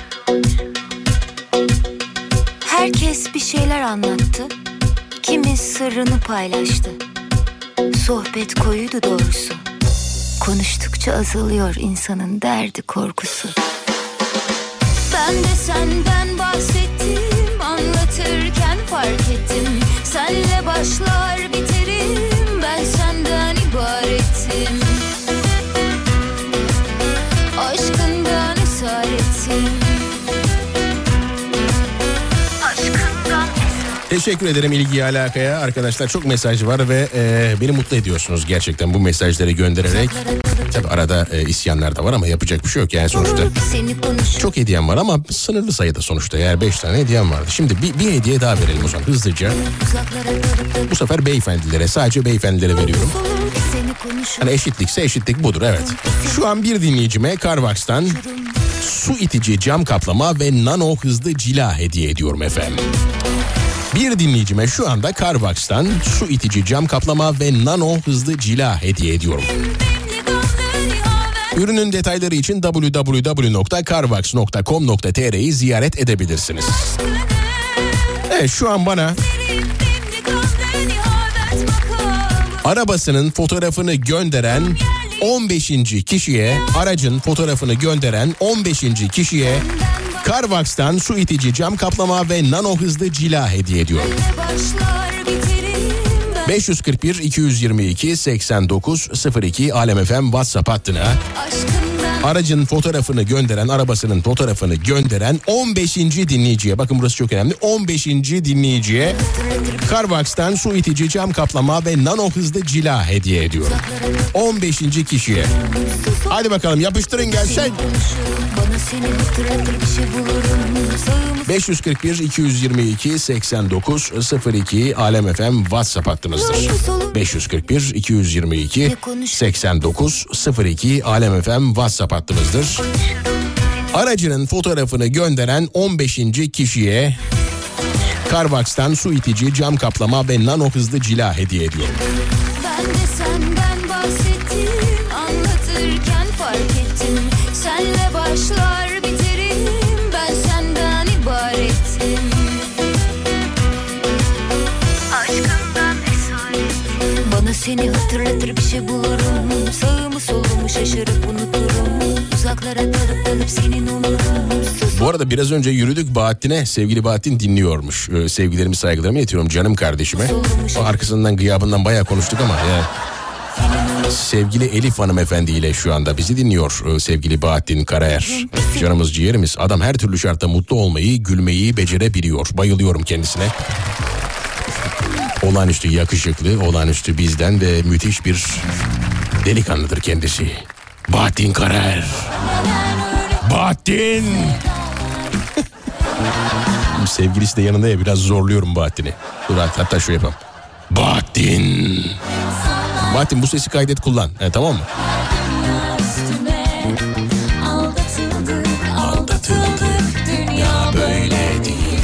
Herkes bir şeyler anlattı. Kimi sırrını paylaştı. Sohbet koyuydu doğrusu. Konuştukça azalıyor insanın derdi, korkusu. Ben de senden bahsettim, anlatırken fark ettim. Senle başlar biterim, ben senden ibaretim. Aşkından esaretim. Teşekkür ederim ilgiye, alakaya. Arkadaşlar çok mesaj var ve beni mutlu ediyorsunuz gerçekten bu mesajları göndererek. Tabii arada isyanlar da var ama yapacak bir şey yok yani sonuçta. Çok hediyem var ama sınırlı sayıda sonuçta. Yani 5 tane hediyem vardı. Şimdi bir hediye daha verelim o zaman hızlıca. Bu sefer beyefendilere, sadece beyefendilere veriyorum. Hani eşitlikse eşitlik budur, evet. Şu an bir dinleyicime Carvax'tan su itici cam kaplama ve nano hızlı cila hediye ediyorum efendim. Bir dinleyicime şu anda Carvax'tan su itici cam kaplama ve nano hızlı cila hediye ediyorum. Ürünün detayları için www.carvax.com.tr'yi ziyaret edebilirsiniz. Evet, şu an bana arabasının fotoğrafını gönderen 15. kişiye, aracın fotoğrafını gönderen 15. kişiye Carvax'tan su itici cam kaplama ve nano hızlı cila hediye ediyorum. 541 222 89 02 Alem FM WhatsApp hattına Aracın fotoğrafını gönderen, arabasının fotoğrafını gönderen 15. dinleyiciye, bakın burası çok önemli, 15. dinleyiciye Carbox'tan su itici, cam kaplama ve nano hızlı cila hediye ediyorum. 15. kişiye. Hadi bakalım yapıştırın gelsin. 541 222 89 02 Alem FM WhatsApp hattımızdır. 541 222 89 02 Alem FM WhatsApp hattımızdır. Aracının fotoğrafını gönderen 15. kişiye Carbox'tan su itici, cam kaplama ve nano hızlı cila hediye ediyorum. Ben de senden bahsettim, anlatırken fark ettim. Senle başlar biterim, ben senden ibarettim. Aşkından esaretim. Bana seni hatırlatır bir şey bulurum. Sağımı solumu şaşırıp unuturum. Uzaklara dalıp senin olurum. Bu arada biraz önce yürüdük, Bahattin'e, sevgili Bahattin dinliyormuş. Sevgilerimi, saygılarımı iletiyorum canım kardeşime. O arkasından, gıyabından bayağı konuştuk ama ya. Sevgili Elif hanımefendi ile şu anda bizi dinliyor sevgili Bahattin Karaer. Canımız ciğerimiz. Adam her türlü şartta mutlu olmayı, gülmeyi becerebiliyor. Bayılıyorum kendisine. Olağanüstü yakışıklı, olağanüstü bizden ve müthiş bir delikanlıdır kendisi. Bahattin Karaer. Bahattin. Sevgilisi de yanında ya, biraz zorluyorum Bahattin'i. Dur hatta şöyle yapalım. Bahattin. Bahattin bu sesi kaydet, kullan. Tamam mı? Aldatıldık, dünya böyle değil.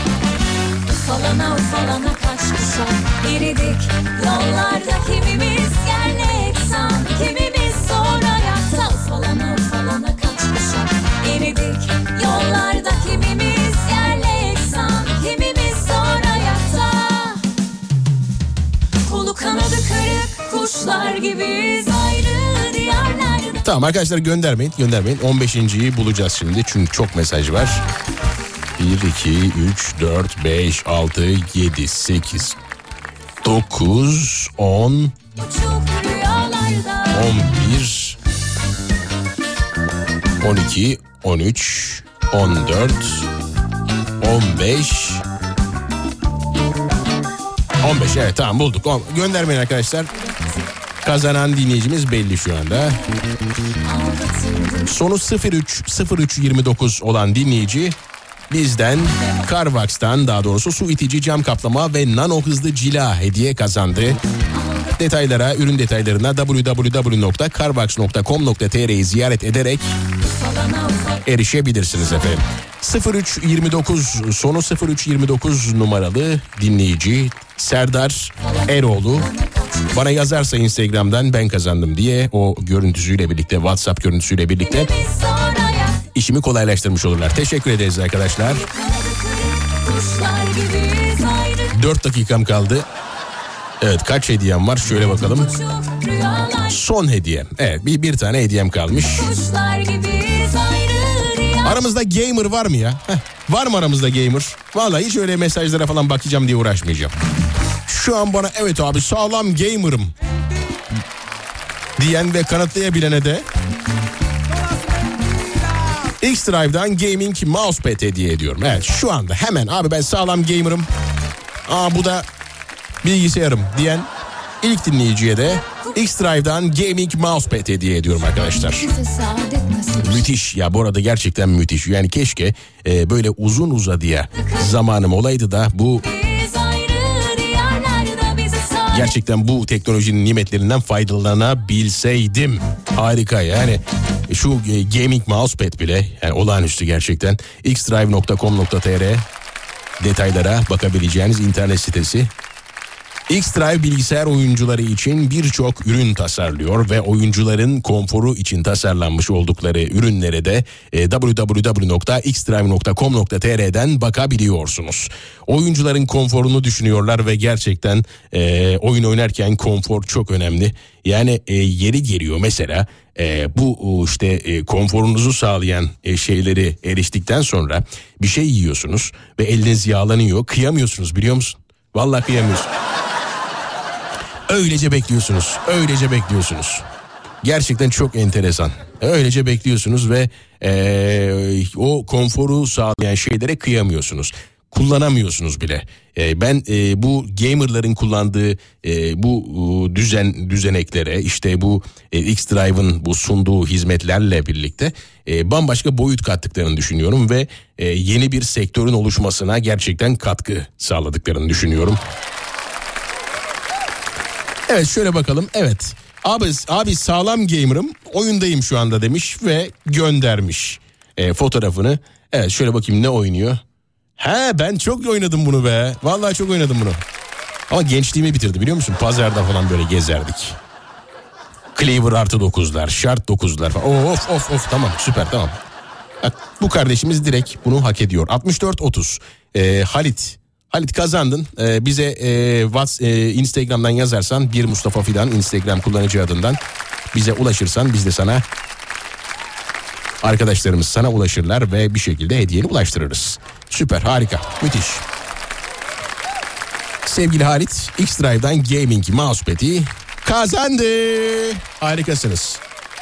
Falana kaç kuşak eridik. Yollarda kimimiz yerle eksan, kimimiz sonra yaksal. Falana kaç kuşak eridik. Yollarda kimimiz yerle eksan, kimimiz sonra yaksal. Kolu kanadı kırık kuşlar gibiyiz ayrı diyarlarda. Tamam arkadaşlar, göndermeyin. 15.yi bulacağız şimdi çünkü çok mesaj var. 1, 2, 3, 4, 5, 6, 7, 8, 9, 10, 11, 12, 13, 14, 15, 15, evet tamam bulduk. Göndermeyin arkadaşlar. Kazanan dinleyicimiz belli şu anda. Sonu 0329 olan dinleyici bizden Carbox'tan, daha doğrusu su itici, cam kaplama ve nano hızlı cila hediye kazandı. Detaylara, ürün detaylarına www.carbox.com.tr'yi ziyaret ederek erişebilirsiniz efendim. 0329, sonu 0329 numaralı dinleyici Serdar Eroğlu bana yazarsa Instagram'dan ben kazandım diye, o görüntüsüyle birlikte, WhatsApp görüntüsüyle birlikte işimi kolaylaştırmış olurlar. Teşekkür ederiz arkadaşlar. 4 dakikam kaldı. Evet, kaç hediyem var şöyle bakalım. Son hediyem. Evet, bir tane hediyem kalmış. Aramızda gamer var mı ya? Var mı aramızda gamer? Vallahi hiç öyle mesajlara falan bakacağım diye uğraşmayacağım. Şu an bana evet abi sağlam gamer'ım diyen ve kanıtlayabilene de X-Drive'dan gaming mousepad hediye ediyorum. Evet, şu anda hemen abi ben sağlam gamer'ım. Bu da bilgisayarım diyen ilk dinleyiciye de X-Drive'dan gaming mousepad hediye ediyorum arkadaşlar. Müthiş ya, bu arada gerçekten müthiş. Yani keşke böyle uzun uzadıya zamanım olaydı da bu gerçekten bu teknolojinin nimetlerinden faydalanabilseydim. Harika yani. Şu gaming mousepad bile yani olağanüstü gerçekten. xdrive.com.tr detaylara bakabileceğiniz internet sitesi. X-Drive bilgisayar oyuncuları için birçok ürün tasarlıyor ve oyuncuların konforu için tasarlanmış oldukları ürünlere de www.xdrive.com.tr'den bakabiliyorsunuz. Oyuncuların konforunu düşünüyorlar ve gerçekten oyun oynarken konfor çok önemli. Yani yeri geliyor mesela bu işte konforunuzu sağlayan şeyleri eriştikten sonra bir şey yiyorsunuz ve eliniz yağlanıyor, kıyamıyorsunuz, biliyor musun? Vallahi kıyamıyorsun. Öylece bekliyorsunuz. Gerçekten çok enteresan. Öylece bekliyorsunuz ve o konforu sağlayan şeylere kıyamıyorsunuz. Kullanamıyorsunuz bile. Ben bu gamerların kullandığı bu düzeneklere, işte bu X-Drive'ın bu sunduğu hizmetlerle birlikte bambaşka boyut kattıklarını düşünüyorum ve yeni bir sektörün oluşmasına gerçekten katkı sağladıklarını düşünüyorum. Evet, şöyle bakalım. Evet. Abi sağlam gamer'ım, oyundayım şu anda demiş ve göndermiş fotoğrafını. Evet, şöyle bakayım ne oynuyor. Ben çok oynadım bunu be. Vallahi çok oynadım bunu. Ama gençliğimi bitirdi, biliyor musun? Pazarda falan böyle gezerdik. Cleaver artı 9'lar, Shard 9'lar falan. Of tamam, süper, tamam. Bak, bu kardeşimiz direkt bunu hak ediyor. 64-30. Halit kazandın. Bize Instagram'dan yazarsan, bir Mustafa Fidan Instagram kullanıcı adından bize ulaşırsan, biz de sana, arkadaşlarımız sana ulaşırlar ve bir şekilde hediyeni ulaştırırız. Süper, harika, müthiş. Sevgili Halit, X-Drive'dan gaming mousepad'i kazandı. Harikasınız.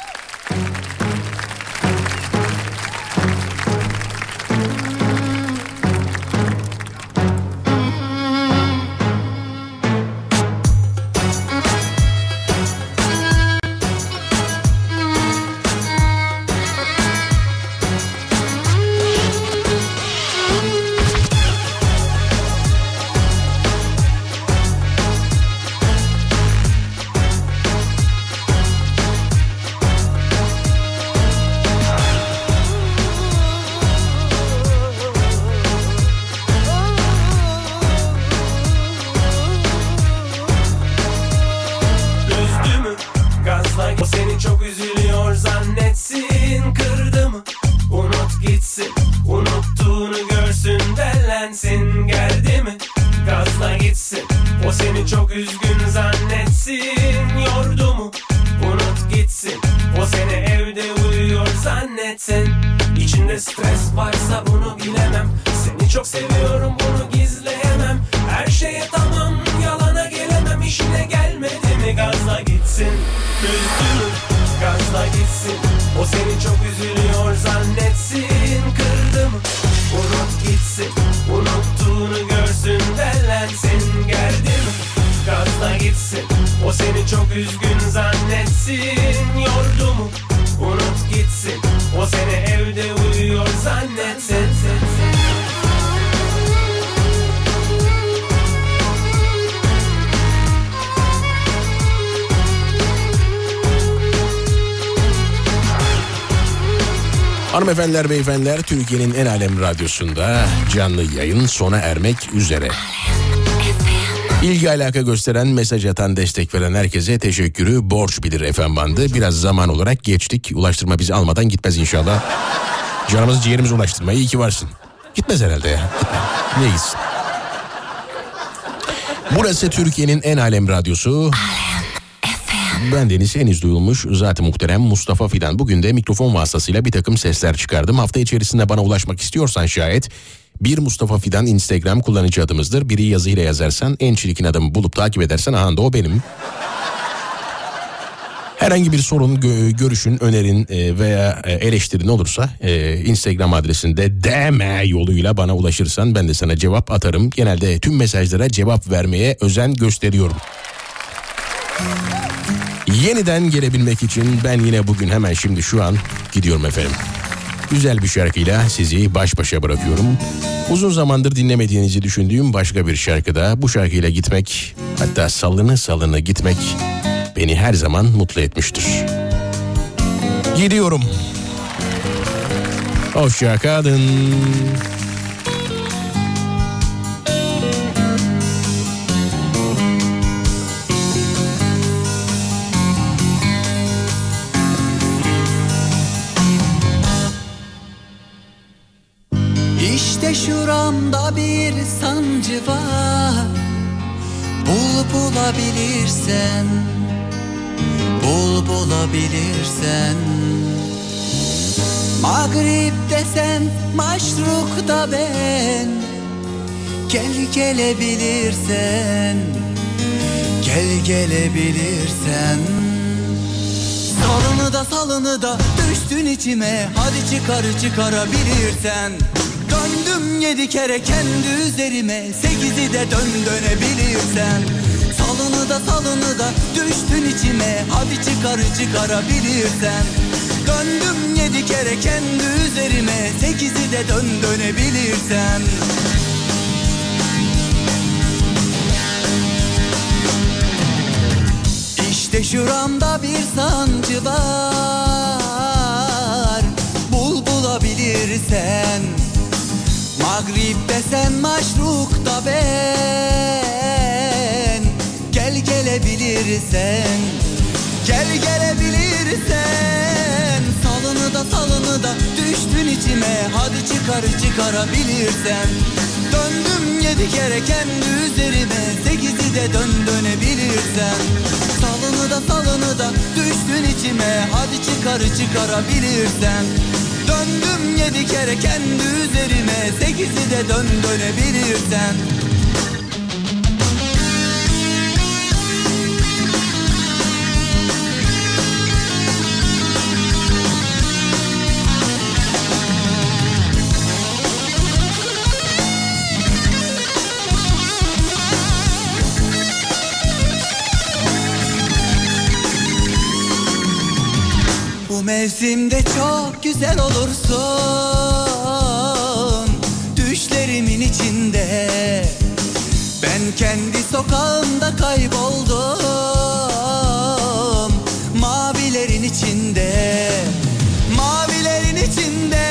Hanımefendiler, beyefendiler, Türkiye'nin en alem radyosunda canlı yayın sona ermek üzere. İlgi alaka gösteren, mesaj atan, destek veren herkese teşekkürü borç bilir FM bandı. Biraz zaman olarak geçtik. Ulaştırma bizi almadan gitmez inşallah. Canımızı ciğerimizi ulaştırma. İyi ki varsın. Gitmez herhalde ya. Niye gitsin? Burası Türkiye'nin en alem radyosu. Ben deniz henüz duyulmuş zaten muhterem Mustafa Fidan. Bugün de mikrofon vasıtasıyla bir takım sesler çıkardım. Hafta içerisinde bana ulaşmak istiyorsan şayet, bir Mustafa Fidan Instagram kullanıcı adımızdır. Biri yazıyla yazarsan, en çirkin adamı bulup takip edersen, aha da o benim. Herhangi bir sorun, görüşün, önerin veya eleştirin olursa Instagram adresinde DM yoluyla bana ulaşırsan ben de sana cevap atarım. Genelde tüm mesajlara cevap vermeye özen gösteriyorum. Yeniden gelebilmek için ben yine bugün hemen şimdi şu an gidiyorum efendim. Güzel bir şarkıyla sizi baş başa bırakıyorum. Uzun zamandır dinlemediğinizi düşündüğüm başka bir şarkıda, bu şarkıyla gitmek, hatta salını gitmek beni her zaman mutlu etmiştir. Gidiyorum. Hoşça kalın. İşte şuramda bir sancı var. Bulabilirsen, bulabilirsen. Mağrip'te sen, Maşruk'ta ben. Gelebilirsen, gelebilirsen. Salını da salını da düştün içime, hadi çıkarabilirsen. Döndüm 7 kere kendi üzerime, 8'i de dönebilirsen. Salını da düştün içime, hadi çıkarabilirsen. Döndüm 7 kere kendi üzerime, 8'i de dönebilirsen. İşte şuramda bir sancı var, bulabilirsen. Mağrip'te sen, Maşruk'ta ben. Gelebilirsen, gelebilirsen. Salını da düştün içime, hadi çıkarabilirsen. Döndüm 7 kere kendi üzerime, 8'i de dönebilirsen. Salını da düştün içime, hadi çıkarabilirsen. Döndüm 7 kere kendi üzerime, 8'i de dönebilirsen. Bu mevsimde çok güzel olursun, düşlerimin içinde. Ben kendi sokağımda kayboldum, mavilerin içinde, mavilerin içinde.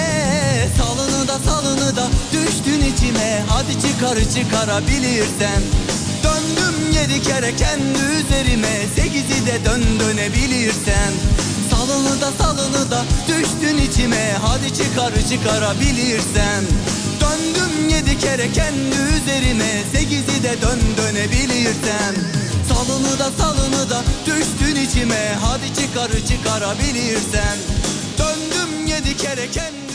Salını da düştün içime, hadi çıkarabilirsen. Döndüm 7 kere kendi üzerime, 8'i de dönebilirsen. Salını da düştün içime, hadi çıkarabilirsen. Döndüm 7 kere kendi üzerime, 8'i de dönebilirsen. Salını da düştün içime, hadi çıkarabilirsen. Döndüm 7 kere kendi